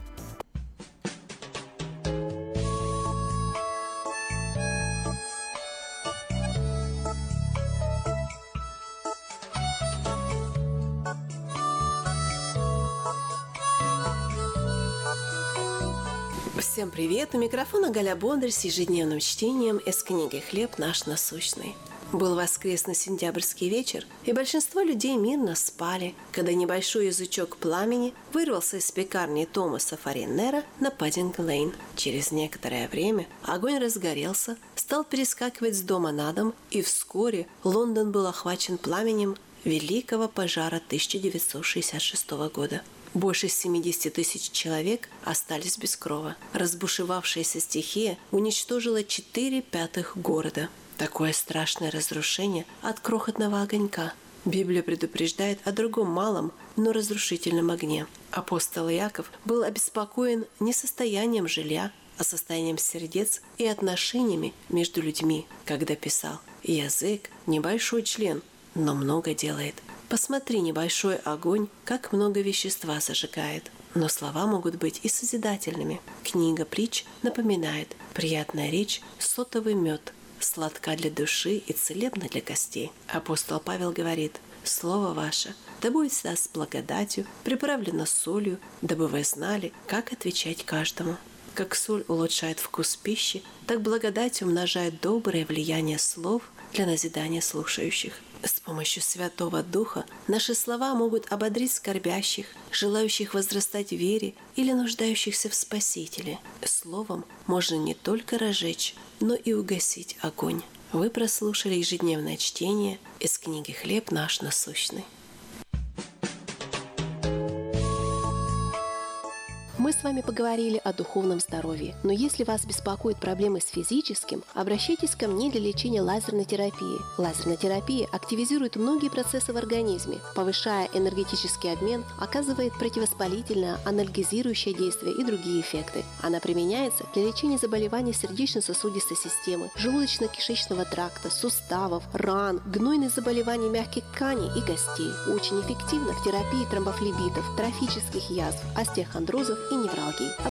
Всем привет! У микрофона Галя Бондарь с ежедневным чтением из книги «Хлеб наш насущный». Был воскресный сентябрьский вечер, и большинство людей мирно спали, когда небольшой язычок пламени вырвался из пекарни Томаса Фаринера на Паддинг-Лейн. Через некоторое время огонь разгорелся, стал перескакивать с дома на дом, и вскоре Лондон был охвачен пламенем Великого пожара тысяча девятьсот шестьдесят шестого года. Больше семидесяти тысяч человек остались без крова. Разбушевавшаяся стихия уничтожила четыре пятых города. Такое страшное разрушение от крохотного огонька. Библия предупреждает о другом малом, но разрушительном огне. Апостол Иаков был обеспокоен не состоянием жилья, а состоянием сердец и отношениями между людьми, когда писал: «Язык – небольшой член, но много делает. Посмотри, небольшой огонь, как много вещества зажигает. Но слова могут быть и созидательными. Книга притч напоминает: приятная речь – сотовый мед, сладка для души и целебна для костей». Апостол Павел говорит: «Слово ваше да будет всегда с благодатью, приправлено солью, дабы вы знали, как отвечать каждому». Как соль улучшает вкус пищи, так благодать умножает доброе влияние слов для назидания слушающих. С помощью Святого Духа наши слова могут ободрить скорбящих, желающих возрастать в вере или нуждающихся в Спасителе. Словом можно не только разжечь, но и угасить огонь. Вы прослушали ежедневное чтение из книги «Хлеб наш насущный». Мы с вами поговорили о духовном здоровье, но если вас беспокоят проблемы с физическим, обращайтесь ко мне для лечения лазерной терапии. Лазерная терапия активизирует многие процессы в организме, повышая энергетический обмен, оказывает противовоспалительное, анальгезирующее действие и другие эффекты. Она применяется для лечения заболеваний сердечно-сосудистой системы, желудочно-кишечного тракта, суставов, ран, гнойных заболеваний мягких тканей и костей. Очень эффективно в терапии тромбофлебитов, трофических язв, остеохондрозов и невралгии.